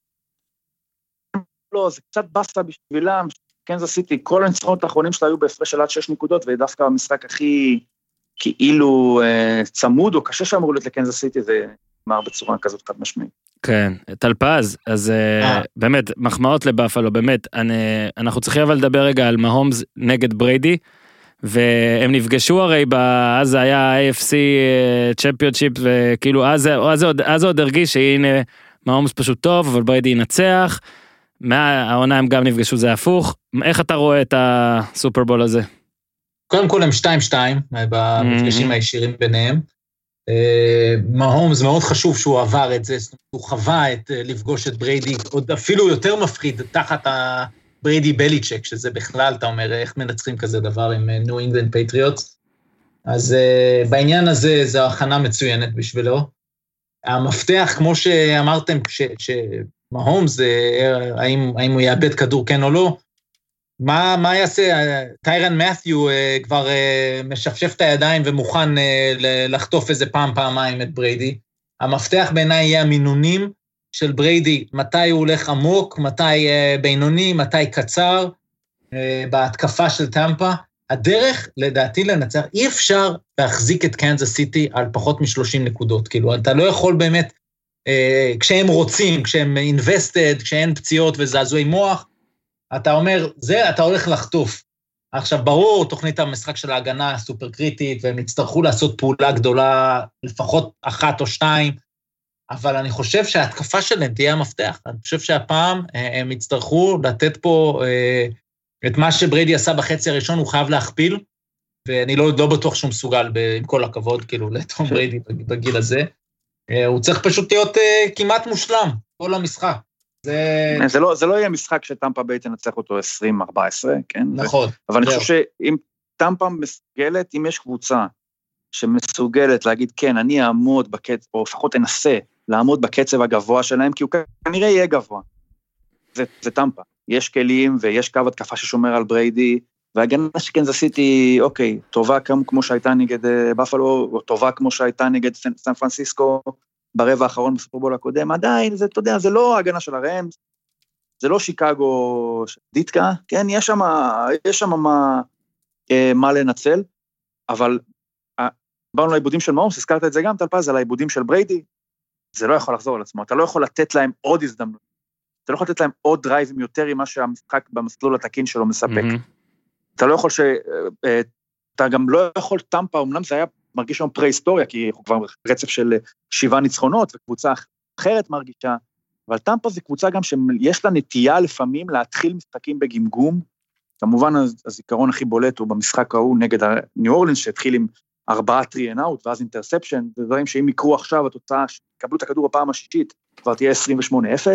לא, זה קצת בסה בשבילם, קנזס סיטי, כל הניצחונות האחרונים שלה היו בהפרש של עד 6 נקודות, ודווקא המשחק הכי כאילו צמוד או קשה שאמור להיות לקנזס סיטי, זה נגמר בצורה כזאת חד משמעית. כן, טלפז, אז באמת, מחמאות לבאפלו, באמת, אנחנו צריכים אבל לדבר רגע על מהומס נגד בריידי, והם נפגשו הרי, אז זה היה AFC צ'מפיונשיפ, וכאילו אז עוד הרגיש שהנה, מהומס פשוט טוב, אבל בריידי ינצח, מהעונה הם גם נפגשו, זה הפוך, איך אתה רואה את הסופרבול הזה? קודם כל הם 2-2, במפגשים הישירים ביניהם, מהומס מאוד חשוב שהוא עבר את זה, הוא חווה את לפגוש את בריידי, עוד אפילו יותר מפחיד תחת בריידי בליצ'ק, שזה בכלל, אתה אומר, איך מנצחים כזה דבר עם ניו אינגלנד פטריוטס, אז בעניין הזה, זו הכנה מצוינת בשבילו. המפתח, כמו שאמרתם, שמהומס, האם הוא יאבד כדור כן או לא, מה יעשה? טיירן מת'יו כבר משפשף את הידיים ומוכן לחטוף איזה פעמיים את בריידי. המפתח בעיניי יהיה המינונים של בריידי, מתי הוא הולך עמוק, מתי בינוני, מתי קצר, בהתקפה של טמפה. הדרך, לדעתי לנצח, אי אפשר להחזיק את קנזס סיטי על פחות מ-30 נקודות. כאילו, אתה לא יכול באמת, כשהם רוצים, כשהם invested, כשאין פציעות וזעזועי מוח, אתה אומר, זה אתה הולך לחטוף. עכשיו, ברור, תוכנית המשחק של ההגנה סופר קריטית, והם יצטרכו לעשות פעולה גדולה, לפחות 1 או 2, אבל אני חושב שההתקפה שלהם תהיה המפתח. אני חושב שהפעם הם יצטרכו לתת פה את מה שבריידי עשה בחצי הראשון, הוא חייב להכפיל, ואני לא בטוח שהוא מסוגל, עם כל הכבוד, כאילו, לתום בריידי בגיל הזה. הוא צריך פשוט להיות כמעט מושלם, כל המשחק. זה לא יהיה משחק שטמפה ביי תנצח אותו 20-14, כן? נכון. אבל אני חושב שאם טמפה מסוגלת, אם יש קבוצה שמסוגלת להגיד, כן, אני אעמוד בקצב, או לפחות אנסה לעמוד בקצב הגבוה שלהם, כי הוא כנראה יהיה גבוה. זה טמפה. יש כלים ויש קו התקפה ששומר על בריידי, והגנה שקנזס סיטי, אוקיי, טובה כמו שהייתה נגד בפלו, או טובה כמו שהייתה נגד סן פרנסיסקו, ברבע האחרון בסופרבול הקודם, עדיין, זה, אתה יודע, זה לא ההגנה של הרמס, זה לא שיקגו דיטקה, כן, יש שם מה לנצל, אבל באנו לעיבודים של מהומס, הזכרת את זה גם, טלפז, על העיבודים של בריידי, זה לא יכול לחזור על עצמו, אתה לא יכול לתת להם עוד הזדמנות, אתה לא יכול לתת להם עוד דרייבים יותר עם מה שהמשחק במסלול התקין שלו מספק. אתה לא יכול אתה גם לא יכול טמפה, אמנם זה היה מרגיש שם פרה-היסטוריה, כי הוא כבר רצף של 7 ניצחונות, וקבוצה אחרת מרגישה, אבל טמפה זה קבוצה גם שיש לה נטייה לפעמים להתחיל משחקים בגמגום, כמובן הזיכרון הכי בולט הוא במשחק ההוא נגד ניו אורלינס, שהתחיל עם 4 3 and out, ואז אינטרספשן, זה דברים שאם יקרו עכשיו, התוצאה, שקבלו את הכדור הפעם השישית, כבר תהיה 28-0,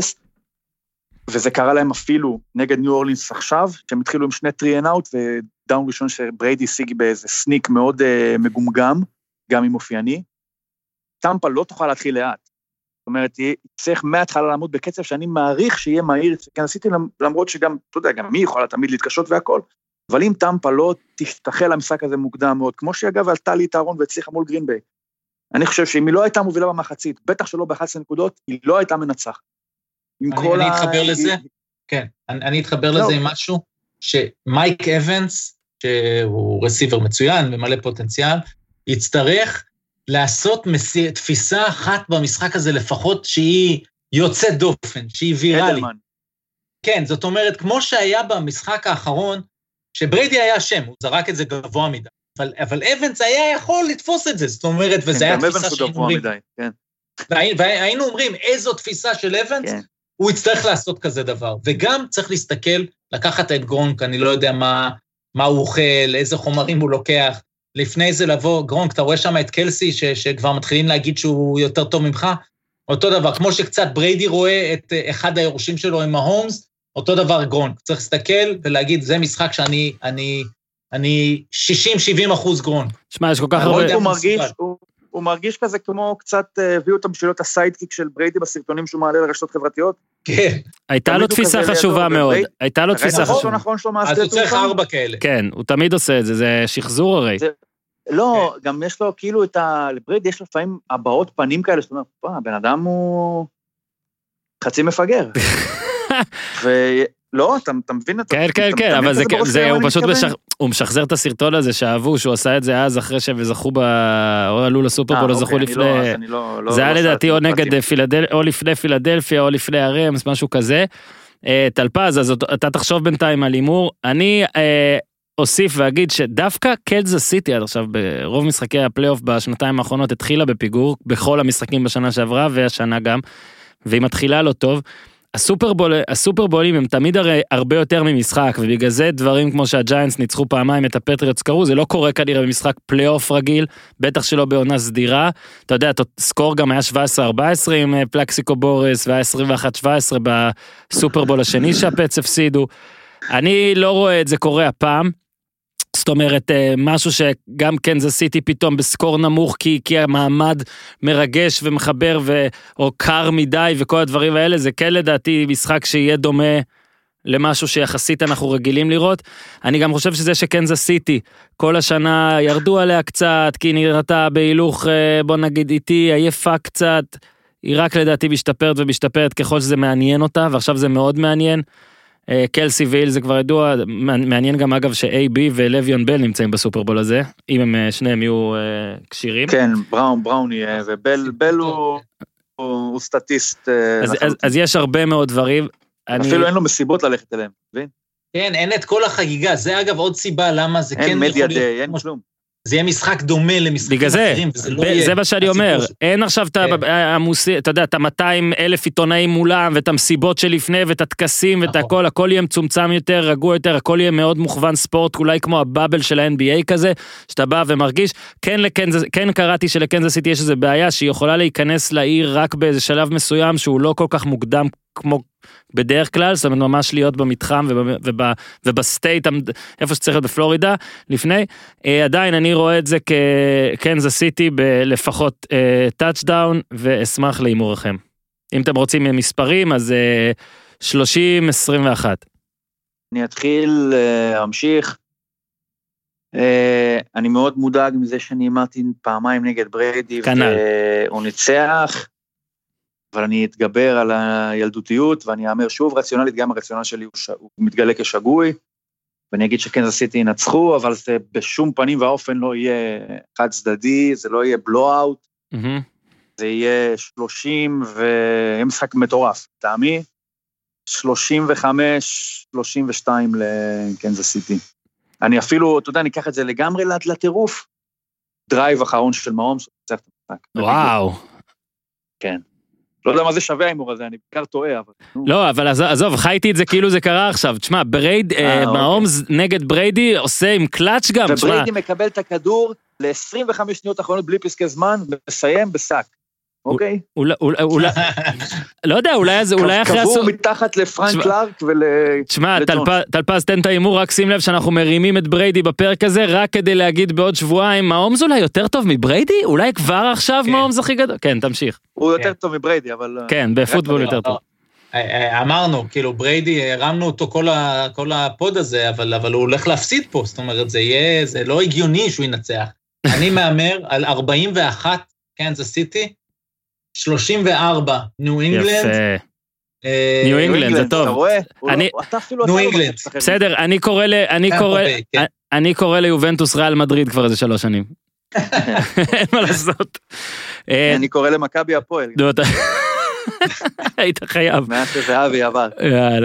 וזה קרה להם אפילו נגד ניו אורלינס עכשיו, שהם התחילו עם 2 3 and out, ודאון ראשון שבריידי השיג באיזה סניק מאוד מגומגם, גם עם אופייני. טמפה לא תוכל להתחיל לאט. זאת אומרת, צריך מההתחלה לעמוד בקצב שאני מעריך שיהיה מהיר, כן, עשיתי למרות שגם, אתה יודע, גם מי יכולה תמיד להתקשות והכל, אבל אם טמפה לא תשתחל למשחק הזה מוקדם מאוד, כמו שאגב עלתה לי את הארון והצליחה מול גרין ביי, אני חושב שאם היא לא הייתה מובילה במחצית, בטח שלא ב-11 נקודות, היא לא הייתה מנצח. אני אתחבר לזה, כן, אני אתחבר לזה עם משהו, שמייק אבנס, שהוא רסיבר מצוין, ממלא פוטנציאל, יצטרך לעשות תפיסה אחת במשחק הזה, לפחות שהיא יוצאת דופן, שהיא ויראלית. כן, זאת אומרת, כמו שהיה במשחק האחרון, שבריידי היה שם, הוא זרק את זה גבוה מדי, אבל אבנס היה יכול לתפוס את זה, זאת אומרת, וזה היה תפיסה שהיינו אומרים. והיינו אומרים, איזו תפיסה של אבנס, הוא יצטרך לעשות כזה דבר, וגם צריך להסתכל, לקחת את גרונק, אני לא יודע מה הוא אוכל, איזה חומרים הוא לוקח, לפני זה לבוא, גרונק, אתה רואה שם את קלסי, שכבר מתחילים להגיד שהוא יותר טוב ממך, אותו דבר, כמו שקצת בריידי רואה את אחד היורשים שלו עם ההומס, אותו דבר גרונק, צריך להסתכל ולהגיד, זה משחק שאני 60-70% גרונק. שמע, יש כל כך הרבה... הוא מרגיש כזה כמו קצת הביאו אותם בשביל להיות הסיידקיק של בריידי בסרטונים שהוא מעלה לרשתות חברתיות. כן. הייתה לו תפיסה חשובה מאוד. הייתה לו תפיסה חשובה. אז הוא צריך 4 כאלה. כן, הוא תמיד עושה את זה, זה שחזור הרי. לא, גם יש לו כאילו לבריידי יש לפעמים הבעות פנים כאלה, זאת אומרת, הבן אדם הוא חצי מפגר. לא, אתה מבין את זה? כן, אבל זה, הוא פשוט הוא משחזר את הסרטון הזה שאהבו, שהוא עשה את זה אז אחרי שזכו או עלו לסופרבול, או זכו לפני, זה היה לדעתי או נגד פילדלפיה, או לפני פילדלפיה, או לפני הרמס, משהו כזה. טלפז, אז אתה תחשוב בינתיים על הימור, אני אוסיף ואגיד שדווקא קנזס סיטי עד עכשיו, ברוב משחקי הפלייאוף בשנתיים האחרונות, התחילה בכל המשחקים בשנה שעברה, והשנה גם, והיא מתחילה לא טוב, הסופרבולים הם תמיד הרי הרבה יותר ממשחק, ובגלל זה דברים כמו שהג'יינטס ניצחו פעמיים את הפטריוטס קרו, זה לא קורה כנראה במשחק פלייאוף רגיל, בטח שלא בעונה סדירה, אתה יודע, סקור גם היה 17-14 עם פלקסיקו בוריס, והיה 21-17 בסופרבול השני שהפץ הפסידו, אני לא רואה את זה קורה הפעם, זאת אומרת, משהו שגם קנזס סיטי פתאום בסקור נמוך, כי המעמד מרגש ומחבר, או קר מדי וכל הדברים האלה, זה כן לדעתי משחק שיהיה דומה למשהו שיחסית אנחנו רגילים לראות. אני גם חושב שזה שקנזס סיטי, כל השנה ירדו עליה קצת, כי נראתה בהילוך, בוא נגיד איתי, עייפה קצת, היא רק לדעתי משתפרת ככל שזה מעניין אותה, ועכשיו זה מאוד מעניין. קלסי ואיל זה כבר ידוע, מעניין גם אגב ש-AB ולוויון בל נמצאים בסופרבול הזה, אם הם שניהם יהיו קשירים. כן, בראון יהיה, ובל הוא סטטיסט. אז יש הרבה מאוד דברים. אפילו אין לו מסיבות ללכת אליהם, מבין? כן, אין את כל החגיגה, זה אגב עוד סיבה למה זה כן יכול להיות. אין מדיה די, אין כלום. זה יהיה משחק דומה למשחקים אחרים, וזה לא יהיה. זה מה שאני אומר, אין עכשיו אתה יודע, את 200,000 עיתונאים מולם, ואת המסיבות שלפני, ואת התקסים, ואת הכל, הכל יהיה מצומצם יותר, רגוע יותר, הכל יהיה מאוד מוכוון ספורט, אולי כמו הבאבל של ה-NBA כזה, שאתה בא ומרגיש, כן קראתי שלקנזס סיטי יש איזו בעיה, שהיא יכולה להיכנס לעיר רק באיזה שלב מסוים, שהוא לא כל כך מוקדם כמו בדרך כלל, זאת אומרת ממש להיות במתחם ובסטייט, איפה שצריך להיות בפלורידה, לפני, עדיין אני רואה את זה כקנזס סיטי בלפחות טאצ'דאון, ואשמח להימורכם. אם אתם רוצים מספרים, אז 30-21. אני אתחיל, אמשיך, אני מאוד מודאג מזה שאני אמרתי פעמיים נגד בריידי, והוא ניצח, אבל אני אתגבר על הילדותיות, ואני אאמר שוב רציונלית, גם הרציונל שלי הוא מתגלה כשגוי, ואני אגיד שקנזס סיטי ינצחו, אבל זה בשום פנים והאופן לא יהיה חד צדדי, זה לא יהיה בלואו-אוט, זה יהיה 30, ויהיה משחק מטורף, טעמי, 35-32 לקנזס סיטי. אני אפילו, אתה יודע, אני אקח את זה לגמרי לטירוף, דרייב אחרון של מהומס, וואו. כן. לא יודע מה זה שווה האימור הזה, אני בעיקר טועה, אבל... לא, אבל עזוב, חייתי את זה כאילו זה קרה עכשיו. תשמע, מהומס נגד בריידי עושה עם קלאץ' גם, ובריידי מקבל את הכדור ל-25 שניות אחרונות בלי פסקי זמן, ומסיים בסק. אוקיי? לא יודע, אולי אחרי קבור מתחת לפרנק קלארק תשמע, טלפז תן את האימור, רק שים לב שאנחנו מרימים את בריידי בפרק הזה, רק כדי להגיד בעוד שבועיים, מהאומס אולי יותר טוב מבריידי? אולי כבר עכשיו מהאומס הכי גדול? כן, תמשיך. הוא יותר טוב מבריידי, אבל... כן, בפוטבול יותר טוב. אמרנו, כאילו בריידי, הרמנו אותו כל הפוד הזה, אבל הוא הולך להפסיד פה, זאת אומרת, זה לא הגיוני שהוא ינצח. אני מאמר על 41, קנזס סיטי, 34, ניו אינגלנד. יפה. ניו אינגלנד, זה טוב. ניו אינגלנד. בסדר, אני קורא ליובנטוס ריאל מדריד כבר איזה 3 שנים. אין מה לעשות. אני קורא למכבי הפועל. היית חייב. מאז שזהבי עבר. יאללה,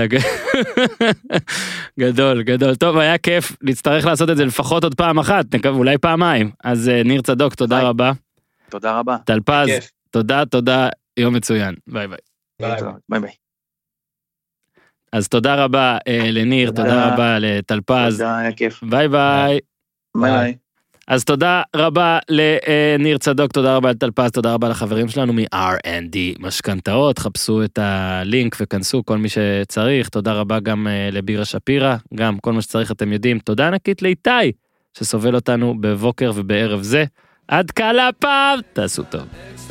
גדול. טוב, היה כיף. נצטרך לעשות את זה לפחות עוד פעם אחת, אולי פעמיים. אז ניר צדוק, תודה רבה. תודה רבה. טלפז, תודה, יום מצוין. ביי. ביי. אז תודה רבה לניר, תודה רבה לטלפז. תודה, היה כיף. ביי. אז תודה רבה לניר צדוק, תודה רבה לטלפז, תודה רבה לחברים שלנו מ-R&D משכנתאות, חפשו את הלינק וכנסו כל מי שצריך, תודה רבה גם לבירה שפירה, גם כל מה שצריך אתם יודעים, תודה ענקית לאיתי, שסובל אותנו בבוקר ובערב זה, עד כאן הפעם, תעשו טוב.